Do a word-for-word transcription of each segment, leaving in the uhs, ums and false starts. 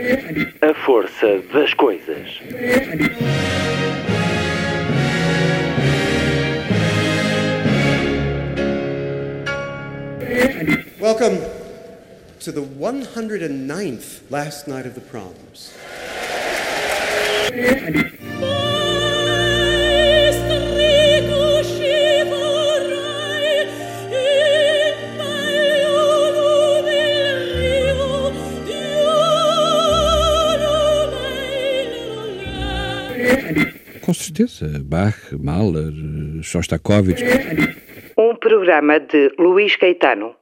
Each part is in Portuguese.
A força das coisas. Welcome to the one hundred ninth last night of the proms. Com certeza, Bach, Mahler, Shostakovich. Um programa de Luís Caetano.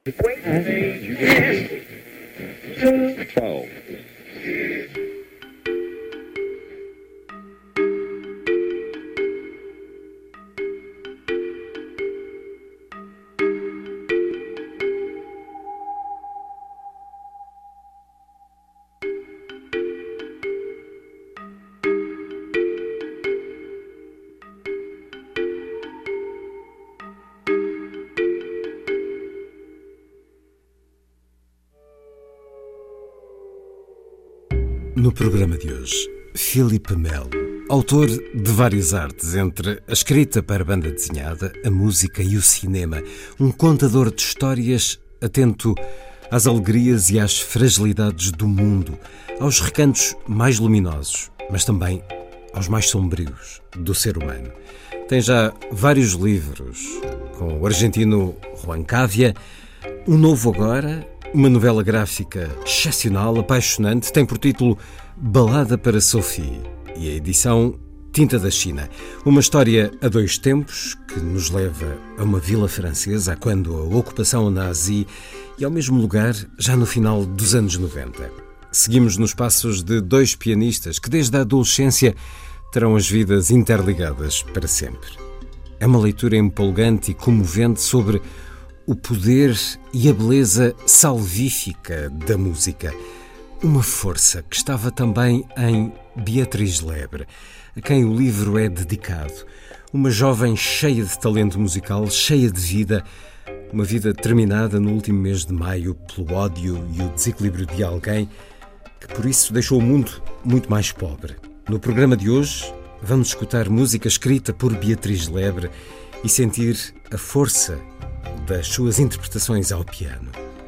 No programa de hoje, Filipe Melo, autor de várias artes, entre a escrita para a banda desenhada, a música e o cinema, um contador de histórias atento às alegrias e às fragilidades do mundo, aos recantos mais luminosos, mas também aos mais sombrios do ser humano. Tem já vários livros com o argentino Juan Cavia, um novo agora, uma novela gráfica excepcional, apaixonante, tem por título Balada para Sophie e a edição Tinta da China. Uma história a dois tempos que nos leva a uma vila francesa quando a ocupação nazi e ao mesmo lugar já no final dos anos noventa. Seguimos nos passos de dois pianistas que desde a adolescência terão as vidas interligadas para sempre. É uma leitura empolgante e comovente sobre o poder e a beleza salvífica da música. Uma força que estava também em Beatriz Lebre, a quem o livro é dedicado. Uma jovem cheia de talento musical, cheia de vida, uma vida terminada no último mês de maio pelo ódio e o desequilíbrio de alguém que por isso deixou o mundo muito mais pobre. No programa de hoje vamos escutar música escrita por Beatriz Lebre e sentir a força das suas interpretações ao piano.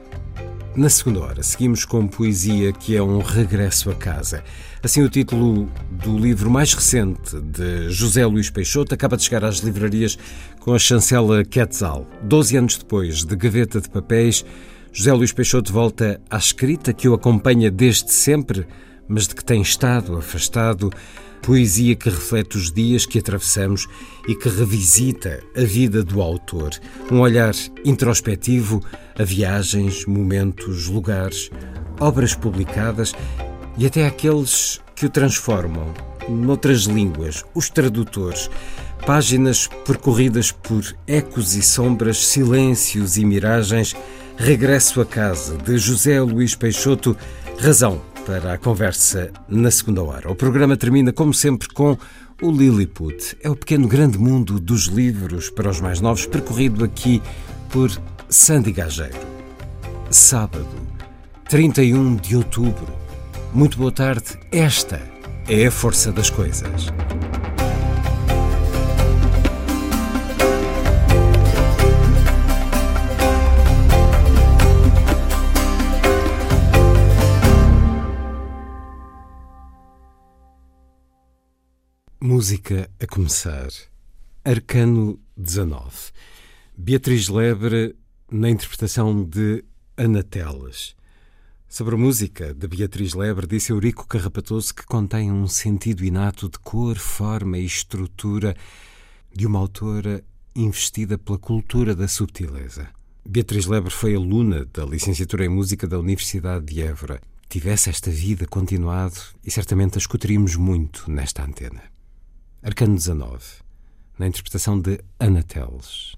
Na segunda hora, seguimos com poesia que é um regresso a casa. Assim, o título do livro mais recente de José Luís Peixoto acaba de chegar às livrarias com a chancela Quetzal. Doze anos depois de Gaveta de Papéis, José Luís Peixoto volta à escrita que o acompanha desde sempre, mas de que tem estado afastado. Poesia que reflete os dias que atravessamos e que revisita a vida do autor. Um olhar introspectivo a viagens, momentos, lugares, obras publicadas e até aqueles que o transformam noutras línguas, os tradutores. Páginas percorridas por ecos e sombras, silêncios e miragens. Regresso a casa, de José Luís Peixoto. Razão para a conversa na segunda hora. O programa termina, como sempre, com o Lilliput. É o pequeno grande mundo dos livros para os mais novos, percorrido aqui por Sandy Gageiro. Sábado, trinta e um de outubro. Muito boa tarde. Esta é a força das coisas. Música a começar. Arcano dezanove. Beatriz Lebre na interpretação de Ana Teles. Sobre a música de Beatriz Lebre, disse Eurico Carrapatoso que contém um sentido inato de cor, forma e estrutura de uma autora investida pela cultura da subtileza. Beatriz Lebre foi aluna da licenciatura em música da Universidade de Évora. Tivesse esta vida continuado e certamente a escutaríamos muito nesta antena. Arcano dezanove, na interpretação de Ana Teles.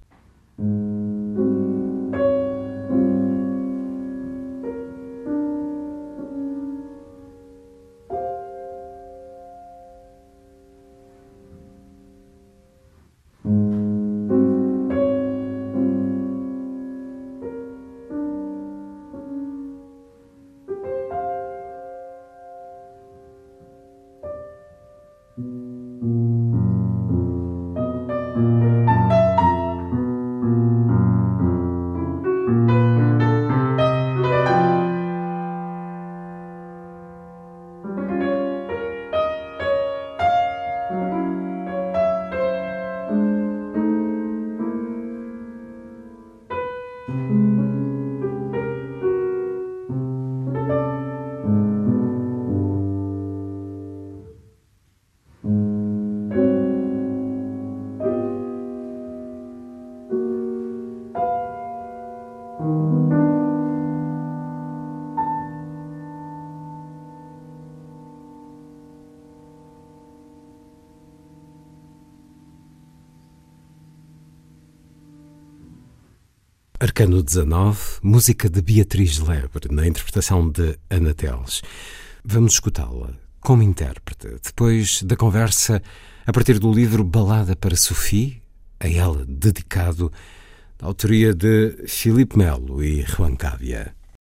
Arcano dezanove, música de Beatriz Lebre, na interpretação de Ana Teles. Vamos escutá-la como intérprete, depois da conversa a partir do livro Balada para Sophie, a ela dedicado, da autoria de Filipe Melo e Juan Cávia.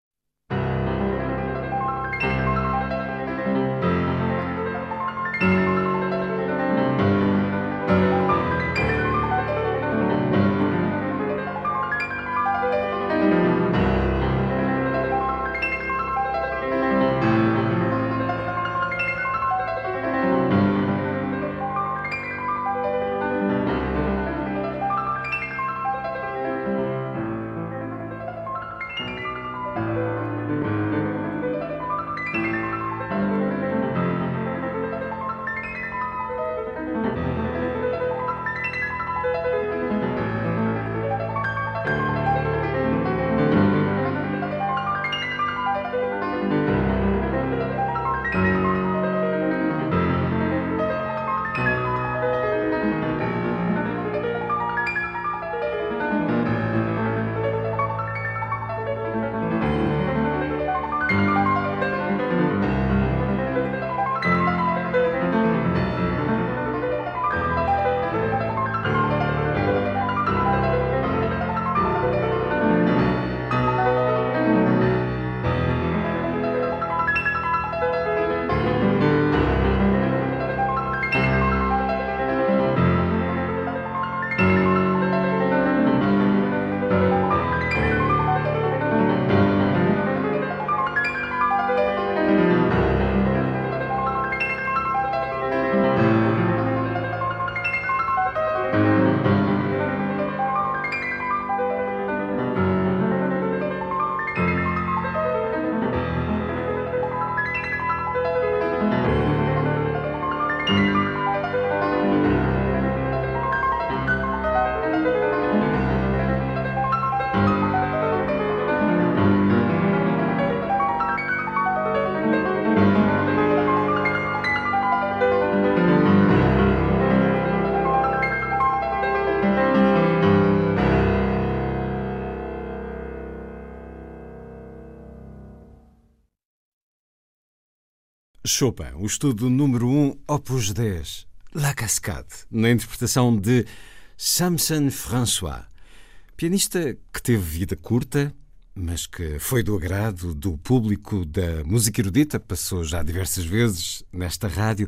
Chopin, o estudo número um, Opus dez, La Cascade, na interpretação de Samson François, pianista que teve vida curta, mas que foi do agrado do público da música erudita, passou já diversas vezes nesta rádio,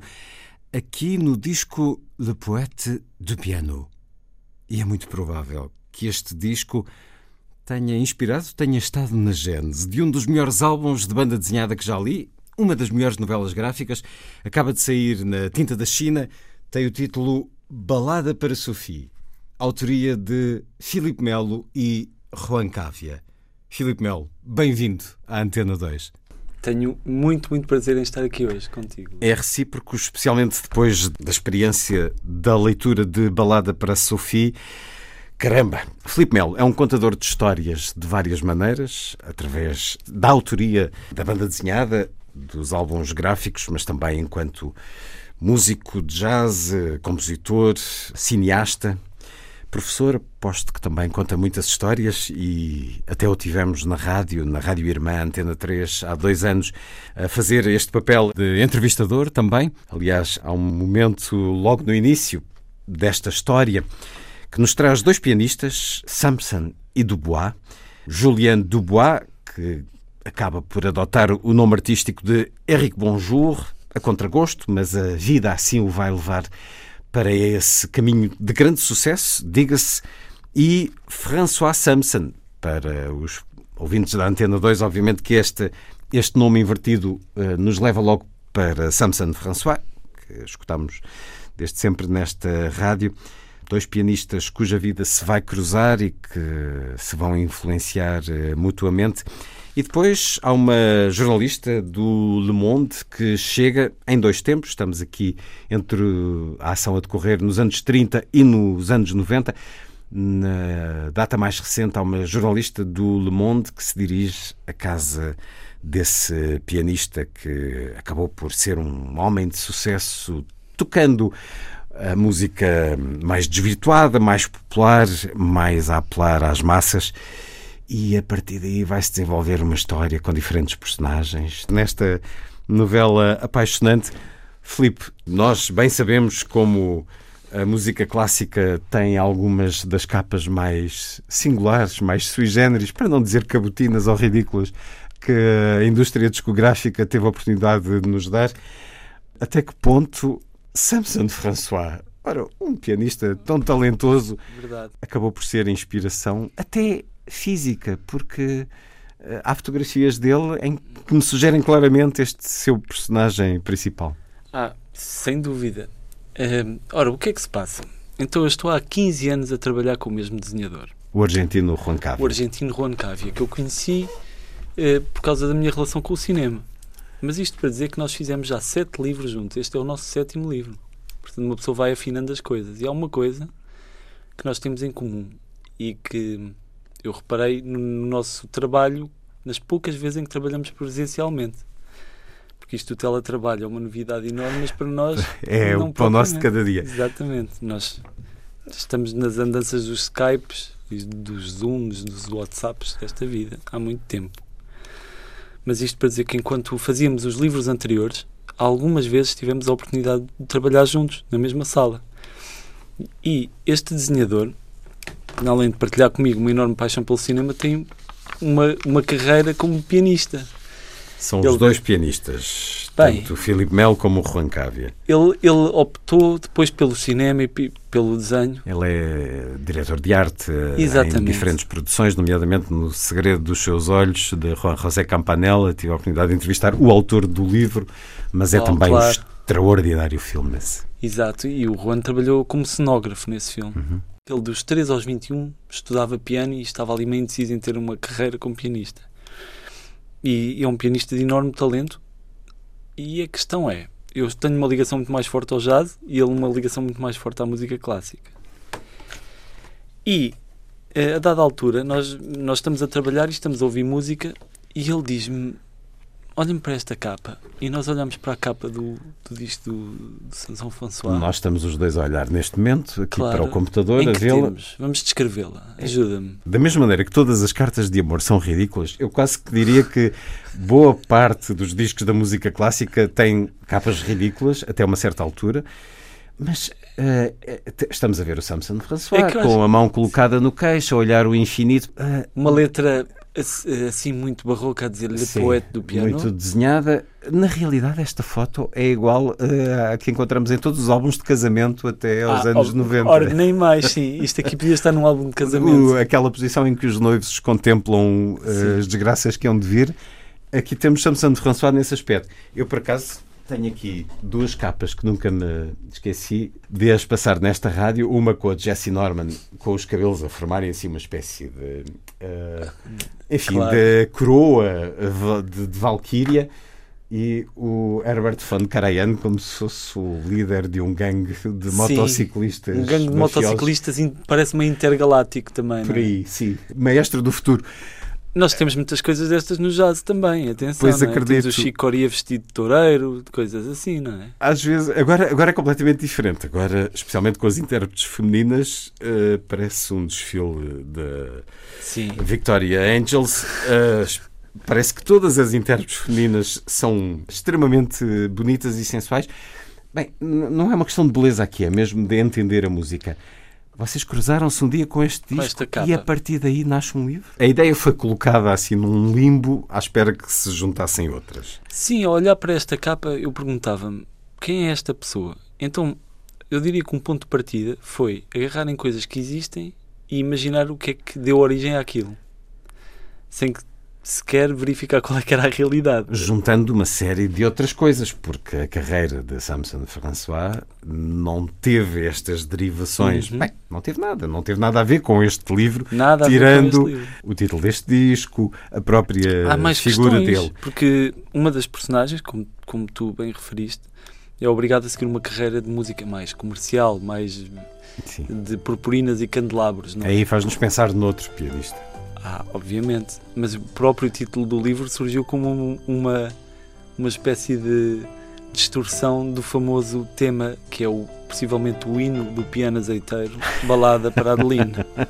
aqui no disco Le Poète du Piano. E é muito provável que este disco tenha inspirado, tenha estado na gênese de um dos melhores álbuns de banda desenhada que já li, uma das melhores novelas gráficas, acaba de sair na tinta da China, tem o título Balada para Sophie, autoria de Filipe Melo e Juan Cávia. Filipe Melo, bem-vindo à Antena dois. Tenho muito, muito prazer em estar aqui hoje contigo. É recíproco, especialmente depois da experiência da leitura de Balada para Sophie. Caramba! Filipe Melo é um contador de histórias de várias maneiras, através da autoria da banda desenhada, dos álbuns gráficos, mas também enquanto músico de jazz, compositor, cineasta, professor. Aposto que também conta muitas histórias e até o tivemos na rádio, na Rádio Irmã, Antena três, há dois anos, a fazer este papel de entrevistador também. Aliás, há um momento logo no início desta história que nos traz dois pianistas, Samson e Dubois. Julien Dubois, que acaba por adotar o nome artístico de Eric Bonjour, a contragosto, mas a vida assim o vai levar para esse caminho de grande sucesso, diga-se, e François Samson, para os ouvintes da Antena dois, obviamente que este, este nome invertido uh, nos leva logo para Samson François, que escutamos desde sempre nesta rádio. Dois pianistas cuja vida se vai cruzar e que se vão influenciar uh, mutuamente. E depois há uma jornalista do Le Monde que chega em dois tempos. Estamos aqui entre a ação a decorrer nos anos trinta e nos anos noventa. Na data mais recente, há uma jornalista do Le Monde que se dirige à casa desse pianista que acabou por ser um homem de sucesso, tocando a música mais desvirtuada, mais popular, mais a apelar às massas. E a partir daí vai-se desenvolver uma história com diferentes personagens. Nesta novela apaixonante, Filipe, nós bem sabemos como a música clássica tem algumas das capas mais singulares, mais sui generis, para não dizer cabutinas ou ridículas, que a indústria discográfica teve a oportunidade de nos dar. Até que ponto Samson François, ora, um pianista tão talentoso, Verdade. acabou por ser inspiração até física, porque uh, há fotografias dele em que me sugerem claramente este seu personagem principal. Ah, sem dúvida. Uh, ora, o que é que se passa? Então eu estou há quinze anos a trabalhar com o mesmo desenhador. O argentino Juan Cavia. O argentino Juan Cavia, que eu conheci uh, por causa da minha relação com o cinema. Mas isto para dizer que nós fizemos já sete livros juntos. Este é o nosso sétimo livro. Portanto, uma pessoa vai afinando as coisas. E há uma coisa que nós temos em comum e que eu reparei no nosso trabalho, nas poucas vezes em que trabalhamos presencialmente. Porque isto do teletrabalho é uma novidade enorme, mas para nós... É o pão nosso de cada dia. Exatamente. Nós estamos nas andanças dos Skypes, dos Zooms, dos WhatsApps desta vida, há muito tempo. Mas isto para dizer que enquanto fazíamos os livros anteriores, algumas vezes tivemos a oportunidade de trabalhar juntos, na mesma sala. E este desenhador, além de partilhar comigo uma enorme paixão pelo cinema, tem uma, uma carreira como pianista. São ele, os dois pianistas, bem, tanto o Philippe Mel como o Juan Cavia. Ele, ele optou depois pelo cinema e p- pelo desenho. Ele é diretor de arte Exatamente. Em diferentes produções, nomeadamente no Segredo dos Seus Olhos, de Juan José Campanella. Tive a oportunidade de entrevistar o autor do livro, mas é oh, também claro. um extraordinário filme esse. Exato, e o Juan trabalhou como cenógrafo nesse filme. Uhum. Ele dos treze aos vinte e um estudava piano e estava ali meio indeciso em ter uma carreira como pianista. E é um pianista de enorme talento. E a questão é, eu tenho uma ligação muito mais forte ao jazz e ele uma ligação muito mais forte à música clássica. E a dada altura nós, nós estamos a trabalhar e estamos a ouvir música e ele diz-me, olhem para esta capa. E nós olhamos para a capa do, do disco do, do Samson François. Nós estamos os dois a olhar neste momento aqui Claro. para o computador, Em a que vê-la. termos? Vamos descrevê-la. Ajuda-me. Da mesma maneira que todas as cartas de amor são ridículas, eu quase que diria que boa parte dos discos da música clássica têm capas ridículas, até uma certa altura, mas uh, estamos a ver o Samson François É que eu com acho- a mão colocada no queixo, a olhar o infinito. Uh, Uma letra assim muito barroca a dizer-lhe sim, poeta do piano. muito desenhada. Na realidade, esta foto é igual uh, à que encontramos em todos os álbuns de casamento até aos Ah, anos oh, noventa. Ora, nem mais, sim. Isto aqui podia estar num álbum de casamento. O- aquela posição em que os noivos contemplam uh, as desgraças que hão de vir. Aqui temos Samson François nesse aspecto. Eu, por acaso, tenho aqui duas capas que nunca me esqueci de as passar nesta rádio. Uma com a Jessie Norman, com os cabelos a formarem assim uma espécie de... Uh, enfim, Claro. de coroa de, de Valquíria. E o Herbert von Karajan como se fosse o líder de um gangue de Sim, motociclistas. Um gangue de mafiosos. motociclistas in- parece meio intergaláctico também. Por não é? aí, sim. Maestro do futuro. Nós temos muitas coisas destas no jazz também, atenção. Pois não é? acredito. Temos o Chico Corea vestido de toureiro, coisas assim, não é? Às vezes, agora, agora é completamente diferente. Agora, especialmente com as intérpretes femininas, uh, parece um desfile da Sim. Victoria Angels. Uh, parece que todas as intérpretes femininas são extremamente bonitas e sensuais. Bem, n- não é uma questão de beleza aqui, é mesmo de entender a música. Vocês cruzaram-se um dia com este Com disco esta capa. e a partir daí nasce um livro? A ideia foi colocada assim num limbo à espera que se juntassem outras. Sim, ao olhar para esta capa eu perguntava-me quem é esta pessoa? Então eu diria que um ponto de partida foi agarrar em coisas que existem e imaginar o que é que deu origem àquilo, sem que sequer verificar qual é que era a realidade. Juntando uma série de outras coisas, porque a carreira de Samson François não teve estas derivações. Uhum. Bem, não teve nada. Não teve nada a ver com este livro, Nada a ver com tirando este livro. o título deste disco, a própria Há mais figura questões, dele. porque uma das personagens, como, como tu bem referiste, é obrigado a seguir uma carreira de música mais comercial, mais Sim. de purpurinas e candelabros. Não? Aí faz-nos pensar noutro pianista. Ah, obviamente. Mas o próprio título do livro surgiu como um- uma, uma espécie de distorção do famoso tema que é o, possivelmente o hino do piano azeiteiro, Balada para Adeline,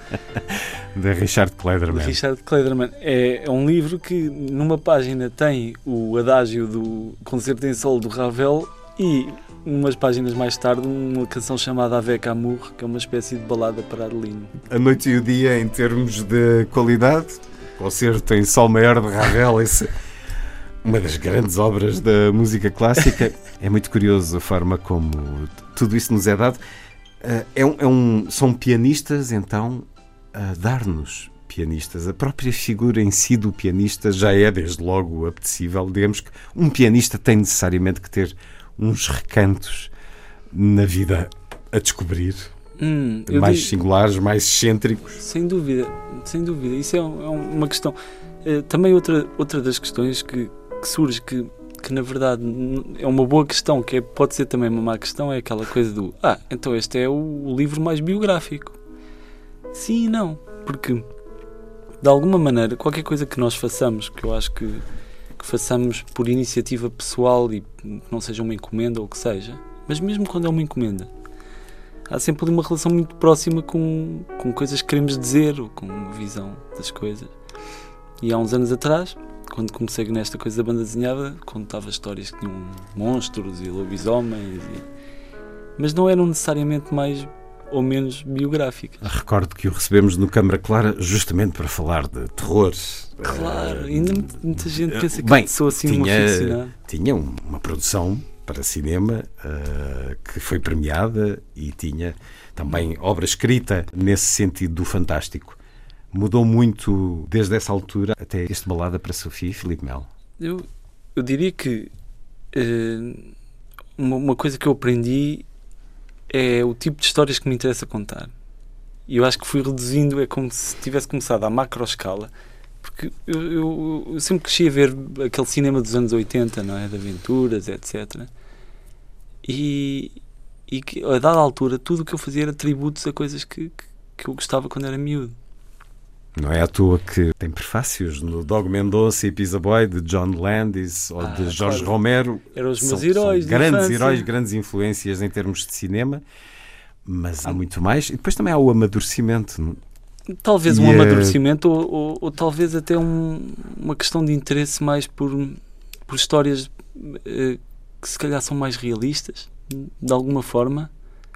De Richard de Klederman. Richard Klederman. É, é um livro que numa página tem o adágio do Concerto em Sol do Ravel e umas páginas mais tarde uma canção chamada Avec Amour, que é uma espécie de balada para Adeline. A Noite e o Dia, em termos de qualidade, Concerto em Sol Maior de Ravel, esse, uma das grandes obras da música clássica. É muito curioso a forma como tudo isso nos é dado. Uh, É um, é um, são pianistas, então, a dar-nos pianistas. A própria figura em si do pianista já é, desde logo, apetecível. Digamos que um pianista tem necessariamente que ter uns recantos na vida a descobrir, Hum, eu mais digo- singulares, mais excêntricos. Sem dúvida, sem dúvida. Isso é, um- é uma questão. Eh, também outra, outra das questões que, que surge, que, que na verdade n- é uma boa questão, que é- pode ser também uma má questão, é aquela coisa do ah, então este é o, o livro mais biográfico. Sim e não, porque de alguma maneira qualquer coisa que nós façamos, que eu acho que, que façamos por iniciativa pessoal e que não seja uma encomenda ou o que seja, mas mesmo quando é uma encomenda, há sempre ali uma relação muito próxima com, com coisas que queremos dizer ou com uma visão das coisas. E há uns anos atrás, quando comecei nesta coisa da banda desenhada, contava histórias que tinham monstros e lobisomens, e... mas não eram necessariamente mais ou menos biográficas. Recordo que o recebemos no Câmara Clara justamente para falar de terror. Claro, Eh, ainda muita, muita gente pensa que bem, sou assim uma tinha, aficionada. tinha um- uma produção para cinema eh, que foi premiada e tinha também obra escrita nesse sentido do fantástico. Mudou muito desde essa altura até este Balada para Sofia e Filipe Melo. Eu, eu diria que eh, uma, uma coisa que eu aprendi é o tipo de histórias que me interessa contar. E eu acho que fui reduzindo, é como se tivesse começado à macro escala, porque eu, eu- eu sempre cresci a ver aquele cinema dos anos oitenta, não é? De aventuras, etcétera. E, e que, a dada altura, tudo o que eu fazia era tributos a coisas que, que, que eu gostava quando era miúdo. Não é à toa que tem prefácios no Dog Mendonça e Pizza Boy de John Landis ou Ah, de Jorge claro. Romero. Eram os meus São- heróis são de grandes infância. heróis, grandes influências em termos de cinema, mas há muito mais. E depois também há o amadurecimento. Talvez E um é- amadurecimento ou, ou, ou talvez até um- uma questão de interesse mais por, por histórias eh, que se calhar são mais realistas, de alguma forma.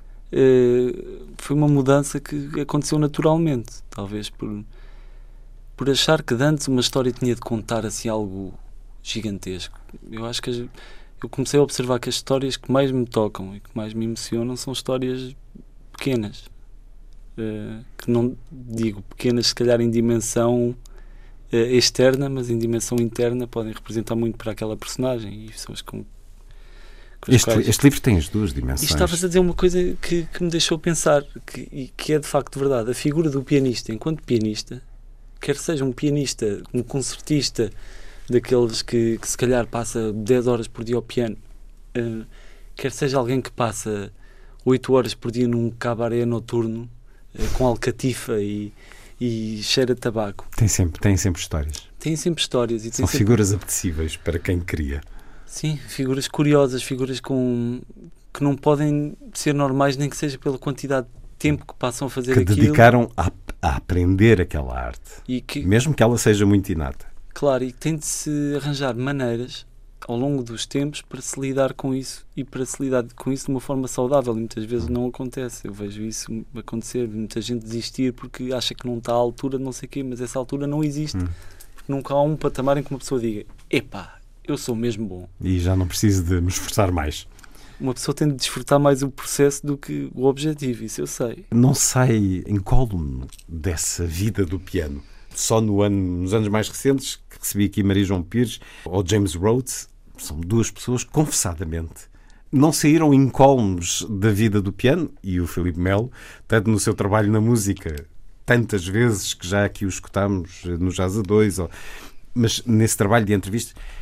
Eh, foi uma mudança que aconteceu naturalmente, talvez por, por achar que de antes uma história tinha de contar assim algo gigantesco. Eu acho que as- eu comecei a observar que as histórias que mais me tocam e que mais me emocionam são histórias pequenas. Uh, que não digo pequenas se calhar em dimensão uh, externa, mas em dimensão interna podem representar muito para aquela personagem e são as com, com as Este, quais... este livro tem as duas E dimensões. estavas a dizer uma coisa que, que me deixou pensar que, e que é de facto verdade. A figura do pianista enquanto pianista, quer seja um pianista, um concertista daqueles que, que se calhar passa dez horas por dia ao piano, uh, quer seja alguém que passa oito horas por dia num cabaré noturno com alcatifa e, e cheira de tabaco. Tem sempre, tem sempre histórias. Tem sempre histórias. E tem São sempre, figuras apetecíveis para quem cria. sim, figuras curiosas, figuras com, que não podem ser normais, nem que seja pela quantidade de tempo que passam a fazer Que aquilo. dedicaram a, a aprender aquela arte. E que, Mesmo que ela seja muito inata. claro, e que tem de se arranjar maneiras ao longo dos tempos para se lidar com isso e para se lidar com isso de uma forma saudável, e muitas vezes não acontece. Eu vejo isso acontecer, muita gente desistir porque acha que não está à altura de não sei o quê, mas essa altura não existe, Hum. porque nunca há um patamar em que uma pessoa diga epá, eu sou mesmo bom. E já não preciso de me esforçar mais. Uma pessoa tem de desfrutar mais o processo do que o objetivo, isso eu sei. Não sai incólume dessa vida do piano. Só no ano, nos anos mais recentes, que recebi aqui Maria João Pires ou James Rhodes, são duas pessoas, confessadamente, não saíram incólumes da vida do piano, e o Filipe Melo, tanto no seu trabalho na música, tantas vezes que já aqui o escutámos no Jazz a dois, ou... mas nesse trabalho de entrevista,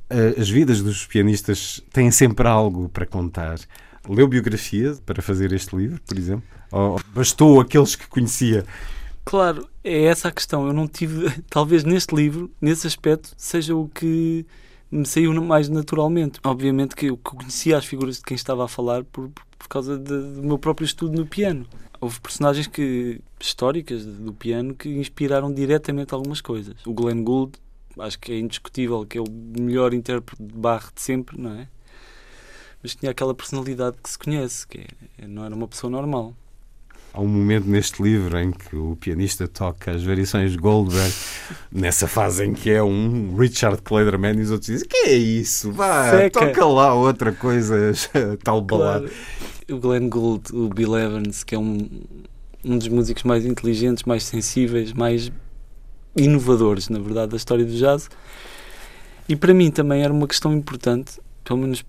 As vidas dos pianistas têm sempre algo para contar. Leu biografia para fazer este livro, por exemplo? Ou bastou aqueles que conhecia? Claro, é essa a questão. Eu não tive, talvez neste livro, nesse aspecto, seja o que me saiu mais naturalmente. Obviamente que eu conhecia as figuras de quem estava a falar por, por causa de, do meu próprio estudo no piano. Houve personagens que, históricas do piano que inspiraram diretamente algumas coisas. O Glenn Gould, acho que é indiscutível que é o melhor intérprete de Bach de sempre, não é? Mas tinha aquela personalidade que se conhece, que é, não era uma pessoa normal. Há um momento neste livro em que o pianista toca as variações de Goldberg, nessa fase em que é um Richard Clayderman, e os outros dizem: que é isso? Vá, Seca. Toca lá outra coisa, tal balada. Claro. O Glenn Gould, o Bill Evans, que é um, um dos músicos mais inteligentes, mais sensíveis, mais inovadores, na verdade, da história do jazz. E para mim também era uma questão importante, pelo menos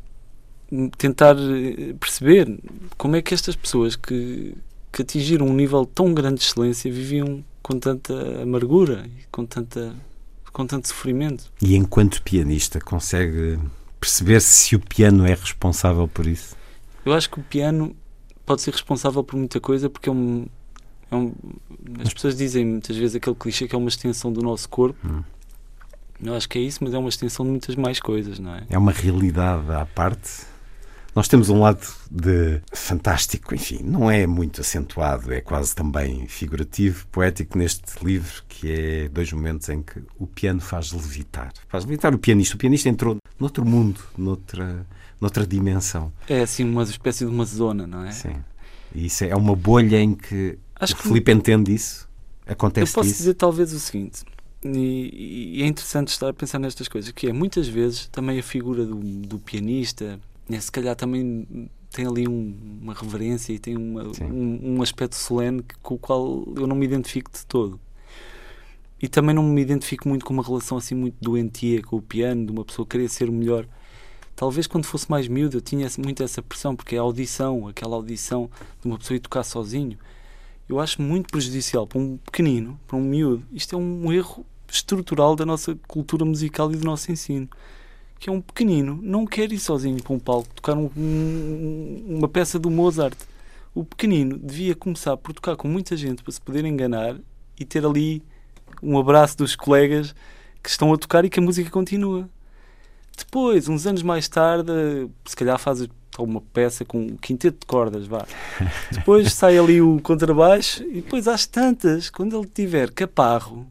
tentar perceber como é que estas pessoas que, que atingiram um nível tão grande de excelência viviam com tanta amargura e com, tanta, com tanto sofrimento. E enquanto pianista, consegue perceber se o piano é responsável por isso? Eu acho que o piano pode ser responsável por muita coisa, porque é um, é um as pessoas dizem muitas vezes aquele clichê que é uma extensão do nosso corpo. Hum. Eu acho que é isso, mas é uma extensão de muitas mais coisas, não é? É uma realidade à parte. Nós temos um lado de fantástico, enfim, não é muito acentuado, é quase também figurativo, poético neste livro, que é dois momentos em que o piano faz levitar. Faz levitar o pianista. O pianista entrou noutro mundo, noutra, noutra dimensão. É assim uma espécie de uma zona, não é? Sim. E isso é uma bolha em que acho o que Filipe entende isso? Acontece eu posso isso? dizer talvez o seguinte, e, e é interessante estar a pensar nestas coisas, que é muitas vezes também a figura do, do pianista, né, se calhar também tem ali um, uma reverência e tem uma, um, um aspecto solene que, com o qual eu não me identifico de todo. E também não me identifico muito com uma relação assim muito doentia com o piano, de uma pessoa querer ser o melhor. Talvez quando fosse mais miúdo eu tinha muito essa pressão, porque a audição, aquela audição de uma pessoa ir tocar sozinho, eu acho muito prejudicial para um pequenino, para um miúdo. Isto é um erro estrutural da nossa cultura musical e do nosso ensino. Que é um pequenino, não quer ir sozinho para um palco tocar um, um, uma peça do Mozart. O pequenino devia começar por tocar com muita gente para se poder enganar e ter ali um abraço dos colegas que estão a tocar e que a música continua. Depois, uns anos mais tarde, se calhar faz uma peça com um quinteto de cordas, vá. Depois sai ali o contrabaixo e depois às tantas, quando ele tiver caparro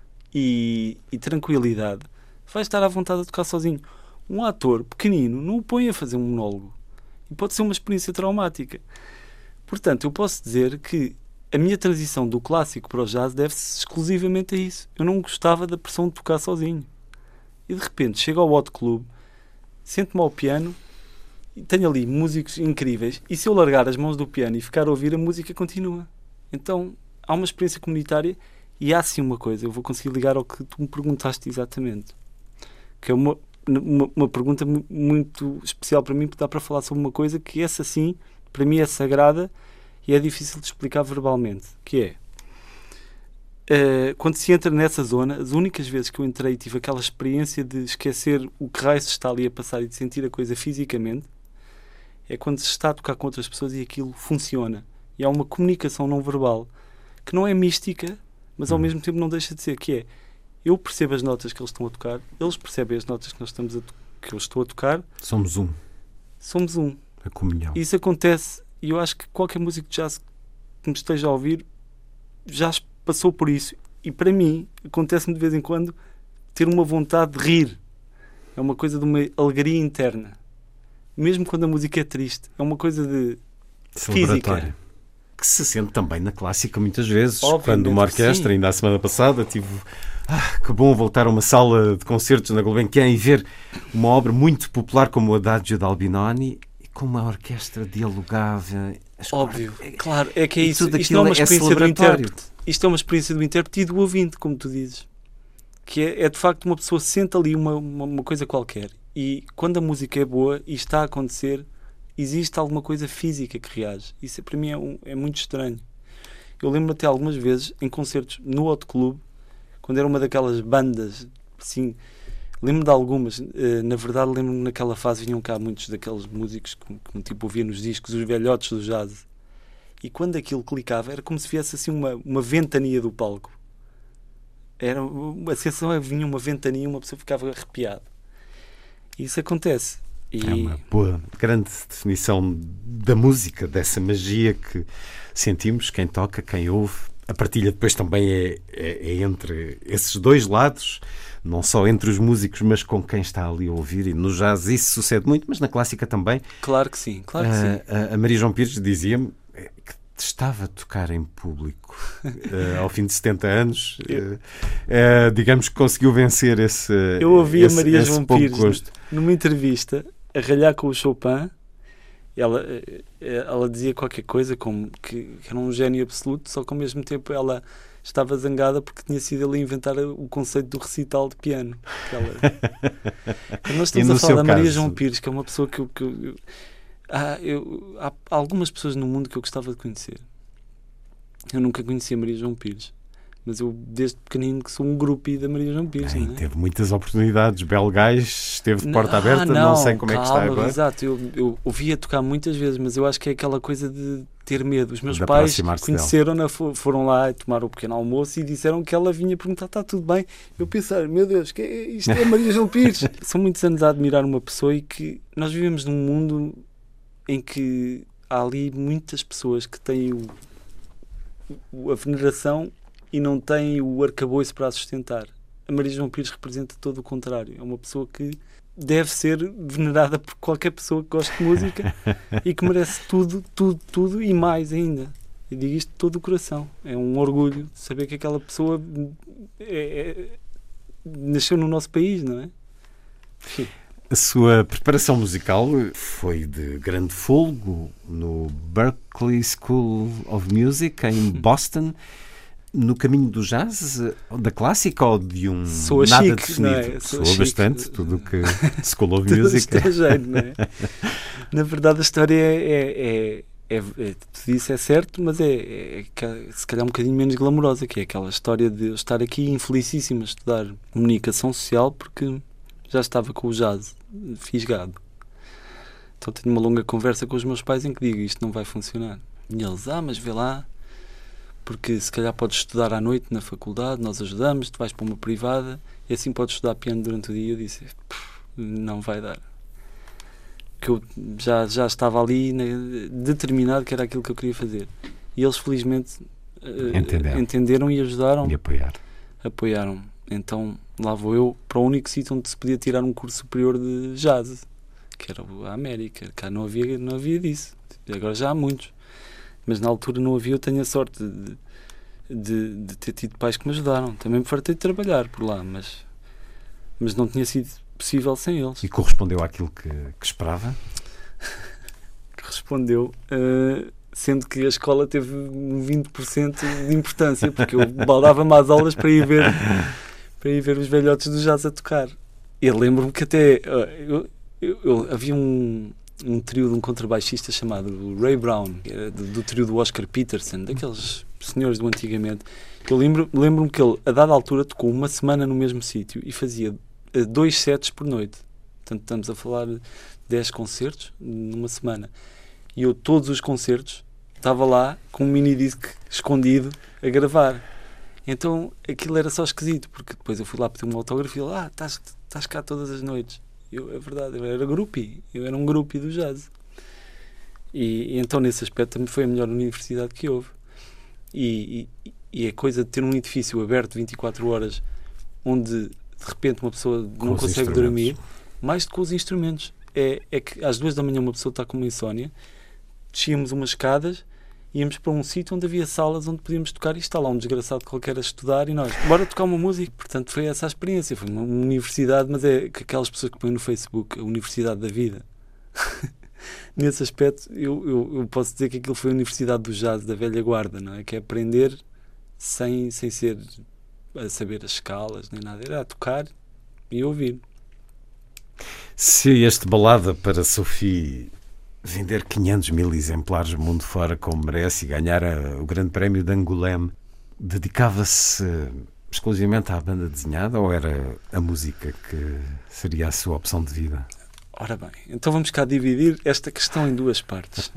e, e tranquilidade, vai estar à vontade a tocar sozinho. Um ator pequenino não o põe a fazer um monólogo. E pode ser uma experiência traumática. Portanto, eu posso dizer que a minha transição do clássico para o jazz deve-se exclusivamente a isso. Eu não gostava da pressão de tocar sozinho. E de repente chego ao Hot Club, sento-me ao piano e tenho ali músicos incríveis. E se eu largar as mãos do piano e ficar a ouvir, a música continua. Então, há uma experiência comunitária e há sim uma coisa. Eu vou conseguir ligar ao que tu me perguntaste exatamente. Que é uma... Uma, uma pergunta muito especial para mim, porque dá para falar sobre uma coisa que essa sim, para mim é sagrada e é difícil de explicar verbalmente, que é uh, quando se entra nessa zona, as únicas vezes que eu entrei e tive aquela experiência de esquecer o que raio se está ali a passar e de sentir a coisa fisicamente, é quando se está a tocar com outras pessoas e aquilo funciona, e há uma comunicação não verbal que não é mística, mas ao mesmo tempo não deixa de ser, que é: eu percebo as notas que eles estão a tocar, eles percebem as notas que, nós estamos a to- que eu estou a tocar. Somos um. Somos um. A comunhão. Isso acontece, e eu acho que qualquer músico de jazz que me esteja a ouvir já passou por isso. E para mim, acontece-me de vez em quando ter uma vontade de rir. É uma coisa de uma alegria interna. Mesmo quando a música é triste. É uma coisa de física. Que se sente também na clássica muitas vezes. Obviamente, quando uma orquestra, ainda a semana passada, tive... Ah, que bom voltar a uma sala de concertos na Gulbenkian e ver uma obra muito popular como o Adagio de Albinoni e com uma orquestra dialogava. Óbvio, cordas, claro, é que é isso. Isto não é uma experiência é do intérprete. Isto é uma experiência do intérprete e do ouvinte, como tu dizes. Que é, é de facto uma pessoa sente ali uma, uma, uma coisa qualquer. E quando a música é boa e está a acontecer, existe alguma coisa física que reage. Isso para mim é, um, é muito estranho. Eu lembro até algumas vezes em concertos no Hot Club, quando era uma daquelas bandas assim, Lembro de algumas, na verdade lembro-me naquela fase vinham cá muitos daqueles músicos que, que tipo, ouvia nos discos, os velhotes do jazz, e quando aquilo clicava era como se viesse assim uma, uma ventania do palco. Era, a sensação é que vinha uma ventania e uma pessoa ficava arrepiada. E isso acontece. E... É uma boa, grande definição da música, dessa magia que sentimos, quem toca, quem ouve. A partilha depois também é, é, é entre esses dois lados, não só entre os músicos, mas com quem está ali a ouvir. E no jazz isso sucede muito, mas na clássica também. Claro que sim, claro que sim. A, a Maria João Pires dizia-me que estava a tocar em público uh, ao fim de setenta anos. Uh, uh, digamos que conseguiu vencer esse Eu ouvi esse, a Maria esse João Pires gosto. numa entrevista a ralhar com o Chopin. Ela, ela dizia qualquer coisa como que era um gênio absoluto, só que ao mesmo tempo ela estava zangada porque tinha sido ele a inventar o conceito do recital de piano. Ela... Quando nós estamos a falar da Maria caso... João Pires, que é uma pessoa que eu, que eu, ah, eu, há algumas pessoas no mundo que eu gostava de conhecer. Eu nunca conheci a Maria João Pires, mas eu desde pequenino que sou um groupie da Maria João Pires. Bem, não é? Teve muitas oportunidades, Belgais, esteve de porta aberta, ah, não, não sei como calma, é que está agora. Exato, eu, eu ouvia tocar muitas vezes, mas eu acho que é aquela coisa de ter medo. Os meus De pais conheceram-na, foram lá tomar o pequeno almoço e disseram que ela vinha perguntar: está tudo bem? Eu pensei, meu Deus, que é, isto é a Maria João Pires. São muitos anos a admirar uma pessoa e que nós vivemos num mundo em que há ali muitas pessoas que têm o, o, a veneração e não têm o arcabouço para a sustentar. A Maria João Pires representa todo o contrário. É uma pessoa que deve ser venerada por qualquer pessoa que goste de música e que merece tudo, tudo, tudo e mais ainda. Eu digo isto de todo o coração. É um orgulho de saber que aquela pessoa é, é, nasceu no nosso país, não é? Enfim. A sua preparação musical foi de grande folgo no Berklee School of Music, em Boston. No caminho do jazz, da clássica ou de um Soa nada chique, definido? não é? Soa Soa bastante, chique. tudo o que School of Tudo Music. estrangeiro, não é? Na verdade, a história é, é, é, é, é tu disse é certo, mas é, é, é se calhar um bocadinho menos glamourosa, que é aquela história de eu estar aqui infelicíssima a estudar comunicação social porque já estava com o jazz fisgado. Então tenho uma longa conversa com os meus pais em que digo: isto não vai funcionar. E eles: ah, mas vê lá, porque se calhar podes estudar à noite na faculdade, nós ajudamos, tu vais para uma privada e assim podes estudar piano durante o dia. Eu disse: não vai dar. Porque eu já, já estava ali, né, determinado que era aquilo que eu queria fazer. E eles felizmente uh, entenderam e ajudaram. E apoiaram. Apoiaram. Então lá vou eu para o único sítio onde se podia tirar um curso superior de jazz, que era a América. Cá não havia, não havia disso. Agora já há muitos. Mas na altura não havia. Eu tenho a sorte de, de, de ter tido pais que me ajudaram. Também me fartei de trabalhar por lá, mas, mas não tinha sido possível sem eles. E correspondeu àquilo que, que esperava? Correspondeu, uh, sendo que a escola teve um vinte por cento de importância, porque eu baldava-me às aulas para ir ver, para ir ver os velhotes do jazz a tocar. Eu lembro-me que até uh, eu, eu, eu, havia um um trio de um contrabaixista chamado Ray Brown, que era do, do trio do Oscar Peterson, daqueles senhores do antigamente. Eu lembro, lembro-me que ele, a dada altura, tocou uma semana no mesmo sítio e fazia uh, dois sets por noite. Portanto, estamos a falar de dez concertos numa semana. E eu, todos os concertos, estava lá com um mini-disc escondido a gravar. Então, aquilo era só esquisito, porque depois eu fui lá pedir uma autógrafo e ele: ah, estás, estás cá todas as noites. Eu, é verdade, eu era groupie, eu era um groupie do jazz. E, e então, nesse aspecto, também foi a melhor universidade que houve. E, e, e a coisa de ter um edifício aberto vinte e quatro horas, onde de repente uma pessoa com não consegue dormir, mais do que os instrumentos. É, é que às duas da manhã uma pessoa está com uma insónia, descíamos umas escadas, íamos para um sítio onde havia salas onde podíamos tocar e está lá um desgraçado qualquer a estudar e nós, bora tocar uma música. Portanto, foi essa a experiência. Foi uma universidade, mas é que aquelas pessoas que põem no Facebook a universidade da vida. Nesse aspecto, eu, eu, eu posso dizer que aquilo foi a universidade do jazz, da velha guarda, não é? Que é aprender sem, sem ser a saber as escalas nem nada. Era a tocar e ouvir. Se este Balada para Sophie vender quinhentos mil exemplares mundo fora como merece e ganhar a, o grande prémio de Angoulême, dedicava-se exclusivamente à banda desenhada ou era a música que seria a sua opção de vida? Ora bem, então vamos cá dividir esta questão em duas partes.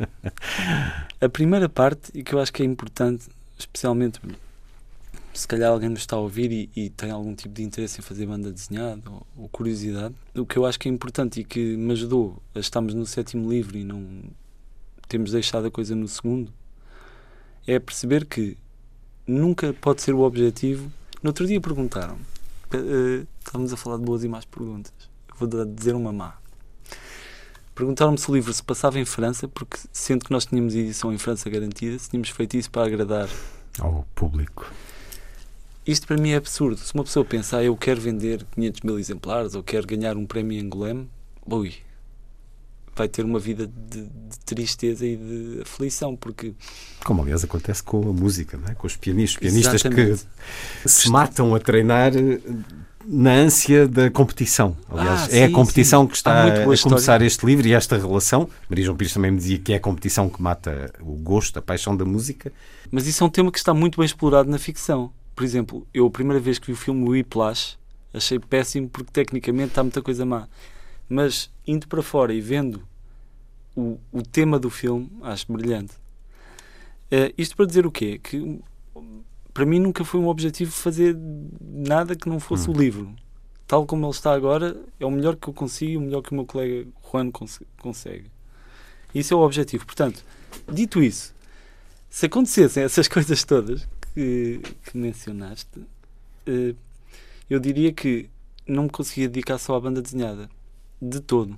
A primeira parte, e que eu acho que é importante, especialmente se calhar alguém nos está a ouvir e, e tem algum tipo de interesse em fazer banda desenhada ou, ou curiosidade, o que eu acho que é importante e que me ajudou a estarmos no sétimo livro e não temos deixado a coisa no segundo, é perceber que nunca pode ser o objetivo. No outro dia perguntaram-me, uh, estávamos a falar de boas e más perguntas, eu vou dizer uma má. Perguntaram-me se o livro se passava em França, porque sendo que nós tínhamos edição em França garantida, se tínhamos feito isso para agradar ao público. Isto para mim é absurdo. Se uma pessoa pensa, ah, eu quero vender quinhentos mil exemplares ou quero ganhar um prémio em Angoulême, ui, vai ter uma vida de, de tristeza e de aflição, porque... Como aliás acontece com a música, não é? Com os pianistas, pianistas Exatamente. que se matam a treinar na ânsia da competição. Aliás, Ah, é sim, a competição sim. que Há está muito boa a começar história. este livro e esta relação. Maria João Pires também me dizia que é a competição que mata o gosto, a paixão da música. Mas isso é um tema que está muito bem explorado na ficção. Por exemplo, eu a primeira vez que vi o filme Whiplash achei péssimo porque tecnicamente está muita coisa má. Mas indo para fora e vendo o, o tema do filme, acho brilhante. Uh, isto para dizer o quê? Que para mim nunca foi um objetivo fazer nada que não fosse hum. o livro. Tal como ele está agora, é o melhor que eu consigo e o melhor que o meu colega Juan cons- consegue. Isso é o objetivo. Portanto, dito isso, se acontecessem essas coisas todas que, que mencionaste, uh, eu diria que não me conseguia dedicar só à banda desenhada. De todo.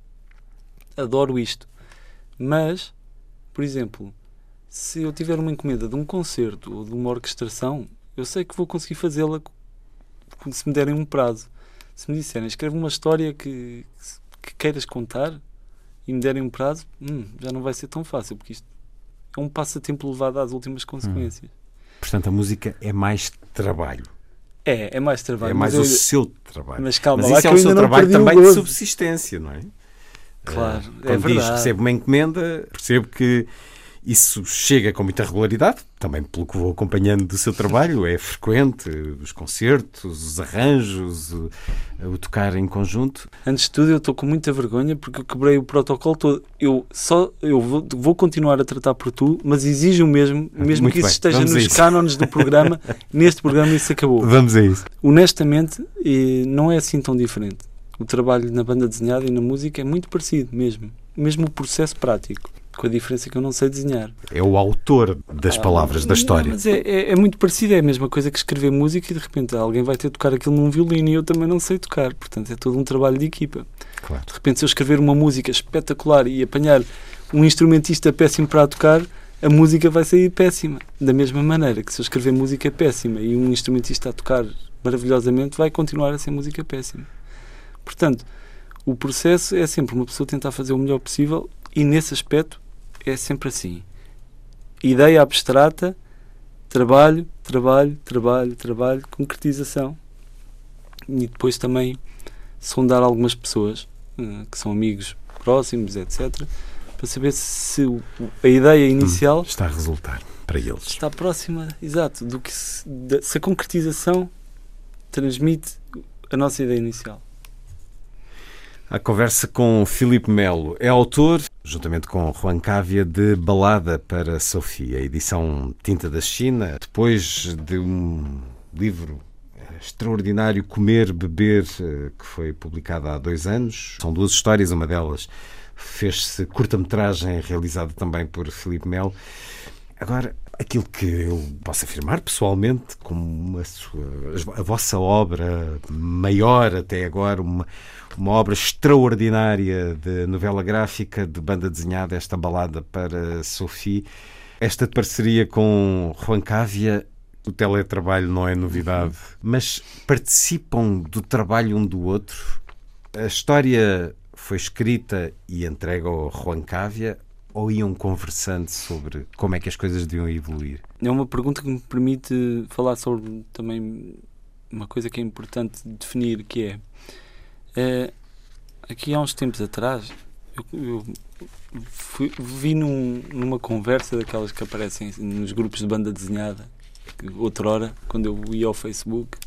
Adoro isto. Mas, por exemplo, se eu tiver uma encomenda de um concerto ou de uma orquestração, eu sei que vou conseguir fazê-la se me derem um prazo. Se me disserem, escreve uma história que, que queiras contar e me derem um prazo, hum, já não vai ser tão fácil, porque isto é um passatempo levado às últimas consequências. Hum. Portanto, a música é mais trabalho. É, é mais trabalho. É mais mas o eu... seu trabalho. Mas calma, mas lá isso que é eu o seu ainda não trabalho perdi o também de gozo. subsistência, não é? Claro, Uh, é quando diz verdade. recebo uma encomenda, percebo que isso chega com muita regularidade, também pelo que vou acompanhando do seu trabalho, é frequente, os concertos, os arranjos, o, o tocar em conjunto. Antes de tudo, eu estou com muita vergonha porque eu quebrei o protocolo todo. Eu, só, eu vou, vou continuar a tratar por tu, mas exijo o mesmo, mesmo Muito que isso bem, esteja vamos a nos isso. cânones do programa. Neste programa isso acabou. Vamos a isso. Honestamente, eh, não é assim tão diferente. O trabalho na banda desenhada e na música é muito parecido mesmo. Mesmo o processo prático. Com a diferença que eu não sei desenhar. É o autor das palavras, da história. Não, mas é, é, é muito parecido, é a mesma coisa que escrever música e de repente alguém vai ter de tocar aquilo num violino e eu também não sei tocar. Portanto, é todo um trabalho de equipa. Claro. De repente, se eu escrever uma música espetacular e apanhar um instrumentista péssimo para a tocar, a música vai sair péssima. Da mesma maneira que se eu escrever música péssima e um instrumentista a tocar maravilhosamente, vai continuar a ser música péssima. Portanto, o processo é sempre uma pessoa tentar fazer o melhor possível e nesse aspecto é sempre assim. Ideia abstrata, trabalho, trabalho, trabalho, trabalho, concretização. E depois também sondar algumas pessoas uh, que são amigos próximos, etcétera, para saber se o, a ideia inicial hum, está a resultar para eles. Está próxima, exato, do que se, de, se a concretização transmite a nossa ideia inicial. A conversa com Filipe Melo. É autor, juntamente com Juan Cávia, de Balada para Sofia, edição Tinta da China, depois de um livro extraordinário, Comer, Beber, que foi publicado há dois anos. São duas histórias, uma delas fez-se curta-metragem realizada também por Filipe Melo. Agora, aquilo que eu posso afirmar pessoalmente como a, sua, a vossa obra maior até agora, uma, uma obra extraordinária de novela gráfica, de banda desenhada, esta Balada para Sofia, esta parceria com Juan Cávia. O teletrabalho não é novidade, mas participam do trabalho um do outro. A história foi escrita e entregue ao Juan Cávia, ou iam conversando sobre como é que as coisas deviam evoluir? É uma pergunta que me permite falar sobre também uma coisa que é importante definir, que é, é aqui há uns tempos atrás eu, eu fui, vi num, numa conversa daquelas que aparecem nos grupos de banda desenhada, que, outrora, quando eu ia ao Facebook,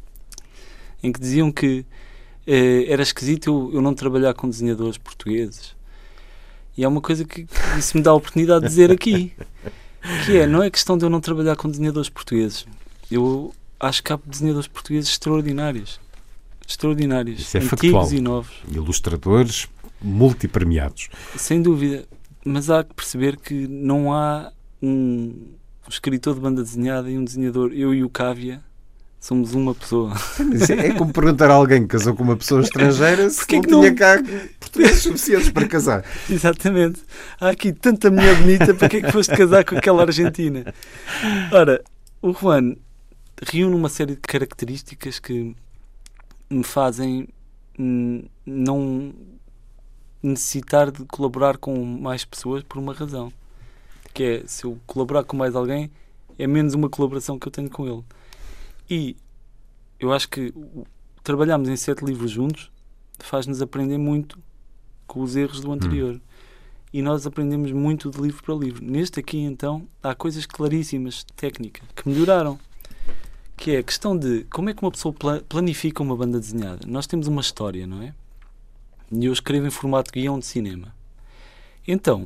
em que diziam que eh, era esquisito eu, eu não trabalhar com desenhadores portugueses. E é uma coisa que, que isso me dá a oportunidade de dizer aqui, que é, não é questão de eu não trabalhar com desenhadores portugueses. Eu acho que há desenhadores portugueses extraordinários. Extraordinários. Isso é antigos factual. E novos. Ilustradores multipremiados. Sem dúvida. Mas há que perceber que não há um, um escritor de banda desenhada e um desenhador. Eu e o Cávia somos uma pessoa. Mas é como perguntar a alguém que casou com uma pessoa estrangeira se Porquê não que tinha não? cá portugueses suficientes para casar. Exatamente. Há aqui tanta mulher bonita, para que é que foste casar com aquela argentina? Ora, o Juan reúne uma série de características que me fazem hum, não necessitar de colaborar com mais pessoas por uma razão. Que é, se eu colaborar com mais alguém, é menos uma colaboração que eu tenho com ele. E eu acho que trabalharmos em sete livros juntos faz-nos aprender muito com os erros do anterior. Hum. E nós aprendemos muito de livro para livro. Neste aqui, então, há coisas claríssimas de técnica que melhoraram. Que é a questão de como é que uma pessoa planifica uma banda desenhada. Nós temos uma história, não é? E eu escrevo em formato de guião de cinema. Então,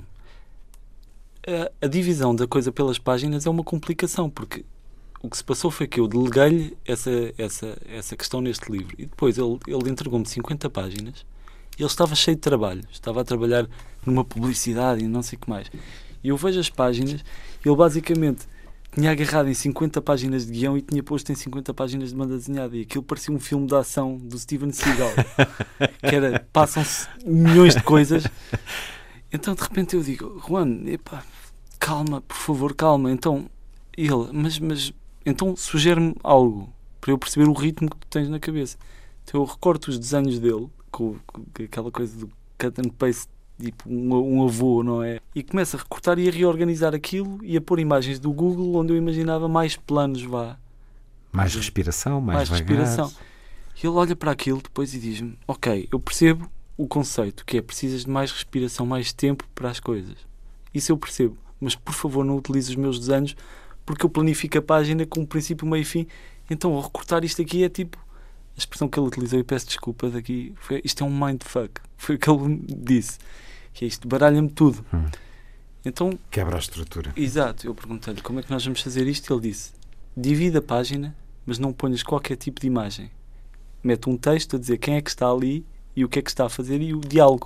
a, a divisão da coisa pelas páginas é uma complicação, porque o que se passou foi que eu deleguei-lhe essa, essa, essa questão neste livro. E depois ele, ele entregou-me cinquenta páginas e ele estava cheio de trabalho. Estava a trabalhar numa publicidade e não sei o que mais. E eu vejo as páginas e ele basicamente tinha agarrado em cinquenta páginas de guião e tinha posto em cinquenta páginas de banda desenhada. E aquilo parecia um filme de ação do Steven Seagal. Que era, passam-se milhões de coisas. Então de repente eu digo, Juan, epá, calma, por favor, calma. Então ele, mas... mas então sugere-me algo para eu perceber o ritmo que tu tens na cabeça. Então eu recorto os desenhos dele com, com aquela coisa do cut and paste, tipo um, um avô, não é? E começo a recortar e a reorganizar aquilo e a pôr imagens do Google onde eu imaginava mais planos, vá. Mais respiração, mais, mais respiração. E ele olha para aquilo depois e diz-me, ok, eu percebo o conceito, que é precisas de mais respiração, mais tempo para as coisas. Isso eu percebo, mas por favor não utilize os meus desenhos porque eu planifico a página com um princípio, meio e fim. Então, ao recortar isto aqui é tipo... A expressão que ele utilizou, e peço desculpa daqui, foi, isto é um mindfuck. Foi o que ele disse. Que é isto, baralha-me tudo. Hum. Então... Quebra a estrutura. Exato. Eu perguntei-lhe como é que nós vamos fazer isto e ele disse, divide a página, mas não ponhas qualquer tipo de imagem. Mete um texto a dizer quem é que está ali e o que é que está a fazer e o diálogo.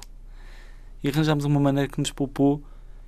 E arranjámos uma maneira que nos poupou.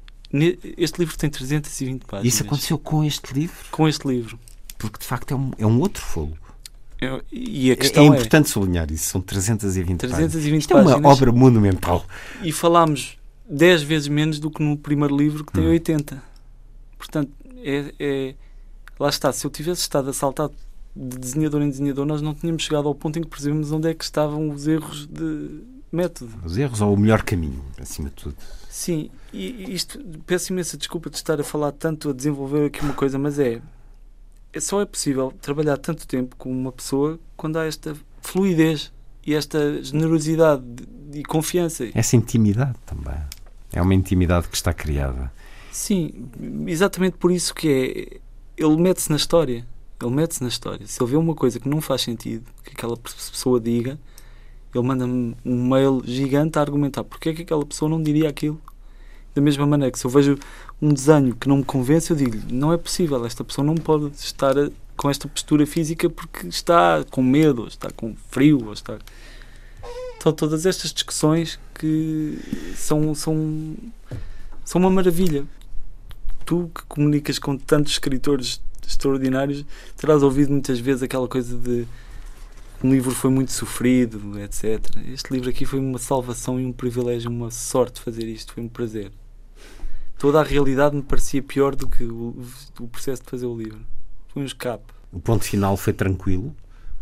Este livro tem trezentas e vinte páginas. Isso aconteceu com este livro? Com este livro. Porque de facto é um, é um outro fôlego. Eu, e a questão é, é importante é, sublinhar isso. São trezentas e vinte trezentas e vinte páginas. Isto é uma páginas, obra monumental. E falámos dez vezes menos do que no primeiro livro, que tem hum. oitenta. Portanto, é, é, lá está. Se eu tivesse estado a saltar de desenhador em desenhador, nós não tínhamos chegado ao ponto em que percebemos onde é que estavam os erros de método. Os erros ou o melhor caminho, acima de tudo. Sim, e isto, peço imensa desculpa de estar a falar tanto, a desenvolver aqui uma coisa, mas é, é só é possível trabalhar tanto tempo com uma pessoa quando há esta fluidez e esta generosidade e confiança. Essa intimidade também. É uma intimidade que está criada. Sim, exatamente por isso que é, ele mete-se na história. Ele mete-se na história. Se ele vê uma coisa que não faz sentido que aquela pessoa diga, ele manda-me um mail gigante a argumentar porque é que aquela pessoa não diria aquilo. Da mesma maneira que se eu vejo um desenho que não me convence, eu digo-lhe, não é possível, esta pessoa não pode estar a, com esta postura física porque está com medo, ou está com frio, ou está... Então todas estas discussões que são, são, são uma maravilha. Tu que comunicas com tantos escritores extraordinários, terás ouvido muitas vezes aquela coisa de um livro foi muito sofrido, etcétera. Este livro aqui foi uma salvação e um privilégio, uma sorte fazer isto, foi um prazer. Toda a realidade me parecia pior do que o, o processo de fazer o livro. Foi um escape. O ponto final foi tranquilo?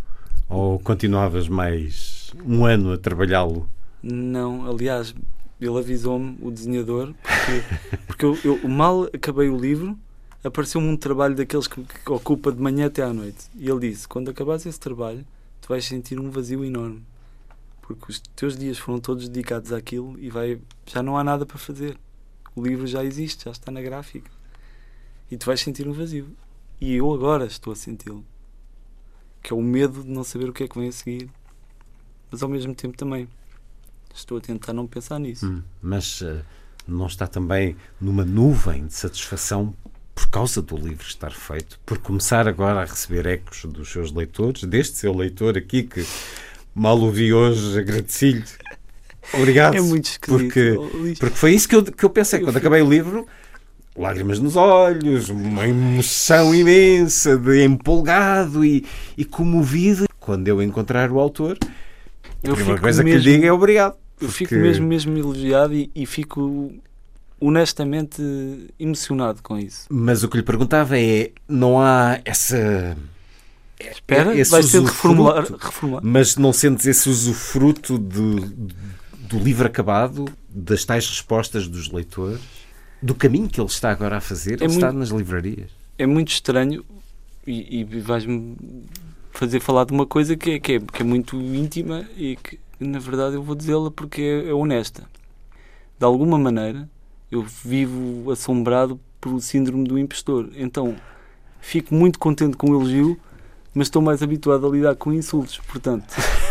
Ou continuavas mais um ano a trabalhá-lo? Não, aliás, ele avisou-me, o desenhador, porque, porque eu, eu mal acabei o livro, apareceu-me um trabalho daqueles que, que ocupa de manhã até à noite. E ele disse, quando acabares esse trabalho, tu vais sentir um vazio enorme. Porque os teus dias foram todos dedicados àquilo e vai, já não há nada para fazer. O livro já existe, já está na gráfica. E tu vais sentir um vazio. E eu agora estou a senti-lo. Que é o medo de não saber o que é que vem a seguir. Mas ao mesmo tempo também estou a tentar não pensar nisso. Hum, mas uh, não está também numa nuvem de satisfação por causa do livro estar feito, por começar agora a receber ecos dos seus leitores, deste seu leitor aqui que mal o vi hoje, agradeci-lhe. Obrigado. É muito esquisito. Porque, porque foi isso que eu, que eu pensei. Eu Quando fico... acabei o livro, lágrimas nos olhos, uma emoção imensa, de empolgado e, e comovido. Quando eu encontrar o autor, a primeira coisa mesmo, que lhe digo é obrigado. Eu fico mesmo, mesmo elogiado e, e fico honestamente emocionado com isso. Mas o que lhe perguntava é, não há essa... Espera, esse vai ser reformular, reformular. Mas não sentes esse usufruto do, do livro acabado, das tais respostas dos leitores, do caminho que ele está agora a fazer? Ele é está muito, nas livrarias. É muito estranho e, e vais-me fazer falar de uma coisa que é, que, é, que é muito íntima e que, na verdade, eu vou dizê-la porque é, é honesta. De alguma maneira, eu vivo assombrado pelo síndrome do impostor. Então, fico muito contente com o elogio, mas estou mais habituado a lidar com insultos. Portanto,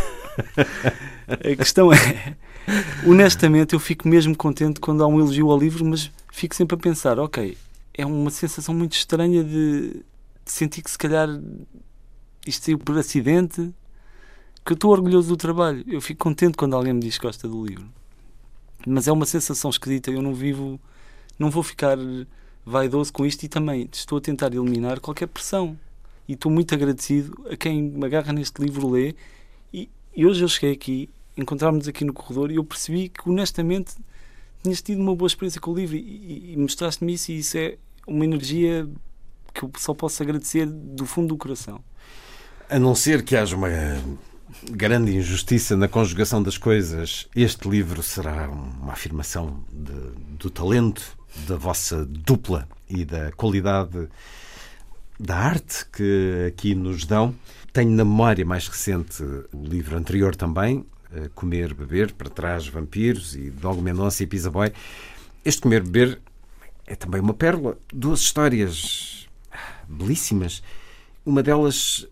a questão é, honestamente, eu fico mesmo contente quando há um elogio ao livro, mas fico sempre a pensar, ok, é uma sensação muito estranha de, de sentir que se calhar isto saiu por acidente, que eu estou orgulhoso do trabalho. Eu fico contente quando alguém me diz que gosta do livro. Mas é uma sensação esquisita, eu não vivo, não vou ficar vaidoso com isto e também estou a tentar eliminar qualquer pressão. E estou muito agradecido a quem me agarra neste livro, lê. E, e hoje eu cheguei aqui, encontramos-nos aqui no corredor e eu percebi que, honestamente, tinhas tido uma boa experiência com o livro e, e, e mostraste-me isso, e isso é uma energia que eu só posso agradecer do fundo do coração. A não ser que haja uma grande injustiça na conjugação das coisas, este livro será uma afirmação de, do talento da vossa dupla e da qualidade da arte que aqui nos dão. Tenho na memória mais recente o livro anterior também, Comer, Beber, Para Trás, Vampiros, e Dog Mendonça e Pizza Boy. Este Comer, Beber é também uma pérola. Duas histórias belíssimas. Uma delas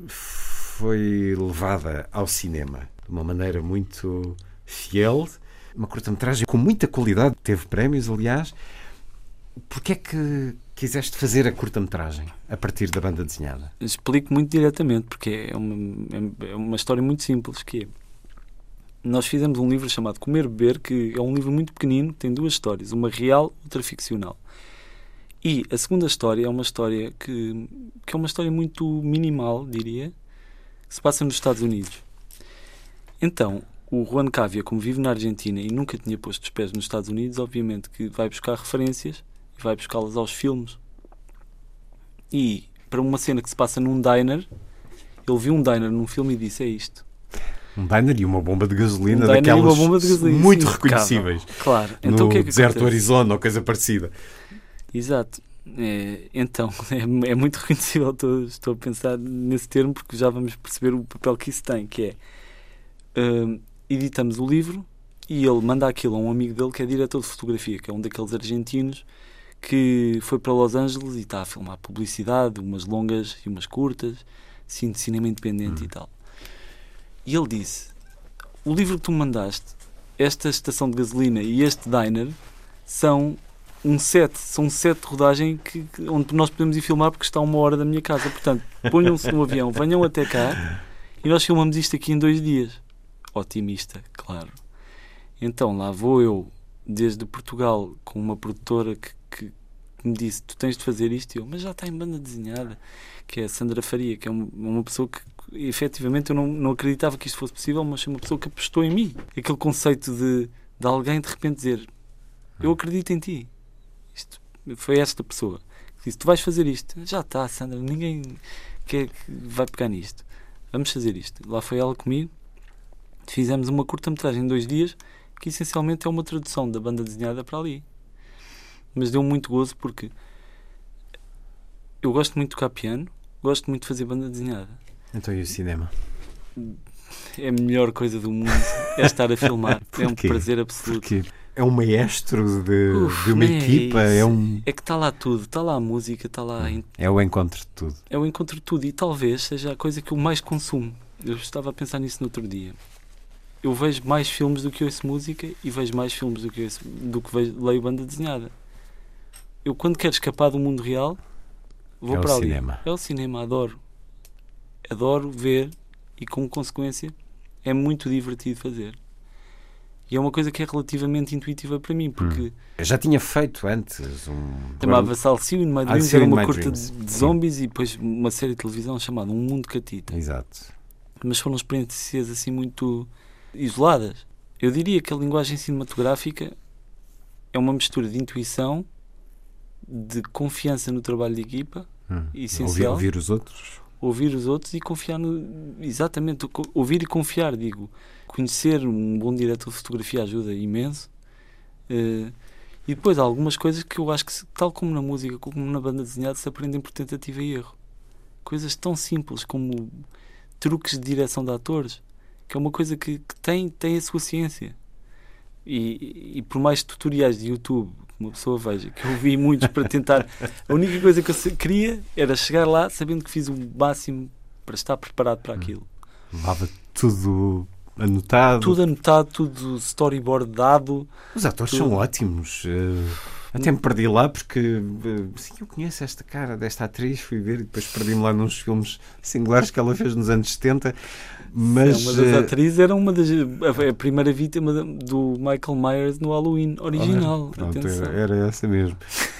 foi levada ao cinema de uma maneira muito fiel, uma curta-metragem com muita qualidade, teve prémios, aliás. Porquê é que quiseste fazer a curta-metragem a partir da banda desenhada? Explico muito diretamente, porque é uma, é uma história muito simples, que é, nós fizemos um livro chamado Comer, Beber, que é um livro muito pequenino, tem duas histórias, uma real e outra ficcional. E a segunda história é uma história que, que é uma história muito minimal, diria, que se passa nos Estados Unidos. Então, o Juan Cavia, como vive na Argentina e nunca tinha posto os pés nos Estados Unidos, obviamente que vai buscar referências e vai buscá-las aos filmes. E, para uma cena que se passa num diner, ele viu um diner num filme e disse, é isto. Um diner e uma bomba de gasolina, um daquelas uma bomba de gasolina, muito sim, reconhecíveis. Claro. Então, no o que é que deserto do acontece? Arizona ou coisa parecida. Exato. É, então, é, é muito reconhecível. Estou, estou a pensar nesse termo porque já vamos perceber o papel que isso tem, que é... Uh, editamos o livro e ele manda aquilo a um amigo dele que é diretor de fotografia, que é um daqueles argentinos que foi para Los Angeles e está a filmar publicidade, umas longas e umas curtas, sim, de cinema independente hum. e tal. E ele disse, o livro que tu me mandaste, esta estação de gasolina e este diner são um set, são um set de rodagem que, que, onde nós podemos ir filmar porque está a uma hora da minha casa. Portanto, ponham-se no avião, venham até cá e nós filmamos isto aqui em dois dias. Otimista, claro. Então lá vou eu desde Portugal com uma produtora que, que me disse, tu tens de fazer isto, e eu, mas já está em banda desenhada, que é a Sandra Faria, que é uma, uma pessoa que efetivamente eu não, não acreditava que isto fosse possível, mas foi uma pessoa que apostou em mim. Aquele conceito de, de alguém de repente dizer, eu acredito em ti. Isto foi esta pessoa que disse, tu vais fazer isto. Já está, Sandra, ninguém quer que vai pegar nisto, vamos fazer isto. Lá foi ela comigo. Fizemos uma curta-metragem em dois dias que essencialmente é uma tradução da banda desenhada para ali. Mas deu muito gozo porque eu gosto muito de tocar piano, gosto muito de fazer banda desenhada. Então e o cinema? É a melhor coisa do mundo, é estar a filmar. É um prazer absoluto. Porquê? é um maestro de, Uf, de uma é equipa, isso. é um... É que está lá tudo, está lá a música, está lá... Hum. É o encontro de tudo. É o encontro de tudo e talvez seja a coisa que eu mais consumo. Eu estava a pensar nisso no outro dia. Eu vejo mais filmes do que ouço música e vejo mais filmes do que, ouço, do que vejo, leio banda desenhada. Eu, quando quero escapar do mundo real, vou é para o ali. cinema. É o cinema, adoro. Adoro ver e, como consequência, é muito divertido fazer. E é uma coisa que é relativamente intuitiva para mim, porque... Hum. Eu já tinha feito antes um... Chamava-se Alceu in My Dreams, Alceu era in uma My curta Dreams. de, de zombies e depois uma série de televisão chamada Um Mundo Catita. Exato. Mas foram experiências assim muito isoladas. Eu diria que a linguagem cinematográfica é uma mistura de intuição, de confiança no trabalho de equipa, hum. essencial. Ouvir, ouvir os outros. Ouvir os outros e confiar no... Exatamente, ouvir e confiar, digo. Conhecer um bom diretor de fotografia ajuda imenso. Uh, e depois há algumas coisas que eu acho que, tal como na música, como na banda desenhada, se aprendem por tentativa e erro. Coisas tão simples como truques de direção de atores, que é uma coisa que, que tem, tem a sua ciência. E, e por mais tutoriais de YouTube que uma pessoa veja, que eu vi muitos para tentar, a única coisa que eu queria era chegar lá sabendo que fiz o máximo para estar preparado para aquilo. Levava tudo anotado. Tudo anotado, tudo storyboard dado. Os atores tudo. são ótimos. Até me perdi lá porque sim, eu conheço esta cara desta atriz, fui ver e depois perdi-me lá nos filmes singulares que ela fez nos anos setenta. Mas uma das atrizes era uma das a primeira vítima do Michael Myers no Halloween original. Ah, pronto, atenção. Era, era essa mesmo.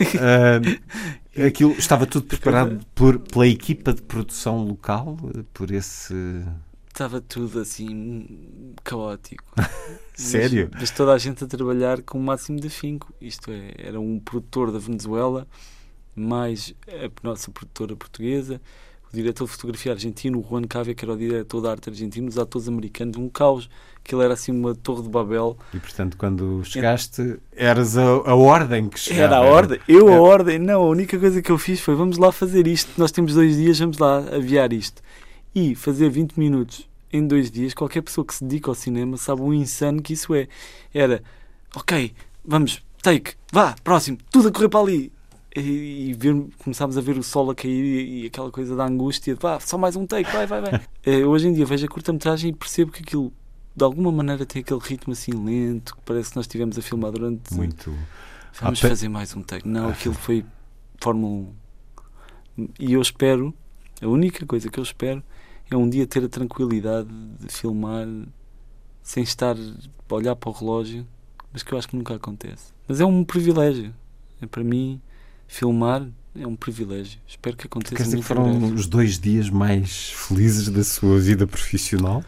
uh, aquilo estava tudo preparado por, pela equipa de produção local, por esse... Estava tudo assim caótico. Sério? Mas, mas toda a gente a trabalhar com o máximo de afinco. Isto é, era um produtor da Venezuela, mais a nossa produtora portuguesa, o diretor de fotografia argentino, o Juan Cavia, que era o diretor de arte argentino, os atores americanos, um caos, que ele era assim uma torre de Babel. E portanto, quando chegaste, eras a, a ordem que chegava. Era a ordem, eu a ordem. Não, a única coisa que eu fiz foi: vamos lá fazer isto, nós temos dois dias, vamos lá aviar isto. E fazer vinte minutos em dois dias, qualquer pessoa que se dedica ao cinema sabe o insano que isso é. Era, ok, vamos, take, vá, próximo, tudo a correr para ali. E, e ver, começámos a ver o sol a cair e, e aquela coisa da angústia de, vá, só mais um take, vai, vai, vai. é, hoje em dia vejo a curta-metragem e percebo que aquilo, de alguma maneira, tem aquele ritmo assim lento, que parece que nós estivemos a filmar durante... Muito. Vamos ah, fazer mais um take. Não, aquilo foi Fórmula um. E eu espero, a única coisa que eu espero é um dia ter a tranquilidade de filmar sem estar a olhar para o relógio, mas que eu acho que nunca acontece. Mas é um privilégio. É, para mim, filmar é um privilégio. Espero que aconteça. Quer dizer que foram breve. Os dois dias mais felizes da sua vida profissional?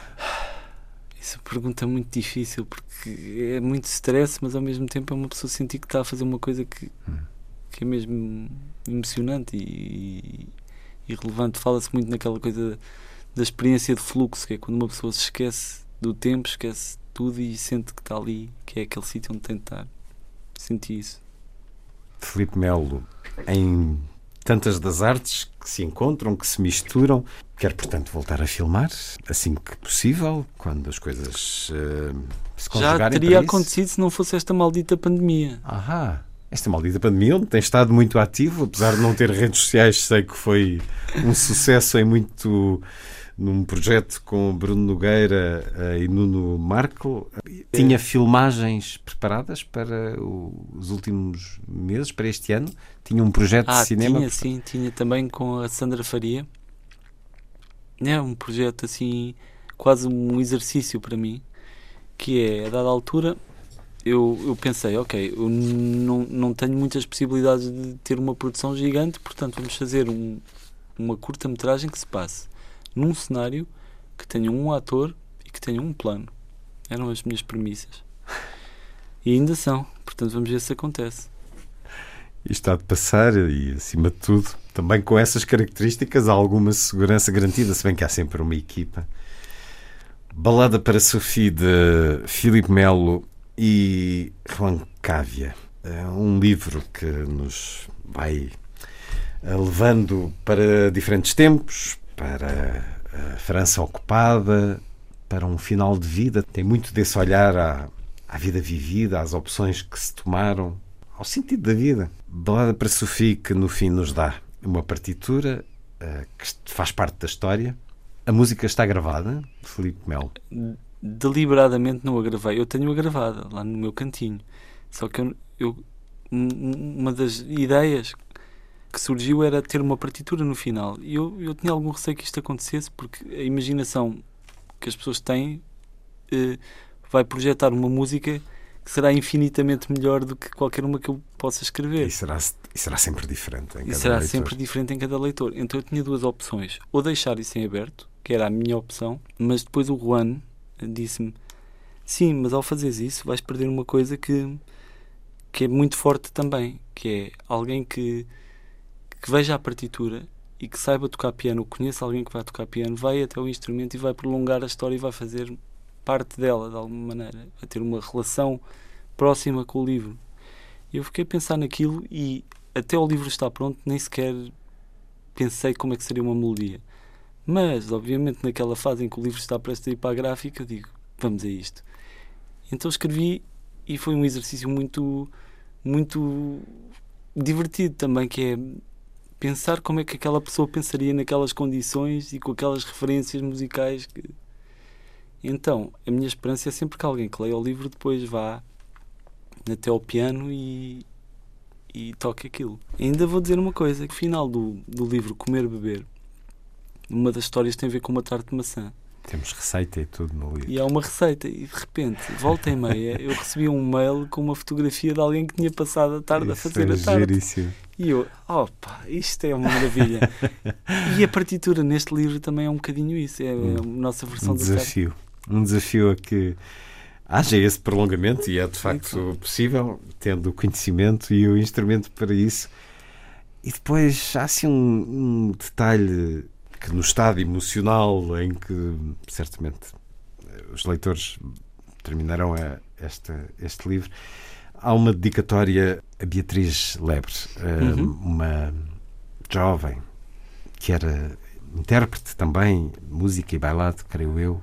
Isso é uma pergunta muito difícil, porque é muito stress, mas ao mesmo tempo é uma pessoa sentir que está a fazer uma coisa que, hum. que é mesmo emocionante e... e relevante. Fala-se muito naquela coisa da experiência de fluxo, que é quando uma pessoa se esquece do tempo, esquece tudo e sente que está ali, que é aquele sítio onde tem de estar. Senti isso. Filipe Melo, em tantas das artes que se encontram, que se misturam, quer portanto voltar a filmar assim que possível, quando as coisas uh, se conjugarem. Já teria acontecido se não fosse esta maldita pandemia. Ahá. Esta maldita pandemia, onde tem estado muito ativo, apesar de não ter redes sociais, sei que foi um sucesso em muito num projeto com Bruno Nogueira uh, e Nuno Marco. Tinha filmagens preparadas para o, os últimos meses, para este ano? Tinha um projeto ah, de cinema? Tinha, sim, tinha também com a Sandra Faria. É um projeto assim, quase um exercício para mim, que é, a dada altura... Eu, eu pensei, ok, eu não, não tenho muitas possibilidades de ter uma produção gigante, portanto vamos fazer um, uma curta-metragem que se passe num cenário que tenha um ator e que tenha um plano. Eram as minhas premissas. E ainda são, portanto vamos ver se acontece. E está de passar, e acima de tudo, também com essas características, há alguma segurança garantida, se bem que há sempre uma equipa. Balada para Sophie, de Filipe Melo e Juan Cavia. É um livro que nos vai levando para diferentes tempos, para a França ocupada, para um final de vida. Tem muito desse olhar à, à vida vivida, às opções que se tomaram, ao sentido da vida. Balada para Sophie, que no fim nos dá uma partitura uh, que faz parte da história. A música está gravada, Filipe Melo? Deliberadamente não a gravei. Eu tenho-a gravada lá no meu cantinho. Só que eu, eu, uma das ideias que surgiu era ter uma partitura no final. E eu, eu tinha algum receio que isto acontecesse, porque a imaginação que as pessoas têm uh, vai projetar uma música que será infinitamente melhor do que qualquer uma que eu possa escrever. E será, e será sempre diferente em cada e será leitor. sempre diferente em cada leitor. Então eu tinha duas opções. Ou deixar isso em aberto, que era a minha opção, mas depois o Juan disse-me: sim, mas ao fazeres isso vais perder uma coisa que, que é muito forte também, que é alguém que, que veja a partitura e que saiba tocar piano, conheça alguém que vai tocar piano, vai até o instrumento e vai prolongar a história e vai fazer parte dela de alguma maneira, vai ter uma relação próxima com o livro. Eu fiquei a pensar naquilo e até o livro estar pronto nem sequer pensei como é que seria uma melodia, mas obviamente naquela fase em que o livro está prestes a ir para a gráfica, eu digo, vamos a isto. Então escrevi e foi um exercício muito muito divertido também, que é pensar como é que aquela pessoa pensaria naquelas condições e com aquelas referências musicais que... Então, a minha esperança é sempre que alguém que leia o livro depois vá até ao piano e, e toque aquilo. E ainda vou dizer uma coisa, que no final do, do livro Comer Beber, uma das histórias tem a ver com uma tarte de maçã. Temos receita e tudo no livro. E há uma receita, e de repente, volta e meia, eu recebi um mail com uma fotografia de alguém que tinha passado a tarde Isso a fazer é a tarte. giríssimo. E eu, opa, isto é uma maravilha. E a partitura neste livro também é um bocadinho isso, é a nossa versão um da tarte. desafio. Um desafio a que haja esse prolongamento, e é de facto possível, tendo o conhecimento e o instrumento para isso. E depois há assim um, um detalhe que no estado emocional em que certamente os leitores terminarão a, esta, este livro, há uma dedicatória a Beatriz Lebre, uhum. uma jovem que era intérprete também, música e bailado, creio eu.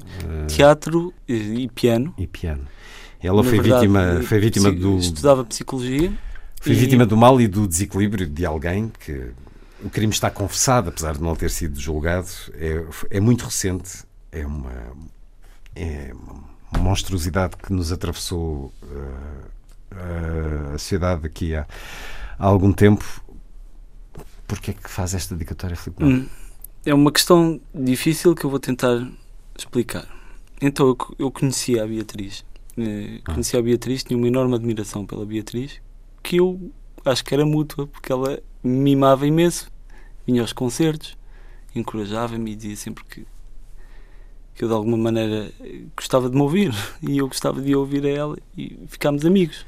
Teatro e piano. E piano. Ela Na foi verdade, vítima, foi vítima do... Estudava psicologia. Foi e... vítima do mal e do desequilíbrio de alguém que... O crime está confessado, apesar de não ter sido julgado. É, é muito recente. É uma, é uma monstruosidade que nos atravessou uh, a sociedade aqui há, há algum tempo. Porquê é que faz esta dedicatória, Filipe? Hum, é uma questão difícil que eu vou tentar explicar. Então, eu, eu conhecia a Beatriz. Eh, conhecia a Beatriz, tinha uma enorme admiração pela Beatriz, que eu acho que era mútua, porque ela me mimava imenso, vinha aos concertos, encorajava-me e dizia sempre que, que eu de alguma maneira gostava de me ouvir, e eu gostava de ouvir a ela, e ficámos amigos.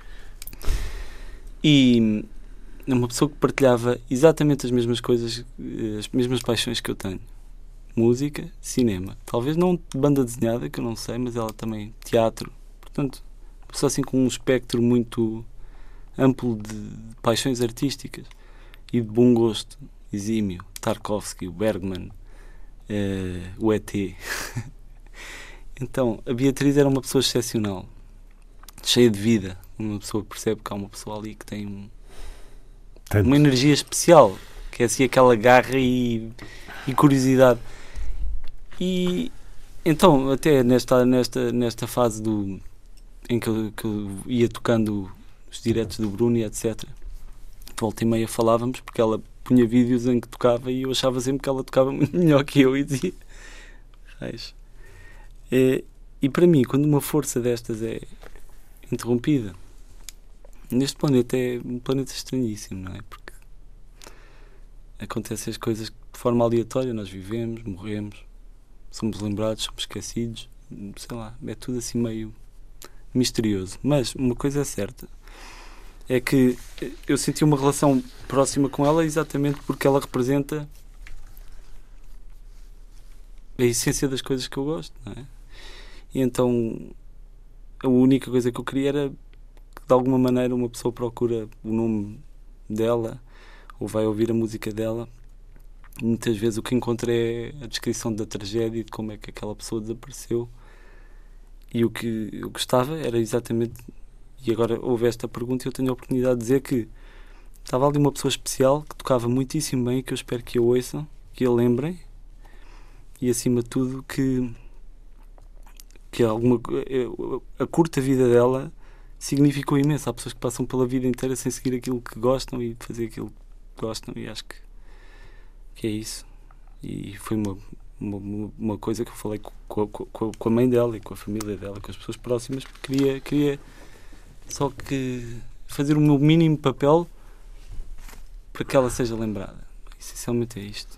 E é uma pessoa que partilhava exatamente as mesmas coisas, as mesmas paixões que eu tenho. Música, cinema. Talvez não de banda desenhada, que eu não sei, mas ela também, teatro. Portanto, uma pessoa assim com um espectro muito amplo de, de paixões artísticas e de bom gosto. Exímio, Tarkovsky, o Bergman, eh, o E T Então, a Beatriz era uma pessoa excepcional, cheia de vida. Uma pessoa que percebe que há uma pessoa ali que tem um, uma energia especial, que é assim aquela garra e, e curiosidade. E então, até nesta, nesta, nesta fase do, em que eu, que eu ia tocando os diretos do Bruno e etcétera, de volta e meia falávamos, porque ela punha vídeos em que tocava e eu achava sempre que ela tocava muito melhor que eu e dizia, raios. É, e para mim, quando uma força destas é interrompida, neste planeta é um planeta estranhíssimo, não é? Porque acontecem as coisas de forma aleatória, nós vivemos, morremos, somos lembrados, somos esquecidos, sei lá, é tudo assim meio misterioso. Mas uma coisa é certa, é que eu senti uma relação próxima com ela exatamente porque ela representa a essência das coisas que eu gosto, não é? E então a única coisa que eu queria era que de alguma maneira uma pessoa procura o nome dela ou vai ouvir a música dela. Muitas vezes o que encontra é a descrição da tragédia e de como é que aquela pessoa desapareceu, E o que eu gostava era exatamente, e agora houve esta pergunta e eu tenho a oportunidade de dizer que estava ali uma pessoa especial que tocava muitíssimo bem e que eu espero que a ouçam, que a lembrem, e acima de tudo que, que alguma, a curta vida dela significou imenso. Há pessoas que passam pela vida inteira sem seguir aquilo que gostam e fazer aquilo que gostam, e acho que, que é isso. E foi uma, uma, uma coisa que eu falei com, com, com a mãe dela e com a família dela, com as pessoas próximas, porque queria, queria só que fazer o meu mínimo papel para que ela seja lembrada. Essencialmente é isto.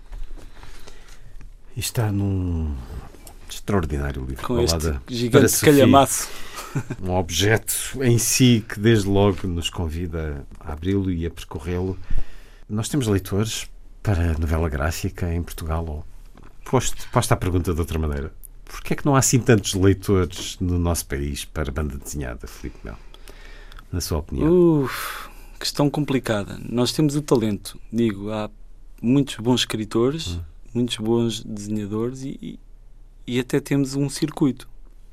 E está num extraordinário livro. Com este Balada gigante calhamaço. Um objeto em si que desde logo nos convida a abri-lo e a percorrê-lo. Nós temos leitores para a novela gráfica em Portugal? Ou, posto, posto a pergunta de outra maneira, porquê é que não há assim tantos leitores no nosso país para banda desenhada, Filipe Melo? Na sua opinião? Uf, questão complicada. Nós temos o talento, digo, há muitos bons escritores, hum. muitos bons desenhadores e, e, e até temos um circuito.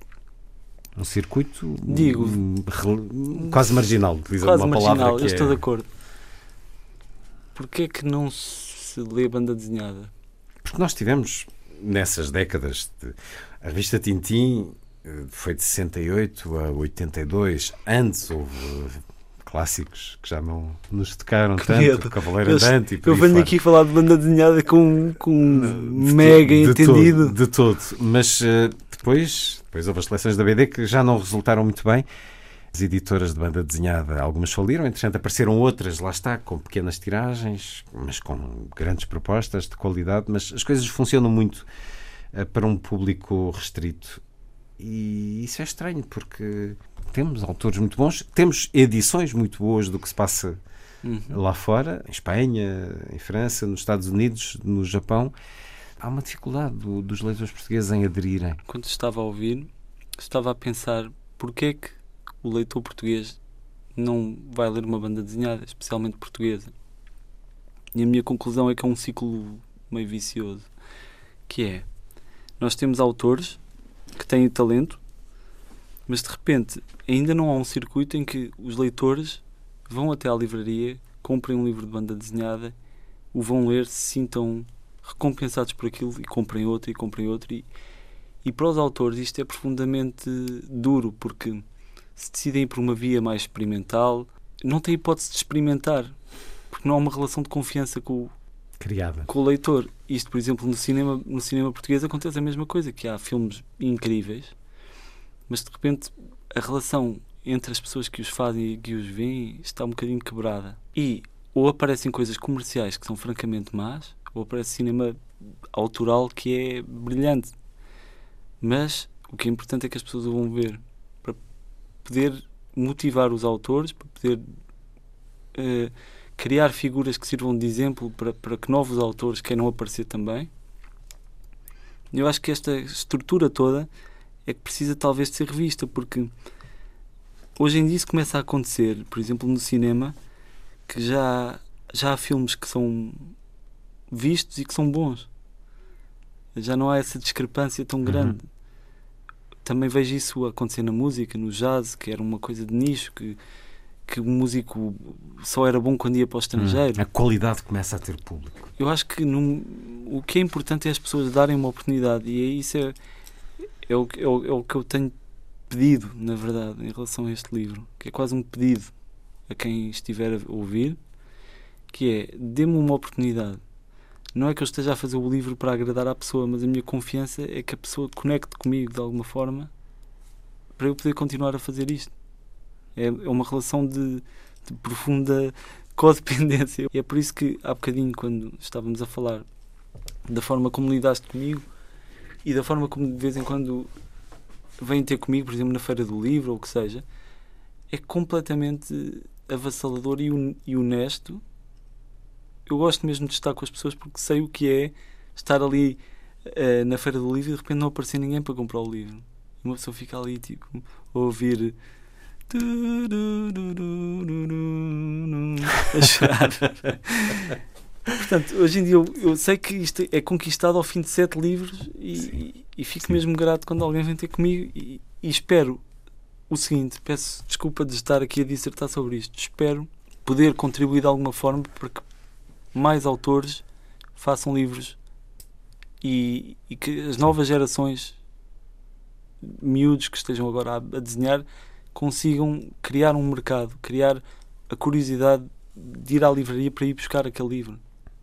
Um circuito digo, um, quase marginal, utilizando quase uma marginal, palavra que eu é... estou de acordo. Porquê é que não se lê banda desenhada? Porque nós tivemos, nessas décadas, de, a revista Tintim foi de sessenta e oito a oitenta e dois. Antes houve clássicos que já não nos tocaram que tanto, medo. Cavaleiro Andante. E eu venho fora. Aqui falar de banda desenhada com, com um mega de entendido. Todo, de todo. Mas uh, depois, depois houve as seleções da B D que já não resultaram muito bem. As editoras de banda desenhada, algumas faliram, entretanto apareceram outras, lá está, com pequenas tiragens, mas com grandes propostas de qualidade, mas as coisas funcionam muito uh, para um público restrito. E isso é estranho, porque temos autores muito bons, temos edições muito boas do que se passa uhum. lá fora, em Espanha, em França, nos Estados Unidos, no Japão. Há uma dificuldade do, dos leitores portugueses em aderirem. Quando estava a ouvir, estava a pensar porque é que o leitor português não vai ler uma banda desenhada, especialmente portuguesa. E a minha conclusão é que é um ciclo meio vicioso, que é, nós temos autores que têm talento, mas de repente ainda não há um circuito em que os leitores vão até à livraria, comprem um livro de banda desenhada, o vão ler, se sintam recompensados por aquilo e comprem outro e comprem outro. E, e para os autores isto é profundamente duro, porque se decidem por uma via mais experimental, não têm hipótese de experimentar, porque não há uma relação de confiança com o, Criada. com o leitor. Isto, por exemplo, no cinema, no cinema português acontece a mesma coisa, que há filmes incríveis, mas de repente a relação entre as pessoas que os fazem e que os veem está um bocadinho quebrada. E ou aparecem coisas comerciais que são francamente más, ou aparece cinema autoral que é brilhante. Mas o que é importante é que as pessoas o vão ver, para poder motivar os autores, para poder uh, criar figuras que sirvam de exemplo para, para que novos autores queiram aparecer também. Eu acho que esta estrutura toda é que precisa talvez de ser revista, porque hoje em dia isso começa a acontecer, por exemplo, no cinema, que já, já há filmes que são vistos e que são bons. Já não há essa discrepância tão grande. Uhum. Também vejo isso acontecer na música, no jazz, que era uma coisa de nicho, que, que o músico só era bom quando ia para o estrangeiro. Uhum. A qualidade começa a ter público. Eu acho que num, o que é importante é as pessoas darem uma oportunidade, e é isso é, é, o, é, o, é o que eu tenho pedido, na verdade, em relação a este livro, que é quase um pedido a quem estiver a ouvir, que é, dê-me uma oportunidade. Não é que eu esteja a fazer o livro para agradar à pessoa, mas a minha confiança é que a pessoa conecte comigo de alguma forma para eu poder continuar a fazer isto. É, é uma relação de, de profunda codependência. E é por isso que há bocadinho, quando estávamos a falar da forma como lidaste comigo e da forma como de vez em quando vêm ter comigo, por exemplo, na Feira do Livro ou o que seja, é completamente avassalador e, e honesto. Eu gosto mesmo de estar com as pessoas porque sei o que é estar ali uh, na Feira do Livro e de repente não aparecer ninguém para comprar o livro. E uma pessoa fica ali tipo a ouvir a chorar. Portanto, hoje em dia eu, eu sei que isto é conquistado ao fim de sete livros e, e, e fico Sim. mesmo grato quando alguém vem ter comigo e, e espero o seguinte, peço desculpa de estar aqui a dissertar sobre isto, espero poder contribuir de alguma forma para que mais autores façam livros e, e que as novas gerações, miúdos que estejam agora a, a desenhar, consigam criar um mercado, criar a curiosidade de ir à livraria para ir buscar aquele livro.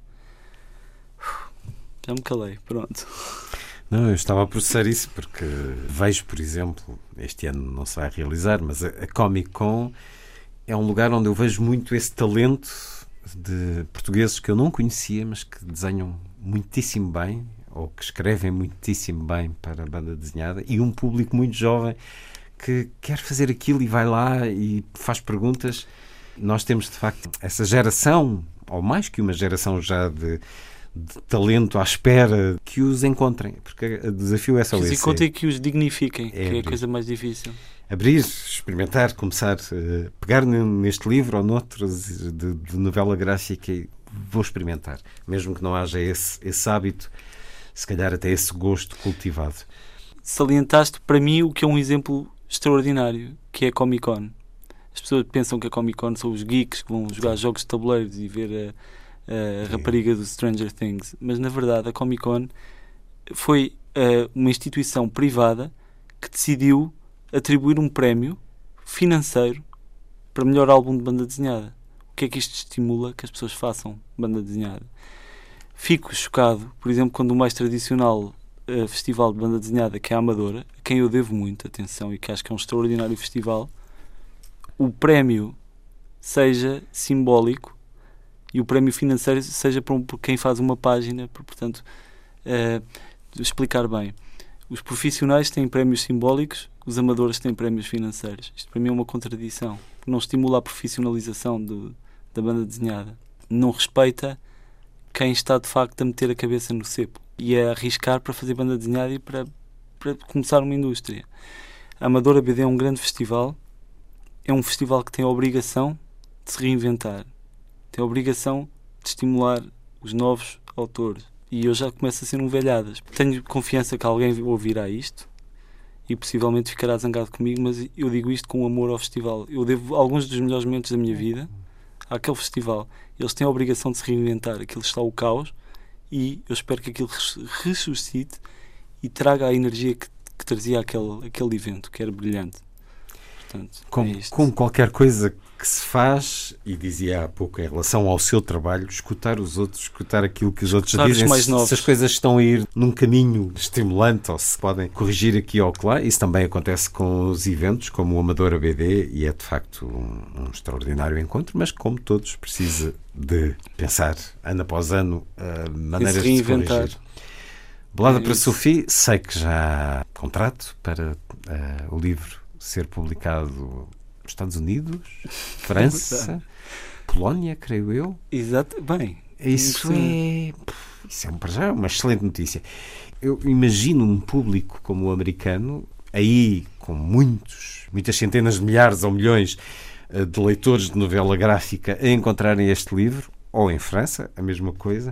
Já me calei, pronto. Não, eu estava a processar isso porque vejo, por exemplo, este ano não se vai realizar, mas a, a Comic Con é um lugar onde eu vejo muito esse talento de portugueses que eu não conhecia, mas que desenham muitíssimo bem, ou que escrevem muitíssimo bem para a banda desenhada, e um público muito jovem que quer fazer aquilo e vai lá e faz perguntas. Nós temos, de facto, essa geração, ou mais que uma geração já de, de talento à espera que os encontrem, porque o desafio é só esse. Que os encontrem e que os dignifiquem, é que é a coisa mais difícil. Abrir, experimentar, começar a pegar neste livro ou noutros de, de novela gráfica e vou experimentar, mesmo que não haja esse, esse hábito, se calhar até esse gosto cultivado. Salientaste para mim o que é um exemplo extraordinário, que é a Comic Con. As pessoas pensam que a Comic Con são os geeks que vão jogar jogos de tabuleiros e ver a, a rapariga do Stranger Things, mas na verdade a Comic Con foi uh, uma instituição privada que decidiu atribuir um prémio financeiro para melhor álbum de banda desenhada. O que é que isto estimula que as pessoas façam banda desenhada? Fico chocado, por exemplo, quando o mais tradicional uh, festival de banda desenhada, que é a Amadora, a quem eu devo muito atenção e que acho que é um extraordinário festival, o prémio seja simbólico e o prémio financeiro seja por, por quem faz uma página, por, portanto, uh, explicar bem. Os profissionais têm prémios simbólicos, os amadores têm prémios financeiros. Isto para mim é uma contradição. Não estimula a profissionalização do, da banda desenhada. Não respeita quem está de facto a meter a cabeça no cepo e a arriscar para fazer banda desenhada e para, para começar uma indústria. A Amadora B D é um grande festival. É um festival que tem a obrigação de se reinventar. Tem a obrigação de estimular os novos autores. E eu já começo a ser um velhadas. Tenho confiança que alguém ouvirá isto e possivelmente ficará zangado comigo, mas eu digo isto com amor ao festival. Eu devo alguns dos melhores momentos da minha vida àquele festival. Eles têm a obrigação de se reinventar. Aquilo está o caos e eu espero que aquilo ressuscite e traga a energia que, que trazia aquele, aquele evento, que era brilhante. Portanto, como, é como qualquer coisa que se faz, e dizia há pouco em relação ao seu trabalho, escutar os outros, escutar aquilo que os escutar outros dizem, mais se, novos. se as coisas estão a ir num caminho estimulante ou se podem corrigir aqui ou lá. Isso também acontece com os eventos como o Amadora B D e é de facto um, um extraordinário encontro, mas como todos precisa de pensar ano após ano uh, maneiras de se corrigir. Balada é para Sophie, sei que já há contrato para uh, o livro ser publicado nos Estados Unidos, França, Polónia, creio eu. Exato, bem. Isso é, isso é um, já é uma excelente notícia. Eu imagino um público como o americano, aí com muitos, muitas centenas de milhares ou milhões de leitores de novela gráfica a encontrarem este livro, ou em França, a mesma coisa.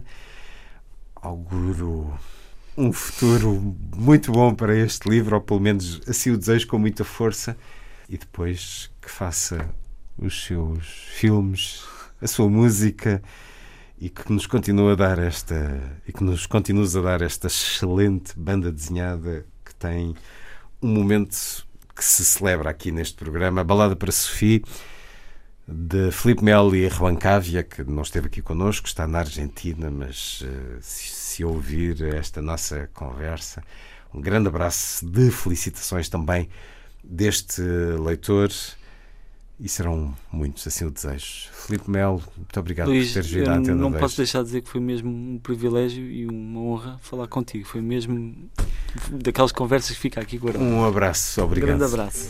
Auguro um futuro muito bom para este livro, ou pelo menos assim o desejo com muita força, e depois que faça os seus filmes, a sua música, e que nos continue a dar esta e que nos continues a dar esta excelente banda desenhada que tem um momento que se celebra aqui neste programa. A Balada para Sophie, de Filipe Melo e Juan Cávia, que não esteve aqui connosco, está na Argentina, mas uh, se, se ouvir esta nossa conversa, um grande abraço de felicitações também deste leitor, e serão muitos, assim o desejo. Filipe Melo, muito obrigado Luís, por teres vindo à Antena não dez. posso deixar de dizer que foi mesmo um privilégio e uma honra falar contigo. Foi mesmo daquelas conversas que fica aqui guardado. Um abraço, obrigado. Um grande abraço.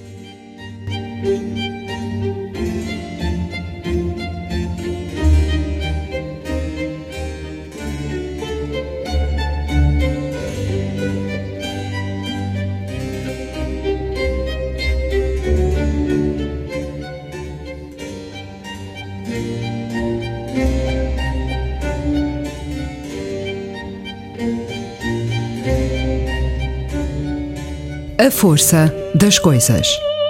A força das coisas.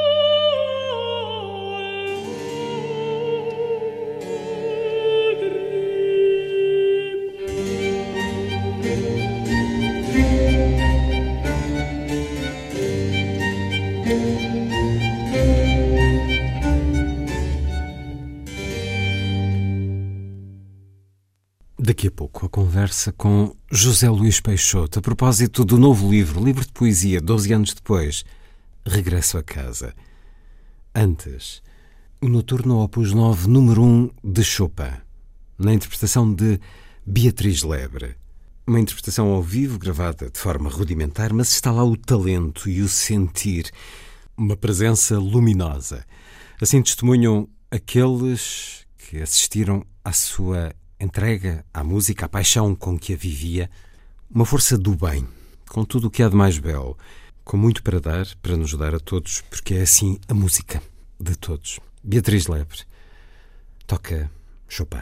Daqui a pouco a conversa com José Luís Peixoto a propósito do novo livro, livro de poesia, doze anos depois, Regresso a Casa. Antes, o Noturno Opus nove, número um de Chopin, na interpretação de Beatriz Lebre. Uma interpretação ao vivo, gravada de forma rudimentar, mas está lá o talento e o sentir, uma presença luminosa. Assim testemunham aqueles que assistiram à sua entrega à música, à paixão com que a vivia, uma força do bem, com tudo o que há de mais belo, com muito para dar, para nos dar a todos, porque é assim a música de todos. Beatriz Lebre toca Chopin.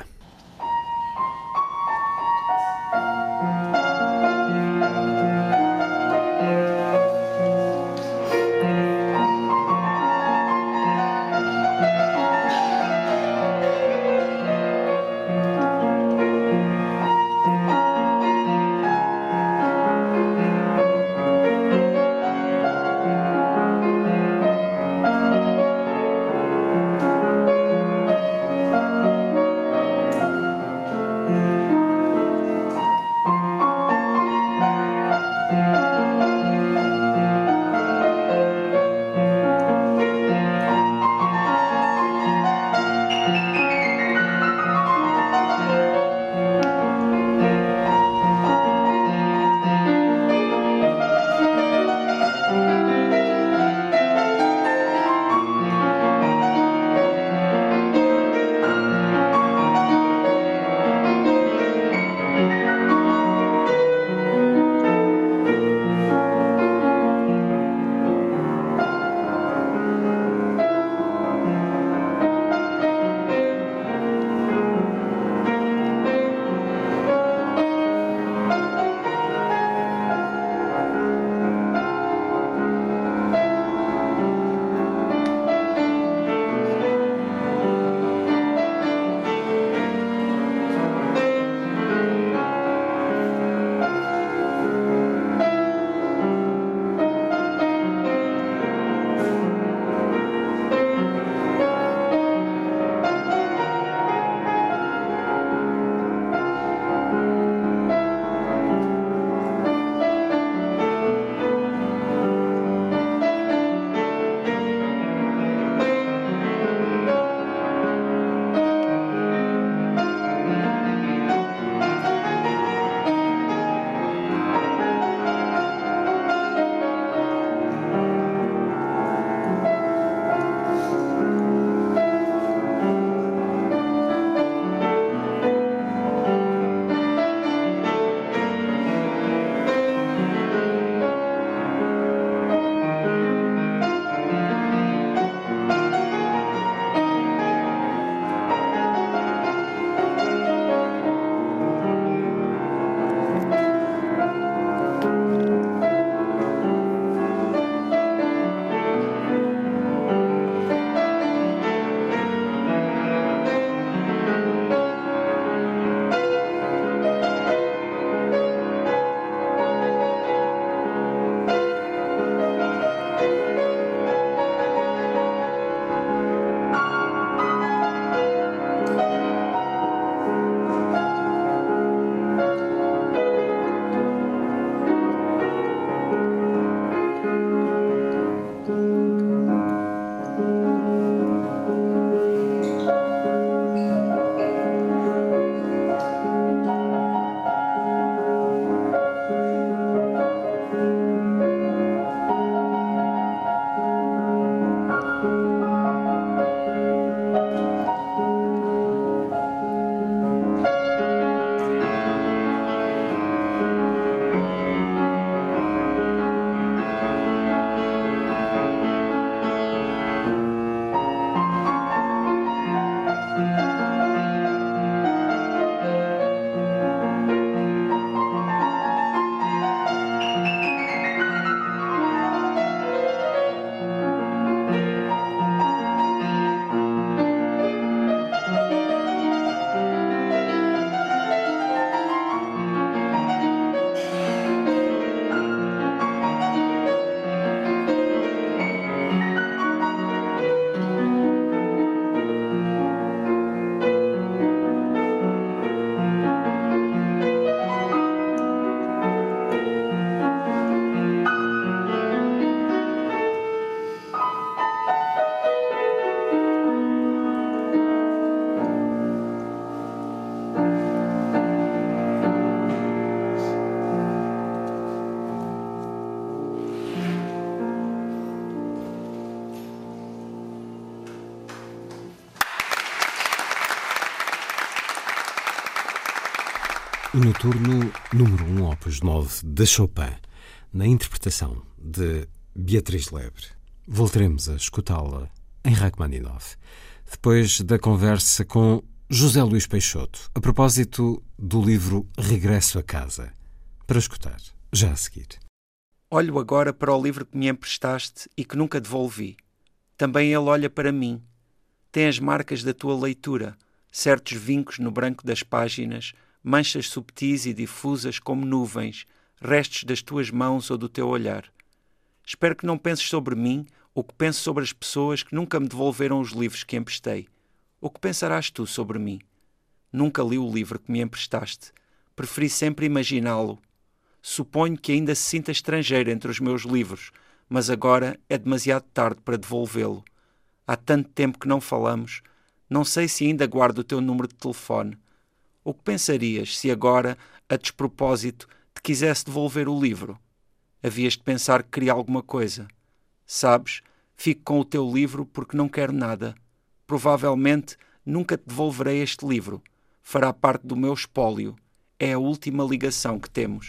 Noturno número um, opus nove, de Chopin, na interpretação de Beatriz Lebre. Voltaremos a escutá-la em Rachmaninoff, depois da conversa com José Luís Peixoto, a propósito do livro Regresso a Casa, para escutar já a seguir. Olho agora para o livro que me emprestaste e que nunca devolvi. Também ele olha para mim. Tem as marcas da tua leitura, certos vincos no branco das páginas, manchas subtis e difusas como nuvens, restos das tuas mãos ou do teu olhar. Espero que não penses sobre mim ou que penses sobre as pessoas que nunca me devolveram os livros que emprestei. O que pensarás tu sobre mim? Nunca li o livro que me emprestaste. Preferi sempre imaginá-lo. Suponho que ainda se sinta estrangeiro entre os meus livros, mas agora é demasiado tarde para devolvê-lo. Há tanto tempo que não falamos. Não sei se ainda guardo o teu número de telefone. O que pensarias se agora, a despropósito, te quisesse devolver o livro? Havias de pensar que queria alguma coisa. Sabes, fico com o teu livro porque não quero nada. Provavelmente nunca te devolverei este livro. Fará parte do meu espólio. É a última ligação que temos.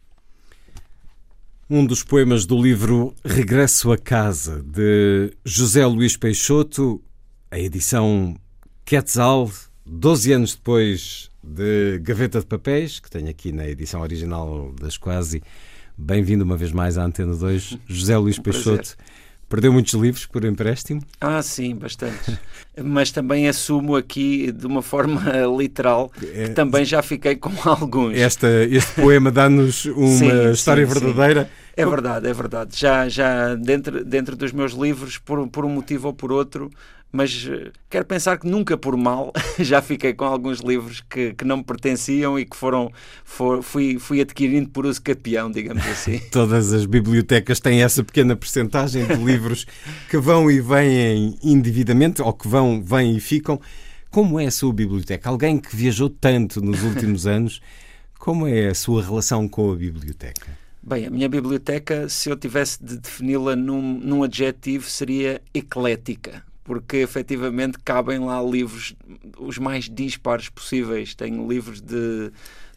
Um dos poemas do livro Regresso a Casa, de José Luís Peixoto, a edição Quetzal, doze anos depois de Gaveta de Papéis, que tenho aqui na edição original das Quasi. Bem-vindo uma vez mais à Antena dois, José Luís um Peixoto. Perdeu muitos livros por empréstimo? Ah, sim, bastantes. Mas também assumo aqui, de uma forma literal, é, que também já fiquei com alguns. Esta, este poema dá-nos uma sim, história sim, verdadeira. Sim. É verdade, é verdade. Já, já dentro, dentro dos meus livros, por, por um motivo ou por outro, mas quero pensar que nunca por mal, já fiquei com alguns livros que, que não me pertenciam e que foram, for, fui, fui adquirindo por uso capião, digamos assim. Todas as bibliotecas têm essa pequena percentagem de livros que vão e vêm indevidamente, ou que vão, vêm e ficam. Como é a sua biblioteca? Alguém que viajou tanto nos últimos anos, como é a sua relação com a biblioteca? Bem, a minha biblioteca, se eu tivesse de defini-la num, num adjetivo, seria eclética, porque efetivamente cabem lá livros os mais dispares possíveis. Tenho livros de...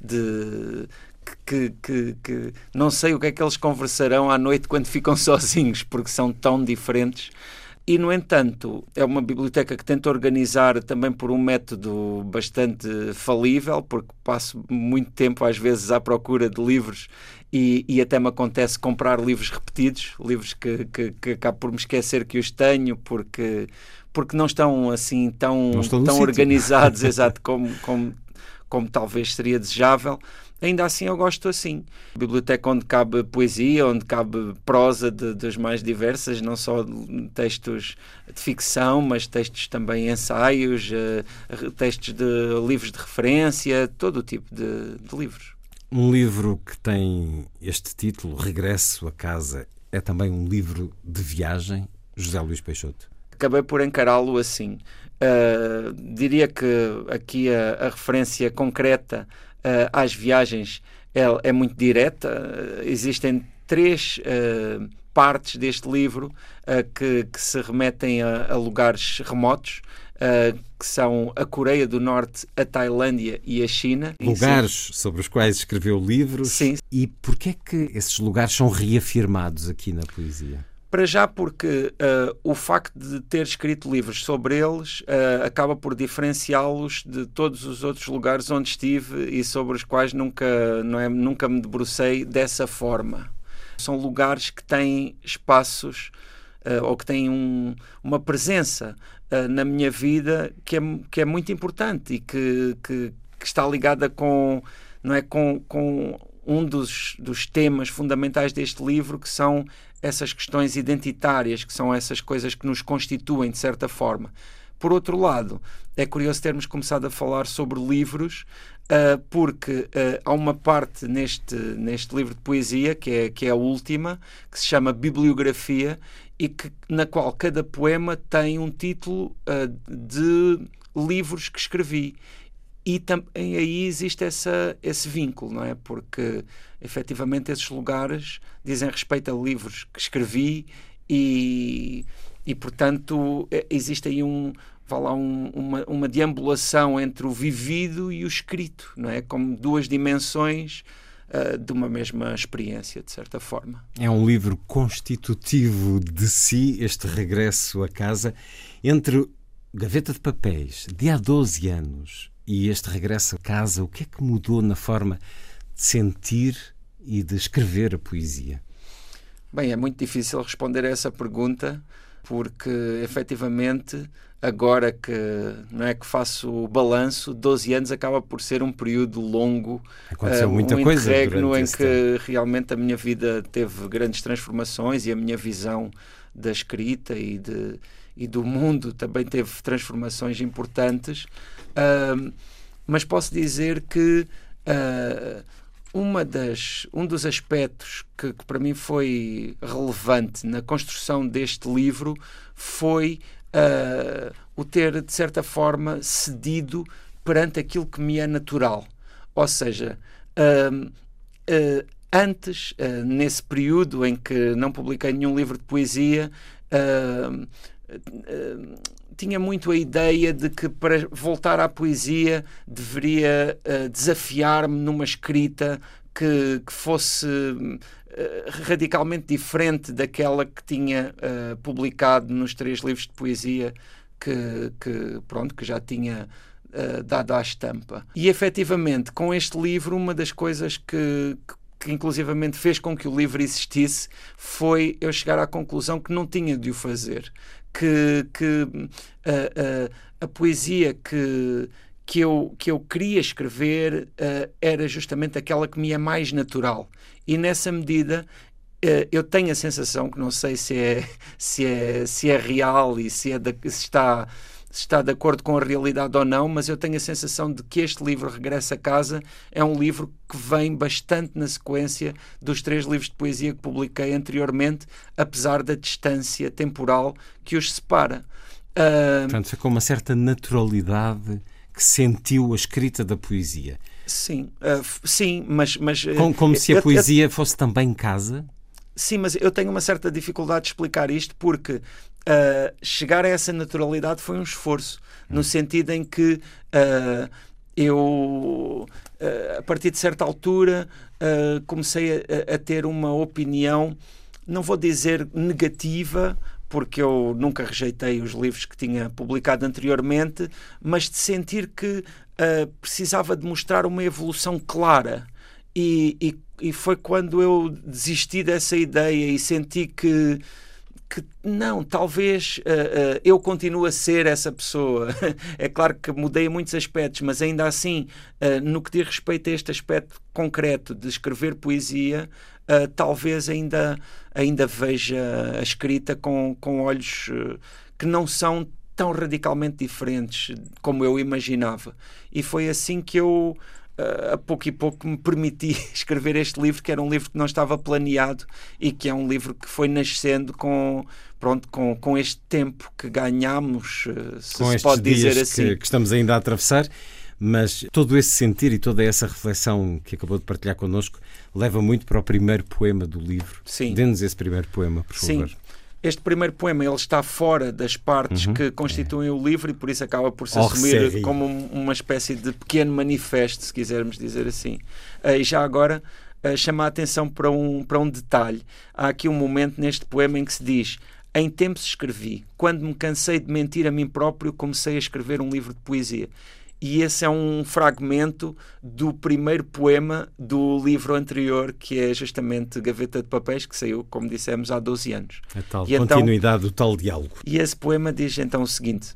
de que, que, que não sei o que é que eles conversarão à noite quando ficam sozinhos, porque são tão diferentes. E, no entanto, é uma biblioteca que tento organizar também por um método bastante falível, porque passo muito tempo, às vezes, à procura de livros e, e até me acontece comprar livros repetidos, livros que, que, que acabo por me esquecer que os tenho, porque, porque não estão assim tão, estão tão organizados exato, como, como, como talvez seria desejável. Ainda assim eu gosto assim. Biblioteca onde cabe poesia, onde cabe prosa de, das mais diversas, não só textos de ficção, mas textos também ensaios, uh, textos de livros de referência, todo o tipo de, de livros. Um livro que tem este título, Regresso a Casa, é também um livro de viagem, José Luís Peixoto? Acabei por encará-lo assim. Uh, diria que aqui a, a referência concreta Uh, às viagens é, é muito direta. Uh, existem três uh, partes deste livro uh, que, que se remetem a, a lugares remotos, uh, que são a Coreia do Norte, a Tailândia e a China. Lugares sobre os quais escreveu livros. Sim. E porquê é que esses lugares são reafirmados aqui na poesia? Para já porque uh, o facto de ter escrito livros sobre eles uh, acaba por diferenciá-los de todos os outros lugares onde estive e sobre os quais nunca, não é, nunca me debrucei dessa forma. São lugares que têm espaços uh, ou que têm um, uma presença uh, na minha vida que é, que é muito importante e que, que, que está ligada com, não é, com, com um dos, dos temas fundamentais deste livro, que são essas questões identitárias, que são essas coisas que nos constituem de certa forma. Por outro lado, é curioso termos começado a falar sobre livros, uh, porque uh, há uma parte neste, neste livro de poesia, que é, que é a última, que se chama Bibliografia, e que, na qual cada poema tem um título uh, de livros que escrevi. E também aí existe essa, esse vínculo, não é? Porque, efetivamente, esses lugares dizem respeito a livros que escrevi e, e portanto, existe aí um, vá lá, um, uma, uma deambulação entre o vivido e o escrito, não é? Como duas dimensões uh, de uma mesma experiência, de certa forma. É um livro constitutivo de si, este regresso a casa, entre Gaveta de Papéis, de há doze anos, e este regresso a casa. O que é que mudou na forma de sentir e de escrever a poesia? Bem, é muito difícil responder a essa pergunta, porque, efetivamente, agora que, não é, que faço o balanço, doze anos acaba por ser um período longo. Aconteceu uh, muita um coisa interregno em esse que tempo. realmente a minha vida teve grandes transformações e a minha visão da escrita e, de, e do mundo também teve transformações importantes. Uh, mas posso dizer que uh, Uma das, um dos aspectos que, que para mim foi relevante na construção deste livro foi uh, o ter, de certa forma, cedido perante aquilo que me é natural. Ou seja, uh, uh, antes, uh, nesse período em que não publiquei nenhum livro de poesia, uh, uh, tinha muito a ideia de que para voltar à poesia deveria uh, desafiar-me numa escrita que, que fosse uh, radicalmente diferente daquela que tinha uh, publicado nos três livros de poesia que, que, pronto, que já tinha uh, dado à estampa. E, efetivamente, com este livro, uma das coisas que, que que inclusivamente fez com que o livro existisse, foi eu chegar à conclusão que não tinha de o fazer. Que, que uh, uh, a poesia que, que, eu, que eu queria escrever uh, era justamente aquela que me é mais natural. E nessa medida uh, eu tenho a sensação, que não sei se é, se é, se é real e se, é de, se está... se está de acordo com a realidade ou não, mas eu tenho a sensação de que este livro, Regresso a Casa, é um livro que vem bastante na sequência dos três livros de poesia que publiquei anteriormente, apesar da distância temporal que os separa. Uh... Portanto, foi com uma certa naturalidade que sentiu a escrita da poesia. Sim, uh, sim, mas... mas como, como se a eu, poesia eu, fosse também casa? Sim, mas eu tenho uma certa dificuldade de explicar isto porque uh, chegar a essa naturalidade foi um esforço, hum. no sentido em que uh, eu, uh, a partir de certa altura, uh, comecei a, a ter uma opinião, não vou dizer negativa, porque eu nunca rejeitei os livros que tinha publicado anteriormente, mas de sentir que uh, precisava de mostrar uma evolução clara. E, e, e foi quando eu desisti dessa ideia e senti que, que não, talvez uh, uh, eu continue a ser essa pessoa. É claro que mudei em muitos aspectos, mas ainda assim, uh, no que diz respeito a este aspecto concreto de escrever poesia, uh, talvez ainda, ainda veja a escrita com, com olhos uh, que não são tão radicalmente diferentes como eu imaginava. E foi assim que eu... Uh, a pouco e pouco me permiti escrever este livro, que era um livro que não estava planeado e que é um livro que foi nascendo com, pronto, com, com este tempo que ganhamos, uh, se com se pode dizer assim. Que, que estamos ainda a atravessar, mas todo esse sentir e toda essa reflexão que acabou de partilhar connosco leva muito para o primeiro poema do livro. Sim. Dê-nos esse primeiro poema, por favor. Sim. Este primeiro poema ele está fora das partes uhum. que constituem é. o livro e por isso acaba por se Or assumir série. como uma espécie de pequeno manifesto, se quisermos dizer assim. Uh, e já agora uh, chama a atenção para um, para um detalhe. Há aqui um momento neste poema em que se diz: em tempos escrevi, quando me cansei de mentir a mim próprio, comecei a escrever um livro de poesia. E esse é um fragmento do primeiro poema do livro anterior, que é justamente Gaveta de Papéis, que saiu, como dissemos, há doze anos. A tal e continuidade, então, o tal diálogo. E esse poema diz então o seguinte: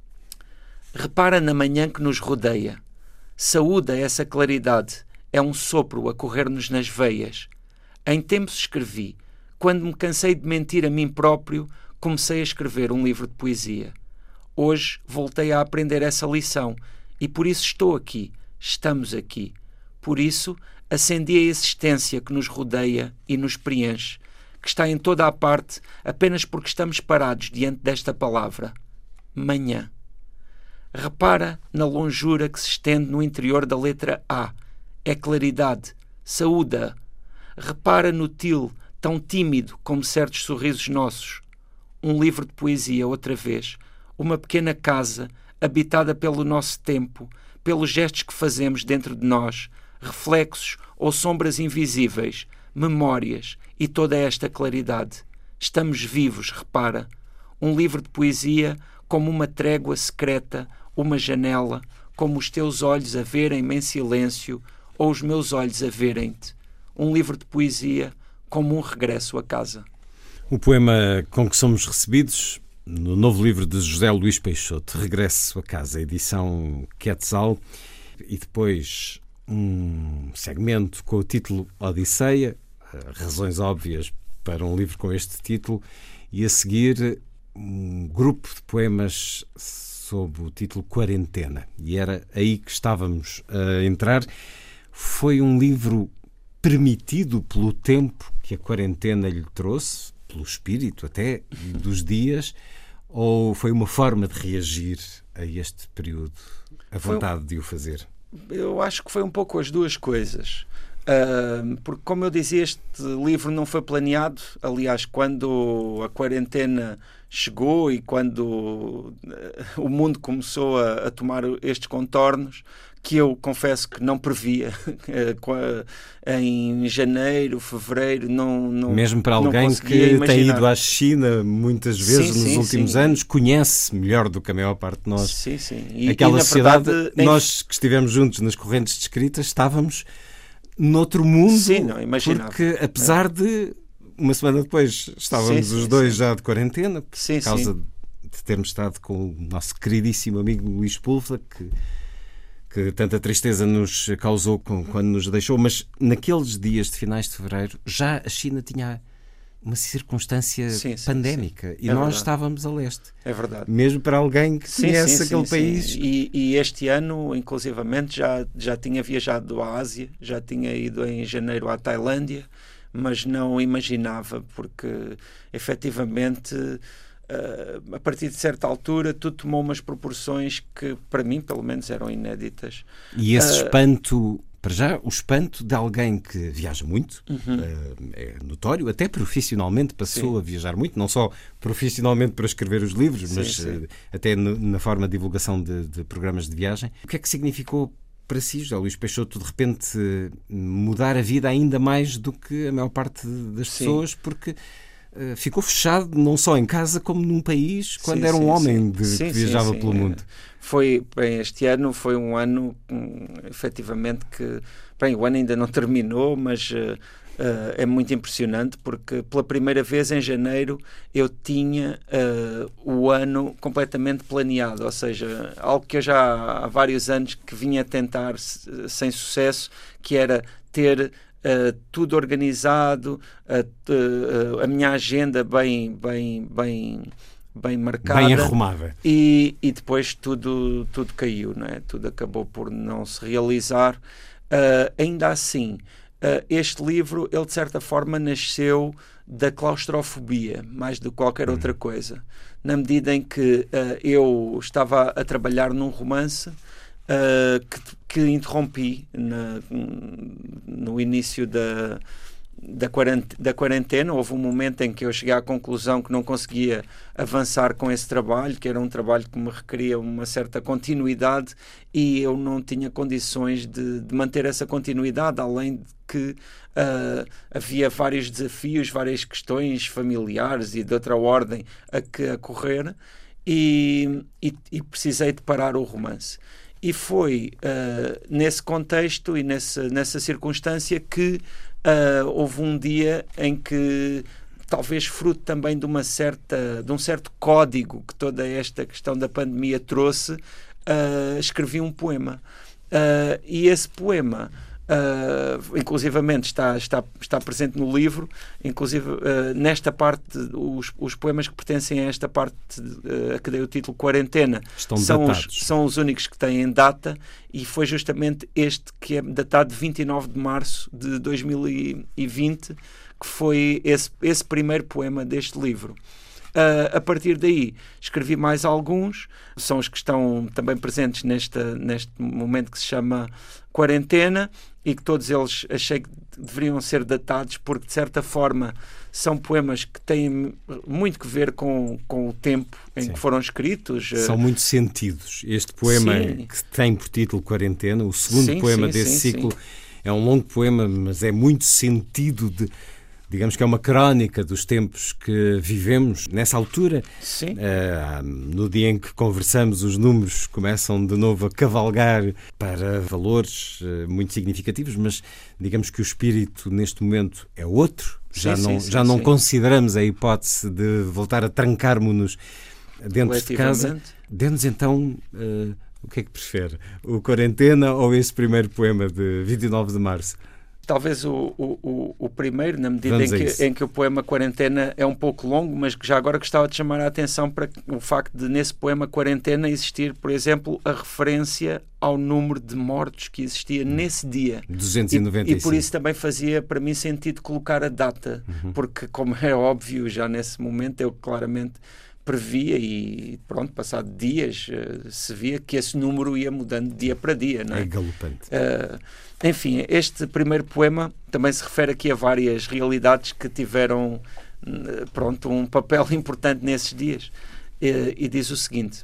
repara na manhã que nos rodeia, saúda essa claridade, é um sopro a correr-nos nas veias. Em tempos escrevi, quando me cansei de mentir a mim próprio, comecei a escrever um livro de poesia. Hoje voltei a aprender essa lição, e por isso estou aqui, estamos aqui. Por isso acendi a existência que nos rodeia e nos preenche, que está em toda a parte apenas porque estamos parados diante desta palavra. Manhã. Repara na longura que se estende no interior da letra A. É claridade. Saúda. Repara no til, tão tímido como certos sorrisos nossos. Um livro de poesia outra vez. uma pequena casa habitada pelo nosso tempo, pelos gestos que fazemos dentro de nós, reflexos ou sombras invisíveis, memórias e toda esta claridade. Estamos vivos, repara. Um livro de poesia como uma trégua secreta, uma janela, como os teus olhos a verem-me em silêncio ou os meus olhos a verem-te. Um livro de poesia como um regresso a casa. O poema com que somos recebidos no novo livro de José Luís Peixoto, Regresso a Casa, edição Quetzal, e depois um segmento com o título Odisseia, razões óbvias para um livro com este título, e a seguir um grupo de poemas sob o título Quarentena. E era aí que estávamos a entrar. Foi um livro permitido pelo tempo que a quarentena lhe trouxe, pelo espírito até dos dias, ou foi uma forma de reagir a este período, a vontade foi, de o fazer? Eu acho que foi um pouco as duas coisas. Uh, porque, como eu dizia, este livro não foi planeado. Aliás, quando a quarentena chegou e quando uh, o mundo começou a, a tomar estes contornos, que eu confesso que não previa, em janeiro, fevereiro, não, não mesmo para alguém que imaginar. Tem ido à China muitas vezes sim, nos sim, últimos sim. anos, conhece melhor do que a maior parte de nós sim, sim. E, aquela e, sociedade. Verdade, nós que estivemos juntos nas correntes de escrita estávamos noutro mundo, sim, não, imaginava. Porque apesar é. de uma semana depois estávamos sim, os sim, dois sim. já de quarentena, por sim, causa sim. de termos estado com o nosso queridíssimo amigo Luís Pulva, que que tanta tristeza nos causou quando nos deixou, mas naqueles dias de finais de fevereiro já a China tinha uma circunstância sim, sim, pandémica sim. e é nós verdade. Estávamos a leste. É verdade. Mesmo para alguém que sim, conhece sim, aquele sim, país. Sim. E, e este ano, inclusivamente, já, já tinha viajado à Ásia, já tinha ido em janeiro à Tailândia, mas não imaginava, porque efetivamente... Uh, a partir de certa altura tudo tomou umas proporções que para mim pelo menos eram inéditas. E esse uh, espanto, para já o espanto de alguém que viaja muito, uhum. uh, é notório, até profissionalmente passou sim. a viajar muito, não só profissionalmente para escrever os livros, sim, mas sim. Uh, até no, na forma de divulgação de, de programas de viagem. O que é que significou para si, José Luís Peixoto, de repente uh, mudar a vida ainda mais do que a maior parte das sim. pessoas, porque Uh, ficou fechado não só em casa como num país quando sim, era um sim, homem de, sim, que viajava sim, pelo sim. mundo. Foi, bem, este ano foi um ano um, efetivamente que, bem, o ano ainda não terminou, mas uh, uh, é muito impressionante porque pela primeira vez em janeiro eu tinha uh, o ano completamente planeado, ou seja, algo que eu já há vários anos que vinha a tentar sem sucesso, que era ter Uh, tudo organizado, uh, uh, a minha agenda bem, bem, bem, bem marcada. Bem arrumada. E, e depois tudo, tudo caiu, não é? Tudo acabou por não se realizar. Uh, ainda assim, uh, este livro, ele de certa forma nasceu da claustrofobia, mais do que qualquer hum. outra coisa. Na medida em que uh, eu estava a trabalhar num romance Uh, que, que interrompi na, no início da, da, quarentena, da quarentena. Houve um momento em que eu cheguei à conclusão que não conseguia avançar com esse trabalho, que era um trabalho que me requeria uma certa continuidade e eu não tinha condições de, de manter essa continuidade, além de que uh, havia vários desafios, várias questões familiares e de outra ordem a que a correr e, e, e precisei de parar o romance. E foi uh, nesse contexto e nessa, nessa circunstância que uh, houve um dia em que, talvez fruto também de, uma certa, de um certo código que toda esta questão da pandemia trouxe, uh, escrevi um poema. Uh, e esse poema, uh, inclusivamente, está, está, está presente no livro, inclusive uh, nesta parte, os, os poemas que pertencem a esta parte uh, a que dei o título Quarentena são os, são os únicos que têm data, e foi justamente este que é datado de vinte e nove de março de dois mil e vinte, que foi esse, esse primeiro poema deste livro. Uh, a partir daí escrevi mais alguns, são os que estão também presentes nesta, neste momento que se chama Quarentena, e que todos eles achei que deveriam ser datados porque, de certa forma, são poemas que têm muito que ver com, com o tempo em Sim. que foram escritos. São muito sentidos. Este poema, sim. que tem por título Quarentena, o segundo sim, poema sim, desse sim, ciclo, sim. é um longo poema, mas é muito sentido de... Digamos que é uma crónica dos tempos que vivemos nessa altura. Sim. Uh, no dia em que conversamos, os números começam de novo a cavalgar para valores uh, muito significativos, mas digamos que o espírito neste momento é outro. Já sim, não, sim, já sim, não sim. consideramos a hipótese de voltar a trancarmos-nos dentro de casa. Dê-nos então... Uh, o que é que prefere? O Quarentena ou esse primeiro poema de vinte e nove de março? Talvez o, o, o primeiro, na medida em que, em que o poema Quarentena é um pouco longo, mas que já agora gostava de chamar a atenção para o facto de, nesse poema Quarentena, existir, por exemplo, a referência ao número de mortos que existia nesse dia. duzentos e noventa e cinco. E, e por isso também fazia, para mim, sentido colocar a data, uhum. porque, como é óbvio, já nesse momento eu claramente previa e, pronto, passado dias, uh, se via que esse número ia mudando de dia para dia. Não é? É galopante. Uh, enfim, este primeiro poema também se refere aqui a várias realidades que tiveram, uh, pronto, um papel importante nesses dias. Uh, e diz o seguinte: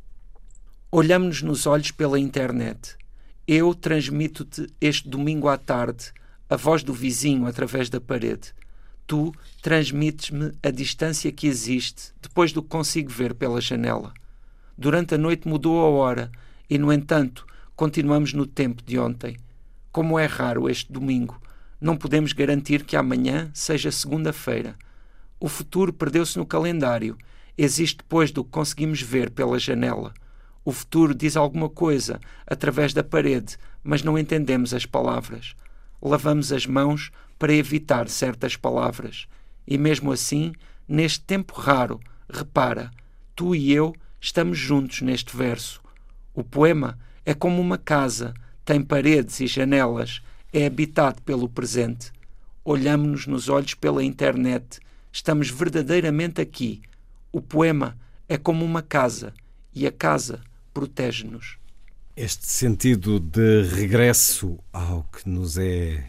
olhamo-nos nos olhos pela internet. Eu transmito-te este domingo à tarde a voz do vizinho através da parede. Tu transmites-me a distância que existe depois do que consigo ver pela janela. Durante a noite mudou a hora e, no entanto, continuamos no tempo de ontem. Como é raro este domingo, não podemos garantir que amanhã seja segunda-feira. O futuro perdeu-se no calendário. Existe depois do que conseguimos ver pela janela. O futuro diz alguma coisa através da parede, mas não entendemos as palavras. Lavamos as mãos para evitar certas palavras. E mesmo assim, neste tempo raro, repara, tu e eu estamos juntos neste verso. O poema é como uma casa, tem paredes e janelas, é habitado pelo presente. Olhamo-nos nos olhos pela internet, estamos verdadeiramente aqui. O poema é como uma casa, e a casa protege-nos. Este sentido de regresso ao que nos é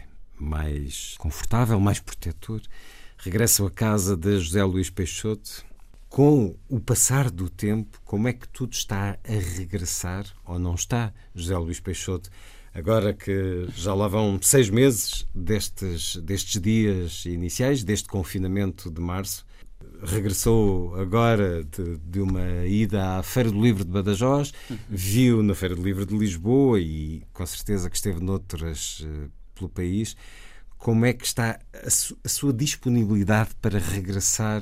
mais confortável, mais protetor, regresso à casa de José Luís Peixoto. Com o passar do tempo, como é que tudo está a regressar, ou não está, José Luís Peixoto? Agora que já lá vão seis meses destes, destes dias iniciais, deste confinamento de março, regressou agora de, de uma ida à Feira do Livro de Badajoz, uhum. viu na Feira do Livro de Lisboa e com certeza que esteve noutras uh, pelo país. Como é que está a, su, a sua disponibilidade para regressar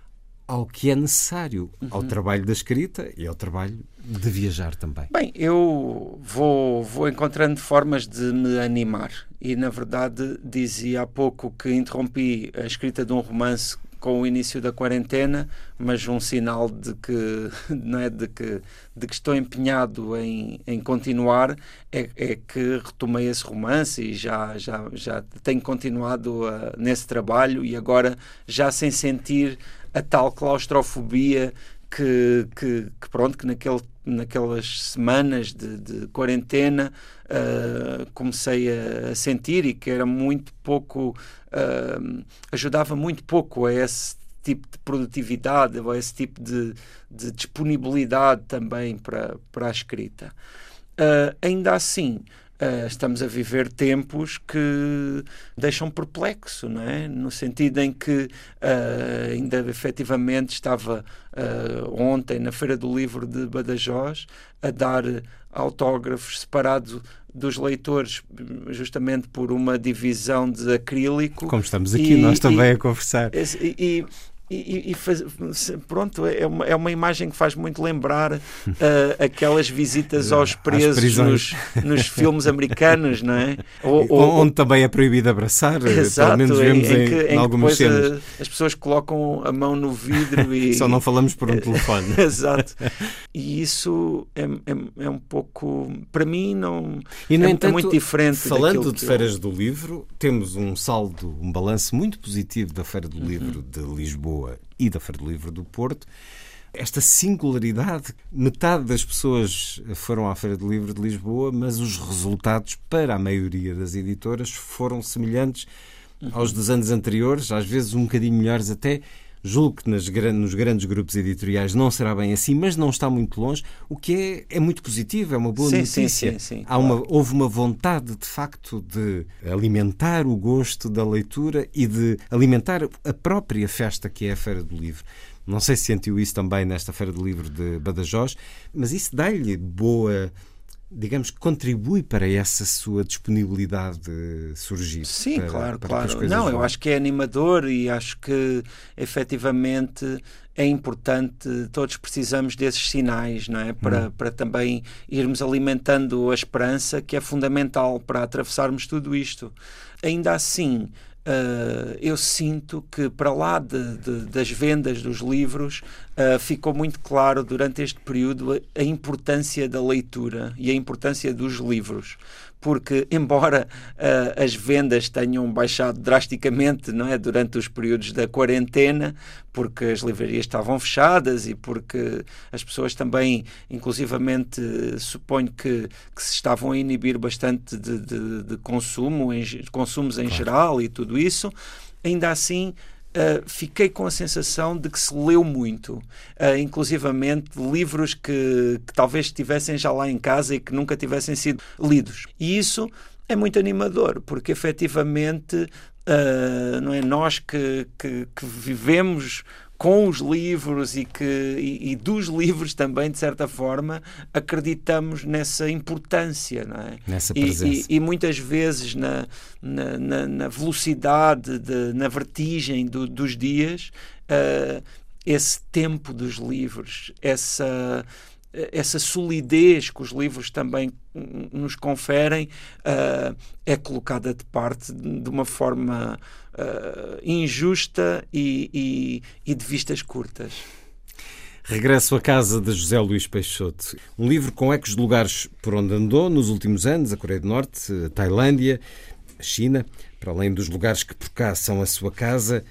ao que é necessário, uhum. ao trabalho da escrita e ao trabalho de viajar também? Bem, eu vou, vou encontrando formas de me animar e, na verdade, dizia há pouco que interrompi a escrita de um romance com o início da quarentena, mas um sinal de que, não é, de que, de que estou empenhado em, em continuar é, é que retomei esse romance e já, já, já tenho continuado a, nesse trabalho e agora já sem sentir a tal claustrofobia que, que, que pronto, que naquele, naquelas semanas de, de quarentena uh, comecei a, a sentir e que era muito pouco, uh, ajudava muito pouco a esse tipo de produtividade, a esse tipo de, de disponibilidade também para, para a escrita. Uh, ainda assim, Uh, estamos a viver tempos que deixam perplexo, não é? No sentido em que uh, ainda efetivamente estava uh, ontem na Feira do Livro de Badajoz a dar autógrafos separados dos leitores justamente por uma divisão de acrílico. Como estamos aqui, e, nós também e, a conversar. E, e, E, e faz, pronto, é uma, é uma imagem que faz muito lembrar uh, aquelas visitas aos presos nos, nos filmes americanos, não é? Ou, ou, onde também é proibido abraçar, exato, pelo menos vemos em, em, em, que, em, em algumas cenas. A, as pessoas colocam a mão no vidro e... Só não falamos por um telefone. Exato. E isso é, é, é um pouco... Para mim não... E, no é, entanto, é muito diferente. Falando de feiras eu... do livro, temos um saldo, um balanço muito positivo da Feira do uhum. Livro de Lisboa e da Feira do Livro do Porto. esta singularidade. Metade das pessoas foram à Feira do Livro de Lisboa, mas os resultados para a maioria das editoras foram semelhantes aos dos anos anteriores, às vezes um bocadinho melhores até. Julgo que nas, nos grandes grupos editoriais não será bem assim, mas não está muito longe, o que é, é muito positivo, é uma boa sim, notícia. Sim, sim, sim, Há uma, houve uma vontade, de facto, de alimentar o gosto da leitura e de alimentar a própria festa que é a Feira do Livro. Não sei se sentiu isso também nesta Feira do Livro de Badajoz, mas isso dá-lhe boa... digamos que contribui para essa sua disponibilidade surgir. Sim, para, claro, para claro. Não, vão. eu acho que é animador e acho que efetivamente é importante, todos precisamos desses sinais, não é? Para, hum. para também irmos alimentando a esperança, que é fundamental para atravessarmos tudo isto. Ainda assim, Uh, eu sinto que para lá de, de, das vendas dos livros uh, ficou muito claro durante este período a, a importância da leitura e a importância dos livros, porque embora uh, as vendas tenham baixado drasticamente, não é, durante os períodos da quarentena, porque as livrarias estavam fechadas e porque as pessoas também, inclusivamente, suponho que, que se estavam a inibir bastante de, de, de consumo, em, consumos em claro. geral e tudo isso, ainda assim uh, fiquei com a sensação de que se leu muito, uh, inclusivamente livros que, que talvez estivessem já lá em casa e que nunca tivessem sido lidos. E isso é muito animador, porque efetivamente uh, não é nós que, que, que vivemos com os livros e, que, e, e dos livros também, de certa forma, acreditamos nessa importância, não é? Nessa presença. E, e, e muitas vezes na, na, na, na velocidade, de, na vertigem do, dos dias, uh, esse tempo dos livros, essa... essa solidez que os livros também nos conferem uh, é colocada de parte de uma forma uh, injusta e, e, e de vistas curtas. Regresso à casa de José Luís Peixoto. Um livro com ecos de lugares por onde andou nos últimos anos, a Coreia do Norte, a Tailândia, a China, para além dos lugares que por cá são a sua casa,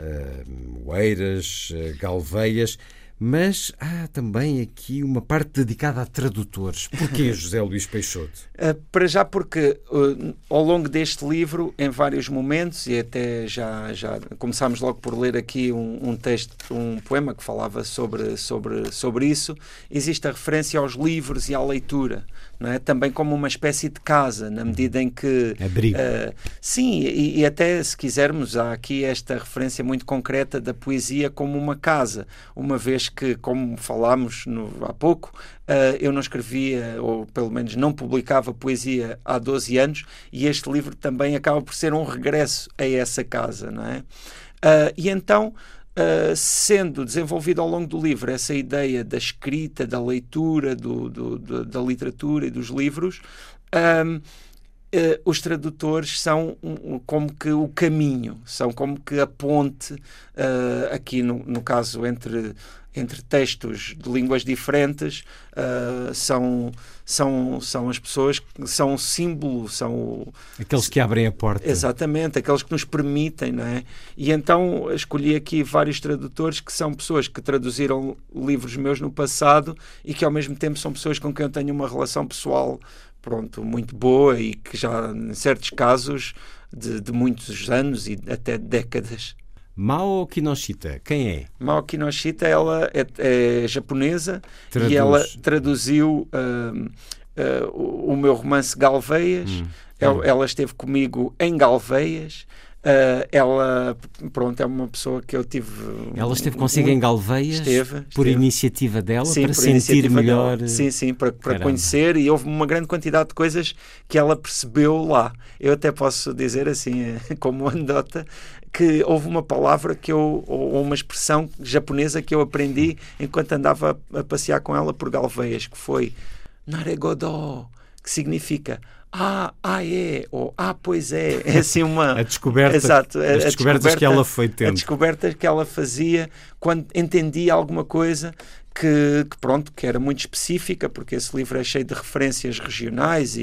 uh, Oeiras, uh, Galveias. Mas há também aqui uma parte dedicada a tradutores. Porquê, José Luís Peixoto? Uh, para já porque uh, ao longo deste livro, em vários momentos, e até já, já começámos logo por ler aqui um, um texto, um poema que falava sobre, sobre, sobre isso, existe a referência aos livros e à leitura, não é? Também como uma espécie de casa, na medida em que... Abrigo. Uh, sim, e, e até, se quisermos, há aqui esta referência muito concreta da poesia como uma casa, uma vez que, como falámos no, há pouco, uh, eu não escrevia, ou pelo menos não publicava poesia há doze anos, e este livro também acaba por ser um regresso a essa casa, não é? Uh, e então, uh, sendo desenvolvida ao longo do livro essa ideia da escrita, da leitura, do, do, do, da literatura e dos livros, um, Uh, os tradutores são um, um, como que o caminho, são como que a ponte, uh, aqui no, no caso entre, entre textos de línguas diferentes, uh, são, são, são as pessoas que são o símbolo, são o, aqueles que abrem a porta. Exatamente, aqueles que nos permitem, não é? E então escolhi aqui vários tradutores que são pessoas que traduziram livros meus no passado e que ao mesmo tempo são pessoas com quem eu tenho uma relação pessoal pronto, muito boa e que já, em certos casos, de, de muitos anos e até décadas. Mao Kinoshita, quem é? Mao Kinoshita, ela é, é japonesa. Traduz. E ela traduziu uh, uh, o, o meu romance Galveias. Hum. Ela, ela esteve comigo em Galveias. Uh, ela, pronto, é uma pessoa que eu tive... Ela esteve consigo um, em Galveias esteve, por esteve. iniciativa dela, sim, para sentir melhor... Dela. Sim, sim, para, para conhecer, e houve uma grande quantidade de coisas que ela percebeu lá. Eu até posso dizer assim, como anedota, que houve uma palavra que eu, ou uma expressão japonesa que eu aprendi enquanto andava a, a passear com ela por Galveias, que foi Naregodó, que significa... Ah, ah é, ou ah, pois é, é assim uma... a descoberta, Exato, a, as a descobertas descoberta, que ela foi tendo. A descoberta que ela fazia quando entendia alguma coisa que, que, pronto, que era muito específica, porque esse livro é cheio de referências regionais e,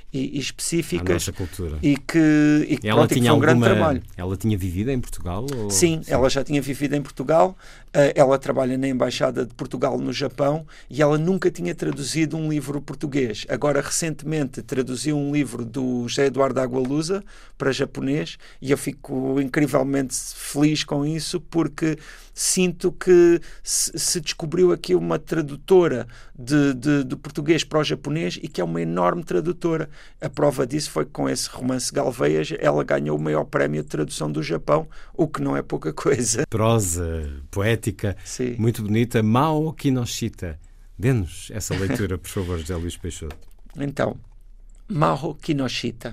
e, e específicas. A nossa cultura. E que, e que, ela pronto, tinha que foi um grande alguma... trabalho. Ela tinha vivido em Portugal? Ou... Sim, Sim, ela já tinha vivido em Portugal, uh, ela trabalha na Embaixada de Portugal no Japão e ela nunca tinha traduzido um livro português. Agora, recentemente, traduziu um livro do José Eduardo Agualusa para japonês e eu fico incrivelmente feliz com isso porque sinto que se, se descobriu aqui uma tradutora de, de, de português para o japonês e que é uma enorme tradutora. A prova disso foi que com esse romance Galveias ela ganhou o maior prémio de tradução do Japão, o que não é pouca coisa. Prosa, poética, Sim. muito bonita. Mao Kinoshita. Dê-nos essa leitura, por favor, José Luís Peixoto. Então, Mao Kinoshita.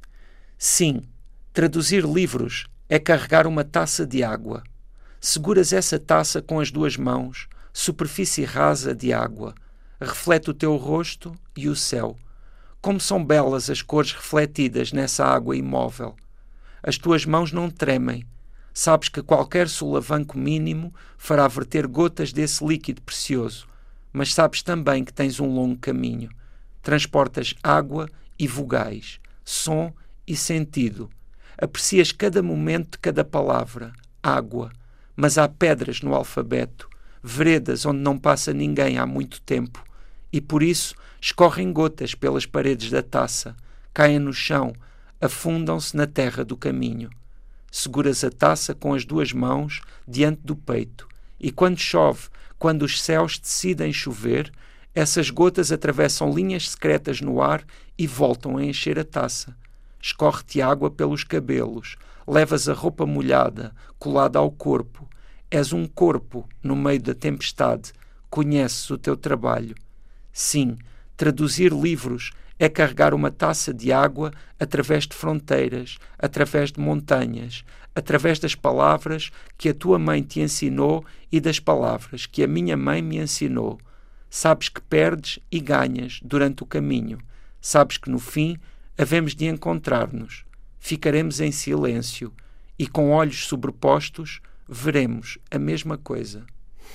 Sim, traduzir livros é carregar uma taça de água. Seguras essa taça com as duas mãos, superfície rasa de água. Reflete o teu rosto e o céu. Como são belas as cores refletidas nessa água imóvel. As tuas mãos não tremem. Sabes que qualquer solavanco mínimo fará verter gotas desse líquido precioso. Mas sabes também que tens um longo caminho. Transportas água e vogais, som e sentido. Aprecias cada momento de cada palavra, água. Mas há pedras no alfabeto, veredas onde não passa ninguém há muito tempo, e por isso escorrem gotas pelas paredes da taça, caem no chão, afundam-se na terra do caminho. Seguras a taça com as duas mãos diante do peito, e quando chove, quando os céus decidem chover, essas gotas atravessam linhas secretas no ar e voltam a encher a taça. Escorre-te água pelos cabelos, levas a roupa molhada, colada ao corpo. És um corpo no meio da tempestade. Conheces o teu trabalho. Sim, traduzir livros é carregar uma taça de água através de fronteiras, através de montanhas, através das palavras que a tua mãe te ensinou e das palavras que a minha mãe me ensinou. Sabes que perdes e ganhas durante o caminho. Sabes que no fim havemos de encontrar-nos. Ficaremos em silêncio e com olhos sobrepostos veremos a mesma coisa.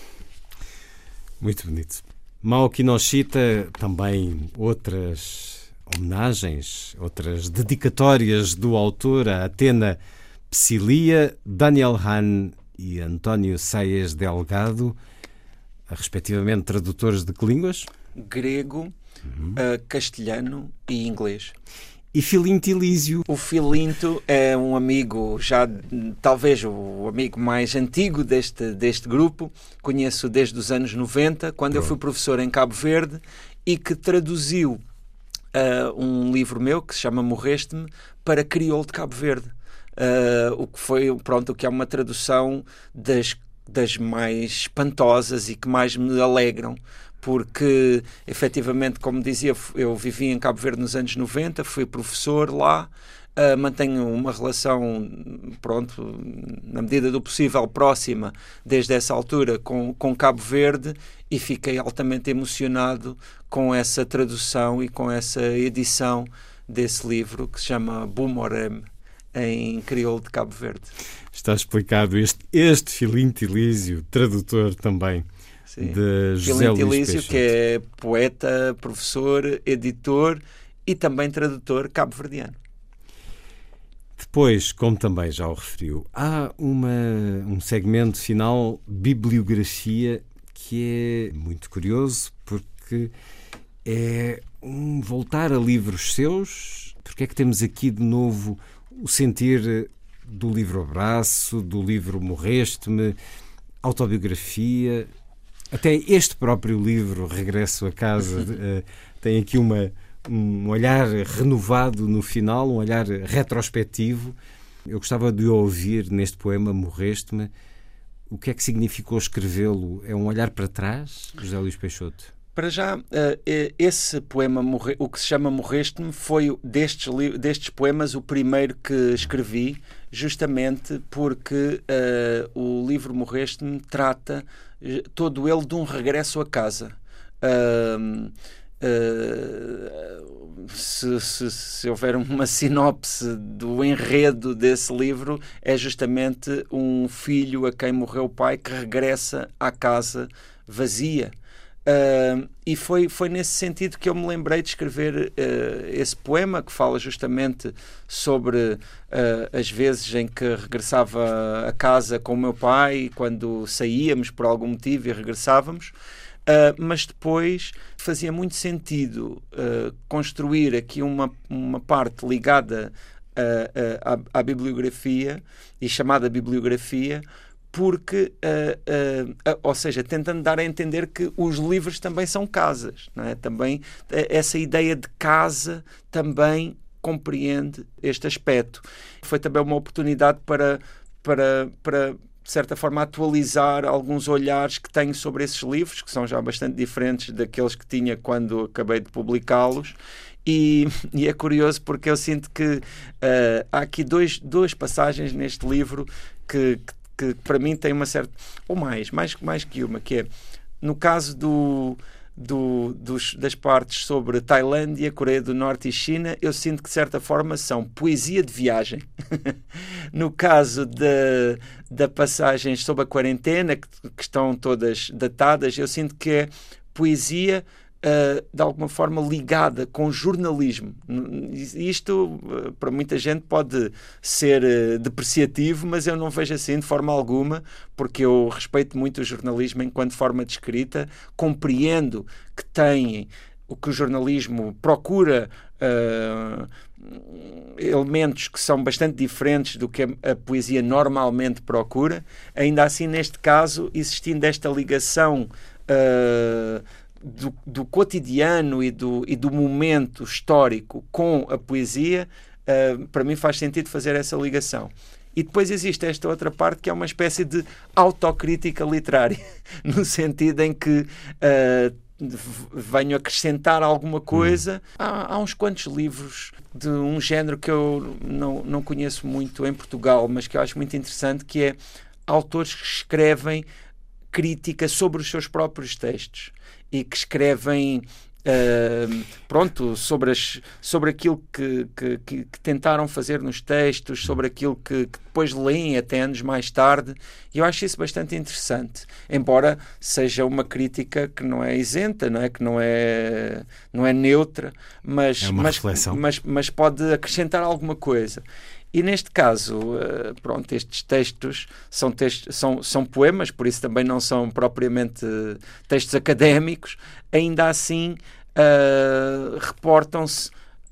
Muito bonito. Mao Kinoshita, também outras homenagens, outras dedicatórias do autor a Atena Psilia, Daniel Hahn e António Saez Delgado, respectivamente tradutores de que línguas? Grego, uhum. uh, castelhano e inglês. E Filinto Elísio. O Filinto é um amigo, já talvez o amigo mais antigo deste, deste grupo. Conheço desde os anos noventa, quando Pronto. eu fui professor em Cabo Verde, e que traduziu uh, um livro meu que se chama Morreste-me para crioulo de Cabo Verde. Uh, o que foi, pronto, o que é uma tradução das, das mais espantosas e que mais me alegram. Porque, efetivamente, como dizia, eu vivi em Cabo Verde nos anos noventa, fui professor lá, uh, mantenho uma relação, pronto, na medida do possível, próxima, desde essa altura, com, com Cabo Verde, e fiquei altamente emocionado com essa tradução e com essa edição desse livro, que se chama Bumorem, em crioulo de Cabo Verde. Está explicado este, este Filinto Elísio, tradutor também. Sim. De José Filinto Luís Elísio, Peixoto, que é poeta, professor, editor e também tradutor cabo-verdiano. Depois, como também já o referiu, há uma, um segmento final, bibliografia, que é muito curioso porque é um voltar a livros seus. Porque é que temos aqui de novo o sentir do livro Abraço, do livro Morreste-me, autobiografia. Até este próprio livro, Regresso a Casa, uh, tem aqui uma, um olhar renovado no final, um olhar retrospectivo. Eu gostava de ouvir neste poema Morreste-me. O que é que significou escrevê-lo? É um olhar para trás, José Luís Peixoto? Para já, esse poema, o que se chama Morreste-me, foi destes, destes poemas o primeiro que escrevi, justamente porque uh, o livro Morreste-me trata todo ele de um regresso a casa. Uh, uh, se, se, se houver uma sinopse do enredo desse livro, é justamente um filho a quem morreu o pai que regressa à casa vazia. Uh, e foi, foi nesse sentido que eu me lembrei de escrever uh, esse poema, que fala justamente sobre uh, as vezes em que regressava a casa com o meu pai, quando saíamos por algum motivo e regressávamos. Uh, mas depois fazia muito sentido uh, construir aqui uma, uma parte ligada uh, uh, à, à bibliografia e chamada bibliografia, porque, uh, uh, uh, ou seja, tentando dar a entender que os livros também são casas, não é? Também uh, essa ideia de casa também compreende este aspecto. Foi também uma oportunidade para, para, para de certa forma, atualizar alguns olhares que tenho sobre esses livros, que são já bastante diferentes daqueles que tinha quando acabei de publicá-los. E, e é curioso porque eu sinto que uh, há aqui dois, duas passagens neste livro que, que, que para mim têm uma certa... ou mais, mais, mais que uma, que é no caso do... Do, dos, das partes sobre Tailândia, Coreia do Norte e China, eu sinto que de certa forma são poesia de viagem. No caso de, da passagens sobre a quarentena, que, que estão todas datadas, eu sinto que é poesia uh, de alguma forma ligada com jornalismo. Isto uh, para muita gente pode ser uh, depreciativo, mas eu não vejo assim de forma alguma, porque eu respeito muito o jornalismo enquanto forma de escrita, compreendo que tem o que o jornalismo procura uh, elementos que são bastante diferentes do que a, a poesia normalmente procura. Ainda assim, neste caso, existindo esta ligação uh, do, do cotidiano e do, e do momento histórico com a poesia, uh, para mim faz sentido fazer essa ligação. E depois existe esta outra parte que é uma espécie de autocrítica literária, no sentido em que uh, venho acrescentar alguma coisa. Hum. Há, há uns quantos livros de um género que eu não, não conheço muito em Portugal, mas que eu acho muito interessante, que é autores que escrevem crítica sobre os seus próprios textos e que escrevem Uh, pronto, sobre, as, sobre aquilo que, que, que, que tentaram fazer nos textos, sobre aquilo que, que depois leem até anos mais tarde, e eu acho isso bastante interessante, embora seja uma crítica que não é isenta, não é? Que não é, não é neutra, mas, é uma mas, reflexão. mas, mas pode acrescentar alguma coisa. E neste caso, pronto, estes textos são, textos são, são poemas, por isso também não são propriamente textos académicos, ainda assim uh, reportam-se,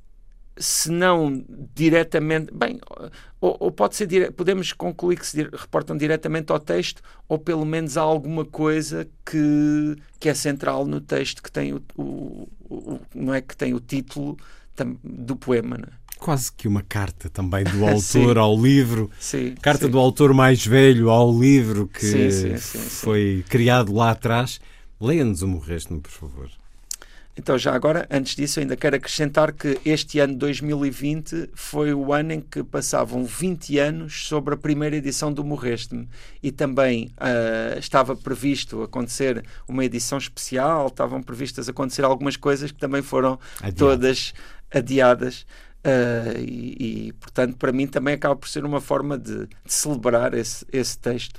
se não diretamente, bem, ou, ou pode ser dire... podemos concluir que se dire... reportam diretamente ao texto, ou pelo menos há alguma coisa que, que é central no texto, que tem o, o, o, não é, que tem o título do poema, não é? Quase que uma carta também do autor ao livro. Sim, carta sim. do autor mais velho ao livro que sim, sim, sim, foi sim. criado lá atrás. Leia-nos o Morreste-me, por favor. Então, já agora, antes disso, ainda quero acrescentar que este ano dois mil e vinte foi o ano em que passavam vinte anos sobre a primeira edição do Morreste-me, e também uh, estava previsto acontecer uma edição especial, estavam previstas acontecer algumas coisas que também foram Adiado. todas adiadas. Uh, e, e, portanto, para mim também acaba por ser uma forma de, de celebrar esse, esse texto.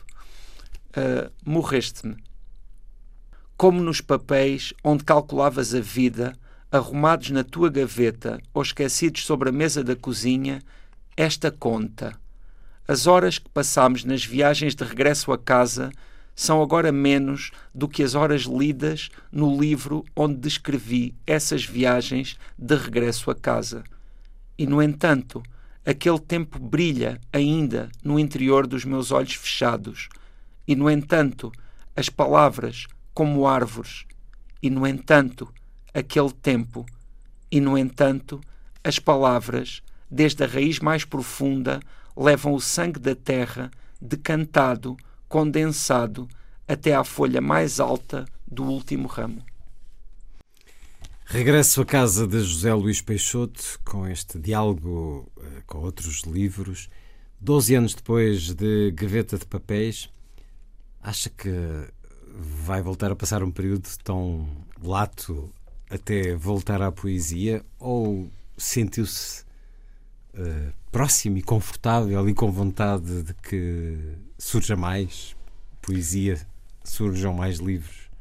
Uh, Morreste-me. Como nos papéis onde calculavas a vida, arrumados na tua gaveta ou esquecidos sobre a mesa da cozinha, esta conta. As horas que passámos nas viagens de regresso a casa são agora menos do que as horas lidas no livro onde descrevi essas viagens de regresso a casa. E, no entanto, aquele tempo brilha ainda no interior dos meus olhos fechados. E, no entanto, as palavras como árvores. E, no entanto, aquele tempo. E, no entanto, as palavras, desde a raiz mais profunda, levam o sangue da terra, decantado, condensado, até à folha mais alta do último ramo. Regresso à casa de José Luís Peixoto, com este diálogo uh, com outros livros. Doze anos depois de Gaveta de Papéis, acha que vai voltar a passar um período tão lato até voltar à poesia, ou sentiu-se uh, próximo e confortável e com vontade de que surja mais poesia, surjam mais livros?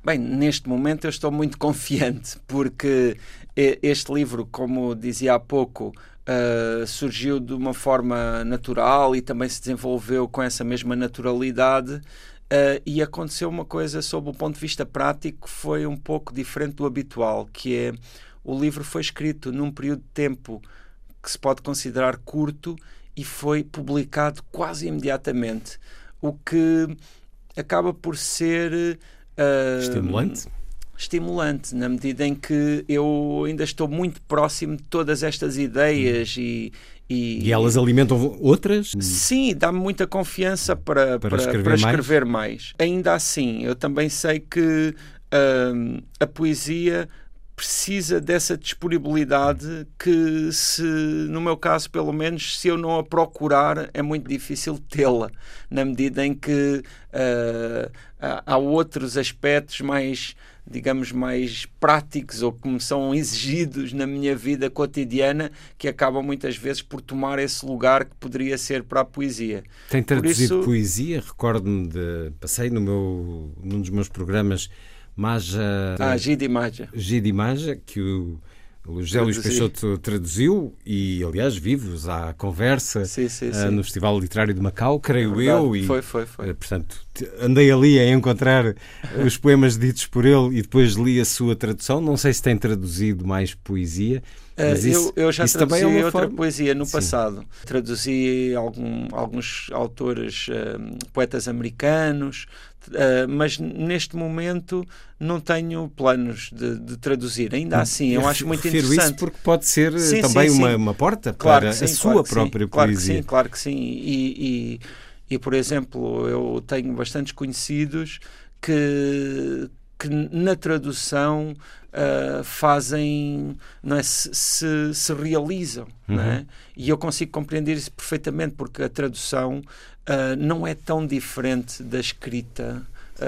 Bem, neste momento eu estou muito confiante, porque este livro, como dizia há pouco, uh, surgiu de uma forma natural e também se desenvolveu com essa mesma naturalidade, uh, e aconteceu uma coisa sob o ponto de vista prático que foi um pouco diferente do habitual, que é, o livro foi escrito num período de tempo que se pode considerar curto e foi publicado quase imediatamente, o que acaba por ser... Uh, estimulante? Estimulante, na medida em que eu ainda estou muito próximo de todas estas ideias hum. e, e... E elas alimentam outras? Sim, dá-me muita confiança para, para, para escrever, para escrever mais? mais. Ainda assim, eu também sei que uh, a poesia precisa dessa disponibilidade que, se, no meu caso pelo menos, se eu não a procurar, é muito difícil tê-la, na medida em que uh, há outros aspectos mais, digamos, mais práticos ou que me são exigidos na minha vida cotidiana, que acabam muitas vezes por tomar esse lugar que poderia ser para a poesia. Tem traduzido isso... poesia? Recordo-me de... Passei no meu, num dos meus programas Maja... Ah, Gide Maja. Gide Maja, que o, o José Luís Peixoto traduziu, e aliás vivos à conversa sim, sim, uh, sim. no Festival Literário de Macau, creio é eu. E, foi, foi, foi. Uh, portanto, andei ali a encontrar os poemas ditos por ele e depois li a sua tradução. Não sei se tem traduzido mais poesia. Mas uh, isso, eu, eu já isso traduzi também é uma outra forma... poesia no Sim. passado. Traduzi algum, alguns autores, uh, poetas americanos, Uh, mas neste momento não tenho planos de, de traduzir. Ainda assim, eu acho muito Refiro interessante. Isso porque pode ser sim, também sim, uma, sim. uma porta claro para sim, a sua claro própria sim, claro poesia. Que sim, claro que sim. E, e, e, por exemplo, eu tenho bastantes conhecidos que, que na tradução uh, fazem, não é, se, se, se realizam. Uhum. Não é? E eu consigo compreender isso perfeitamente, porque a tradução uh, não é tão diferente da escrita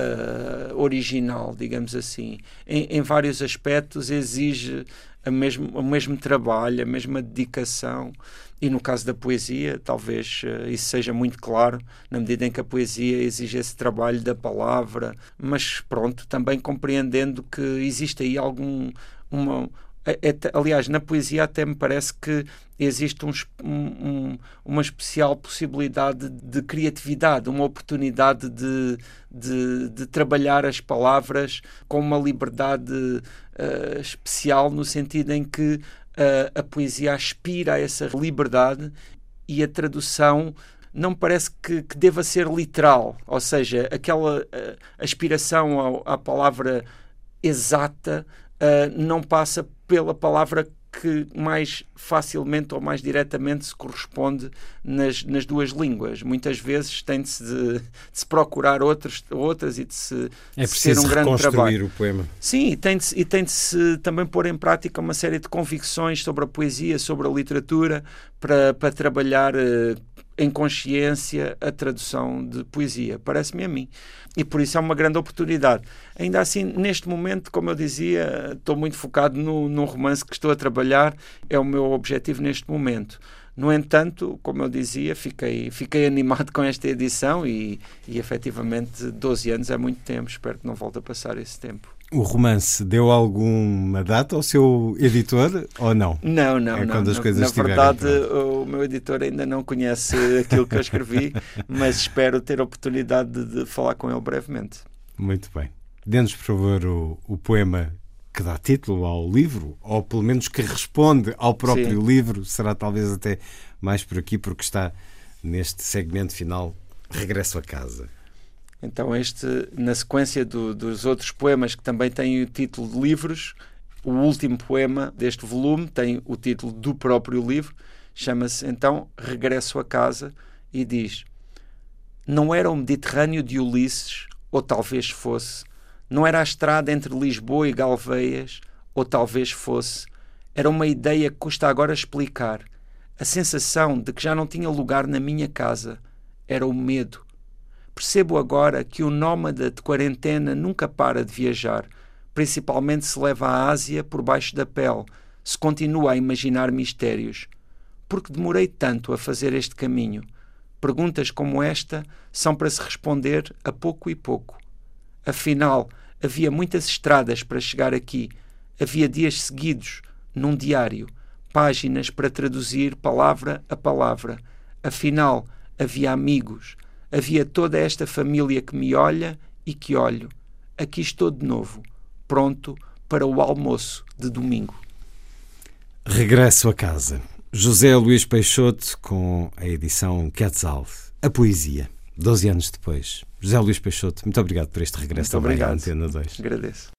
Uh, original, digamos assim. Em, em vários aspectos exige a mesmo, o mesmo trabalho, a mesma dedicação, e no caso da poesia talvez uh, isso seja muito claro, na medida em que a poesia exige esse trabalho da palavra, mas pronto, também compreendendo que existe aí algum uma, é, é, aliás, na poesia até me parece que existe um, um, uma especial possibilidade de criatividade, uma oportunidade de, de, de trabalhar as palavras com uma liberdade uh, especial, no sentido em que uh, a poesia aspira a essa liberdade, e a tradução não parece que, que deva ser literal, ou seja, aquela uh, aspiração ao, à palavra exata uh, não passa pela palavra que mais facilmente ou mais diretamente se corresponde nas, nas duas línguas. Muitas vezes tem-se de, de se procurar outras, outras e de se, é de se ter um grande trabalho. O poema. Sim, e tem-se, e tem-se também pôr em prática uma série de convicções sobre a poesia, sobre a literatura, para, para trabalhar uh, em consciência a tradução de poesia, parece-me a mim. E por isso é uma grande oportunidade. Ainda assim, neste momento, como eu dizia, estou muito focado no, no romance que estou a trabalhar, é o meu objetivo neste momento. No entanto, como eu dizia, fiquei, fiquei animado com esta edição e, e efetivamente doze anos é muito tempo, espero que não volte a passar esse tempo. O romance deu alguma data ao seu editor ou não? Não, não, é não. Quando as na, coisas na verdade, pronto. O meu editor ainda não conhece aquilo que eu escrevi, mas espero ter a oportunidade de, de falar com ele brevemente. Muito bem. Dê-nos, por favor, o, o poema que dá título ao livro, ou pelo menos que responde ao próprio Sim. livro. Será talvez até mais por aqui, porque está neste segmento final, Regresso a Casa. Então este, na sequência do, dos outros poemas que também têm o título de livros, o último poema deste volume tem o título do próprio livro, chama-se então Regresso a Casa, e diz: não era o Mediterrâneo de Ulisses, ou talvez fosse, não era a estrada entre Lisboa e Galveias, ou talvez fosse, era uma ideia que custa agora explicar, a sensação de que já não tinha lugar na minha casa, era o medo. Percebo agora que o nómada de quarentena nunca para de viajar, principalmente se leva à Ásia por baixo da pele, se continua a imaginar mistérios. Porque demorei tanto a fazer este caminho? Perguntas como esta são para se responder a pouco e pouco. Afinal, Havia muitas estradas para chegar aqui. Havia dias seguidos, num diário, páginas para traduzir palavra a palavra. Afinal, havia amigos. Havia toda esta família que me olha e que olho. Aqui estou de novo, pronto para o almoço de domingo. Regresso a casa. José Luís Peixoto com a edição Quetzal. A poesia, doze anos depois. José Luís Peixoto, muito obrigado por este regresso Muito também obrigado. à Antena dois. Agradeço.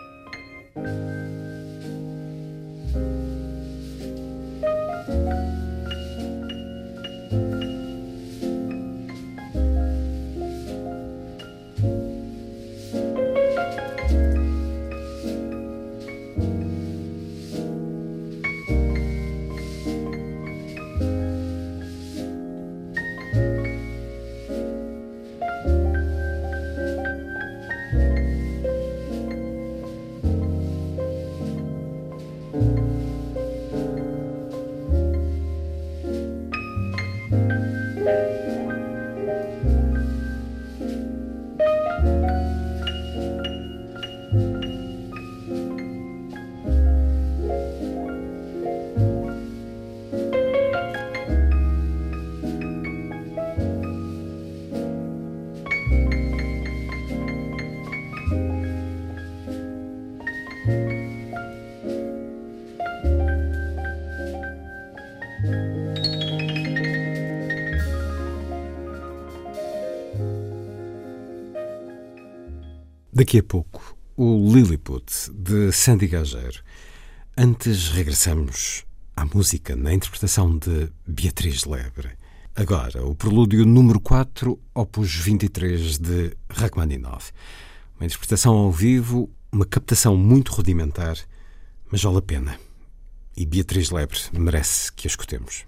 Daqui a pouco, o Lilliput, de Sandy Gageiro. Antes, regressamos à música na interpretação de Beatriz Lebre. Agora, o prelúdio número quatro, opus vinte e três, de Rachmaninoff. Uma interpretação ao vivo, uma captação muito rudimentar, mas vale a pena. E Beatriz Lebre merece que a escutemos.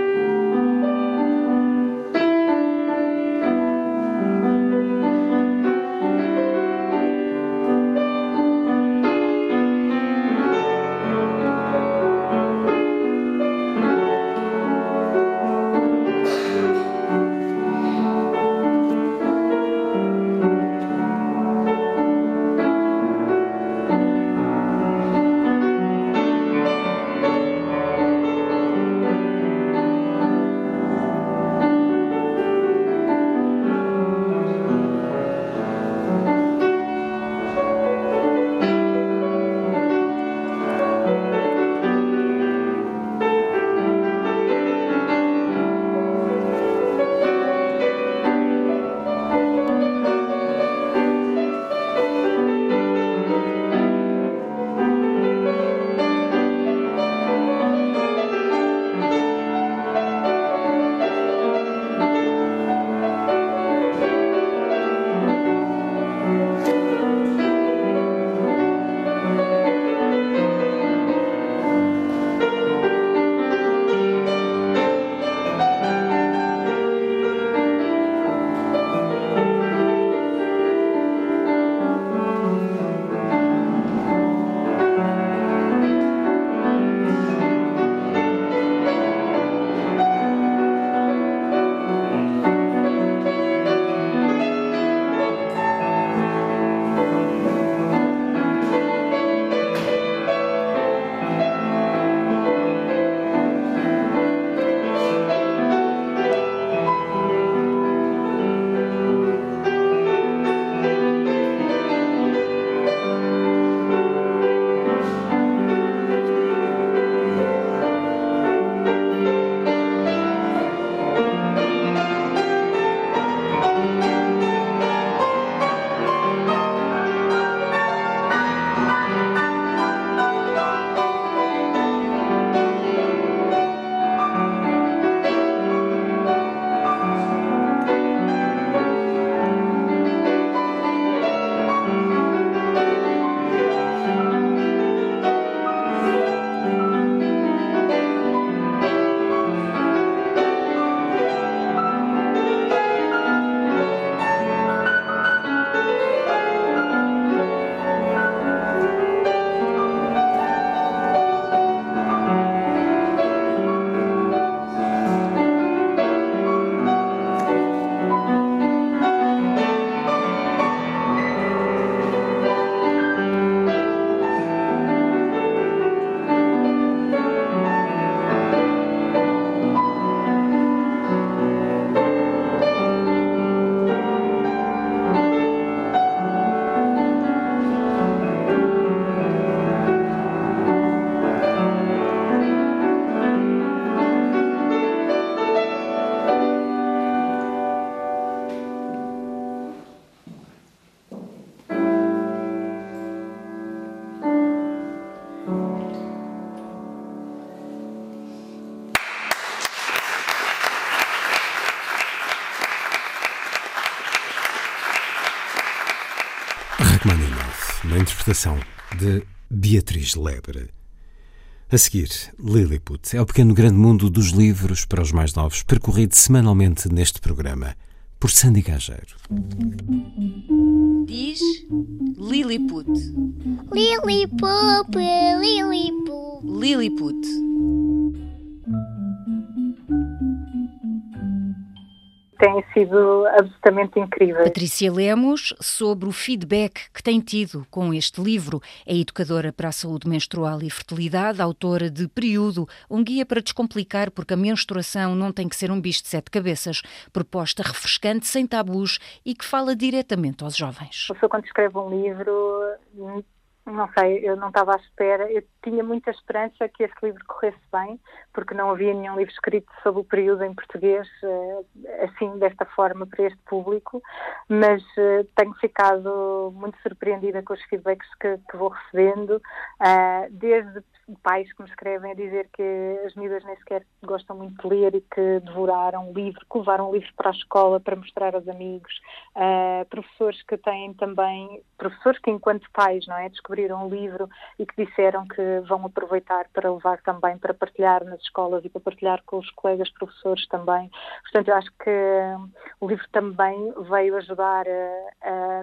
Thank interpretação de Beatriz Lebre. A seguir, Lilliput é o pequeno grande mundo dos livros para os mais novos, percorrido semanalmente neste programa, por Sandy Gageiro. Diz Lilliput. Lilliput, Lilliput. Lilliput. Têm sido absolutamente incríveis. Patrícia Lemos, sobre o feedback que tem tido com este livro, é educadora para a saúde menstrual e fertilidade, autora de Período, um guia para descomplicar porque a menstruação não tem que ser um bicho de sete cabeças, proposta refrescante, sem tabus e que fala diretamente aos jovens. A pessoa quando escreve um livro, não sei, eu não estava à espera, eu tinha muita esperança que este livro corresse bem, porque não havia nenhum livro escrito sobre o período em português, assim, desta forma, para este público, mas tenho ficado muito surpreendida com os feedbacks que, que vou recebendo, desde pais que me escrevem a dizer que as miúdas nem sequer gostam muito de ler e que devoraram o livro, que levaram o livro para a escola para mostrar aos amigos, professores que têm também, professores que enquanto pais, não é, descobriram o livro e que disseram que vão aproveitar para levar também, para partilhar nas escolas e para partilhar com os colegas professores também. Portanto, eu acho que o livro também veio ajudar a, a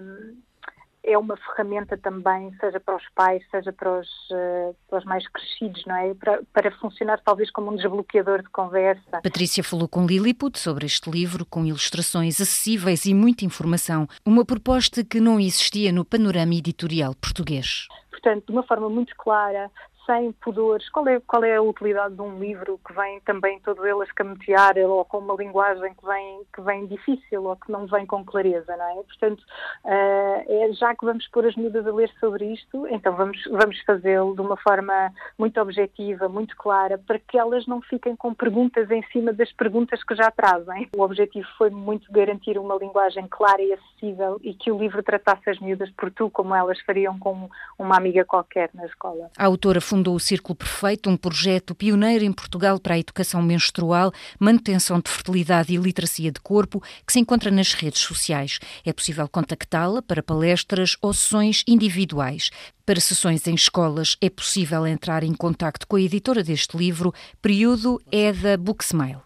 é uma ferramenta também, seja para os pais, seja para os, uh, para os mais crescidos, não é? Para, para funcionar talvez como um desbloqueador de conversa. Patrícia falou com Lilliput sobre este livro, com ilustrações acessíveis e muita informação. Uma proposta que não existia no panorama editorial português. Portanto, de uma forma muito clara, sem pudores, qual é, qual é a utilidade de um livro que vem também todo ele a escamotear ou com uma linguagem que vem, que vem difícil ou que não vem com clareza, não é? Portanto, uh, é, já que vamos pôr as miúdas a ler sobre isto, então vamos, vamos fazê-lo de uma forma muito objetiva, muito clara, para que elas não fiquem com perguntas em cima das perguntas que já trazem. O objetivo foi muito garantir uma linguagem clara e acessível e que o livro tratasse as miúdas por tu, como elas fariam com uma amiga qualquer na escola. A autora fundou o Círculo Perfeito, um projeto pioneiro em Portugal para a educação menstrual, manutenção de fertilidade e literacia de corpo, que se encontra nas redes sociais. É possível contactá-la para palestras ou sessões individuais. Para sessões em escolas é possível entrar em contacto com a editora deste livro. Período é da Booksmile.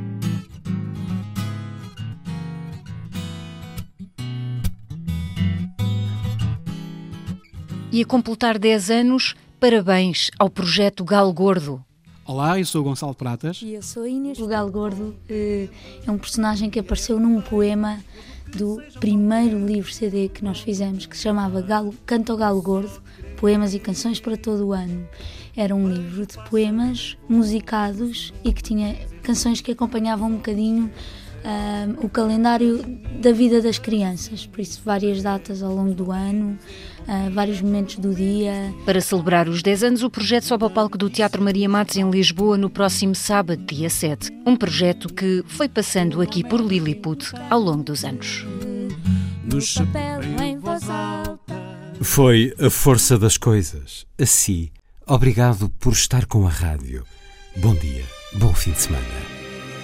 E a completar dez anos, parabéns ao projeto Galo Gordo. Olá, eu sou o Gonçalo Pratas. E eu sou a Inês. O Galo Gordo é um personagem que apareceu num poema do primeiro livro C D que nós fizemos, que se chamava Galo, Canto ao Galo Gordo, Poemas e Canções para todo o Ano. Era um livro de poemas musicados e que tinha canções que acompanhavam um bocadinho Um, o calendário da vida das crianças, por isso várias datas ao longo do ano, uh, vários momentos do dia. Para celebrar os dez anos, o projeto sobe ao palco do Teatro Maria Matos em Lisboa no próximo sábado, dia sete. Um projeto que foi passando aqui por Lilliput ao longo dos anos. No chapéu em voz alta. Foi a força das coisas. Assim, obrigado por estar com a rádio. Bom dia, bom fim de semana.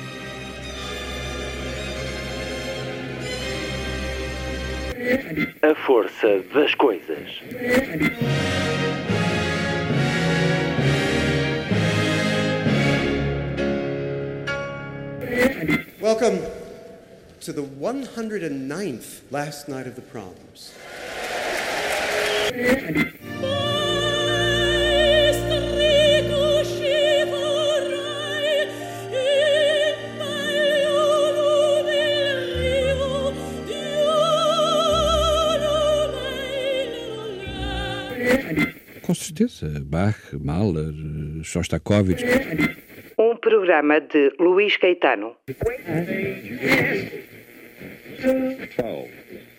A força das coisas. Welcome to the one hundred ninth last night of the proms. Com certeza, Bach, Mahler, Shostakovich. Um programa de Luís Caetano. twelve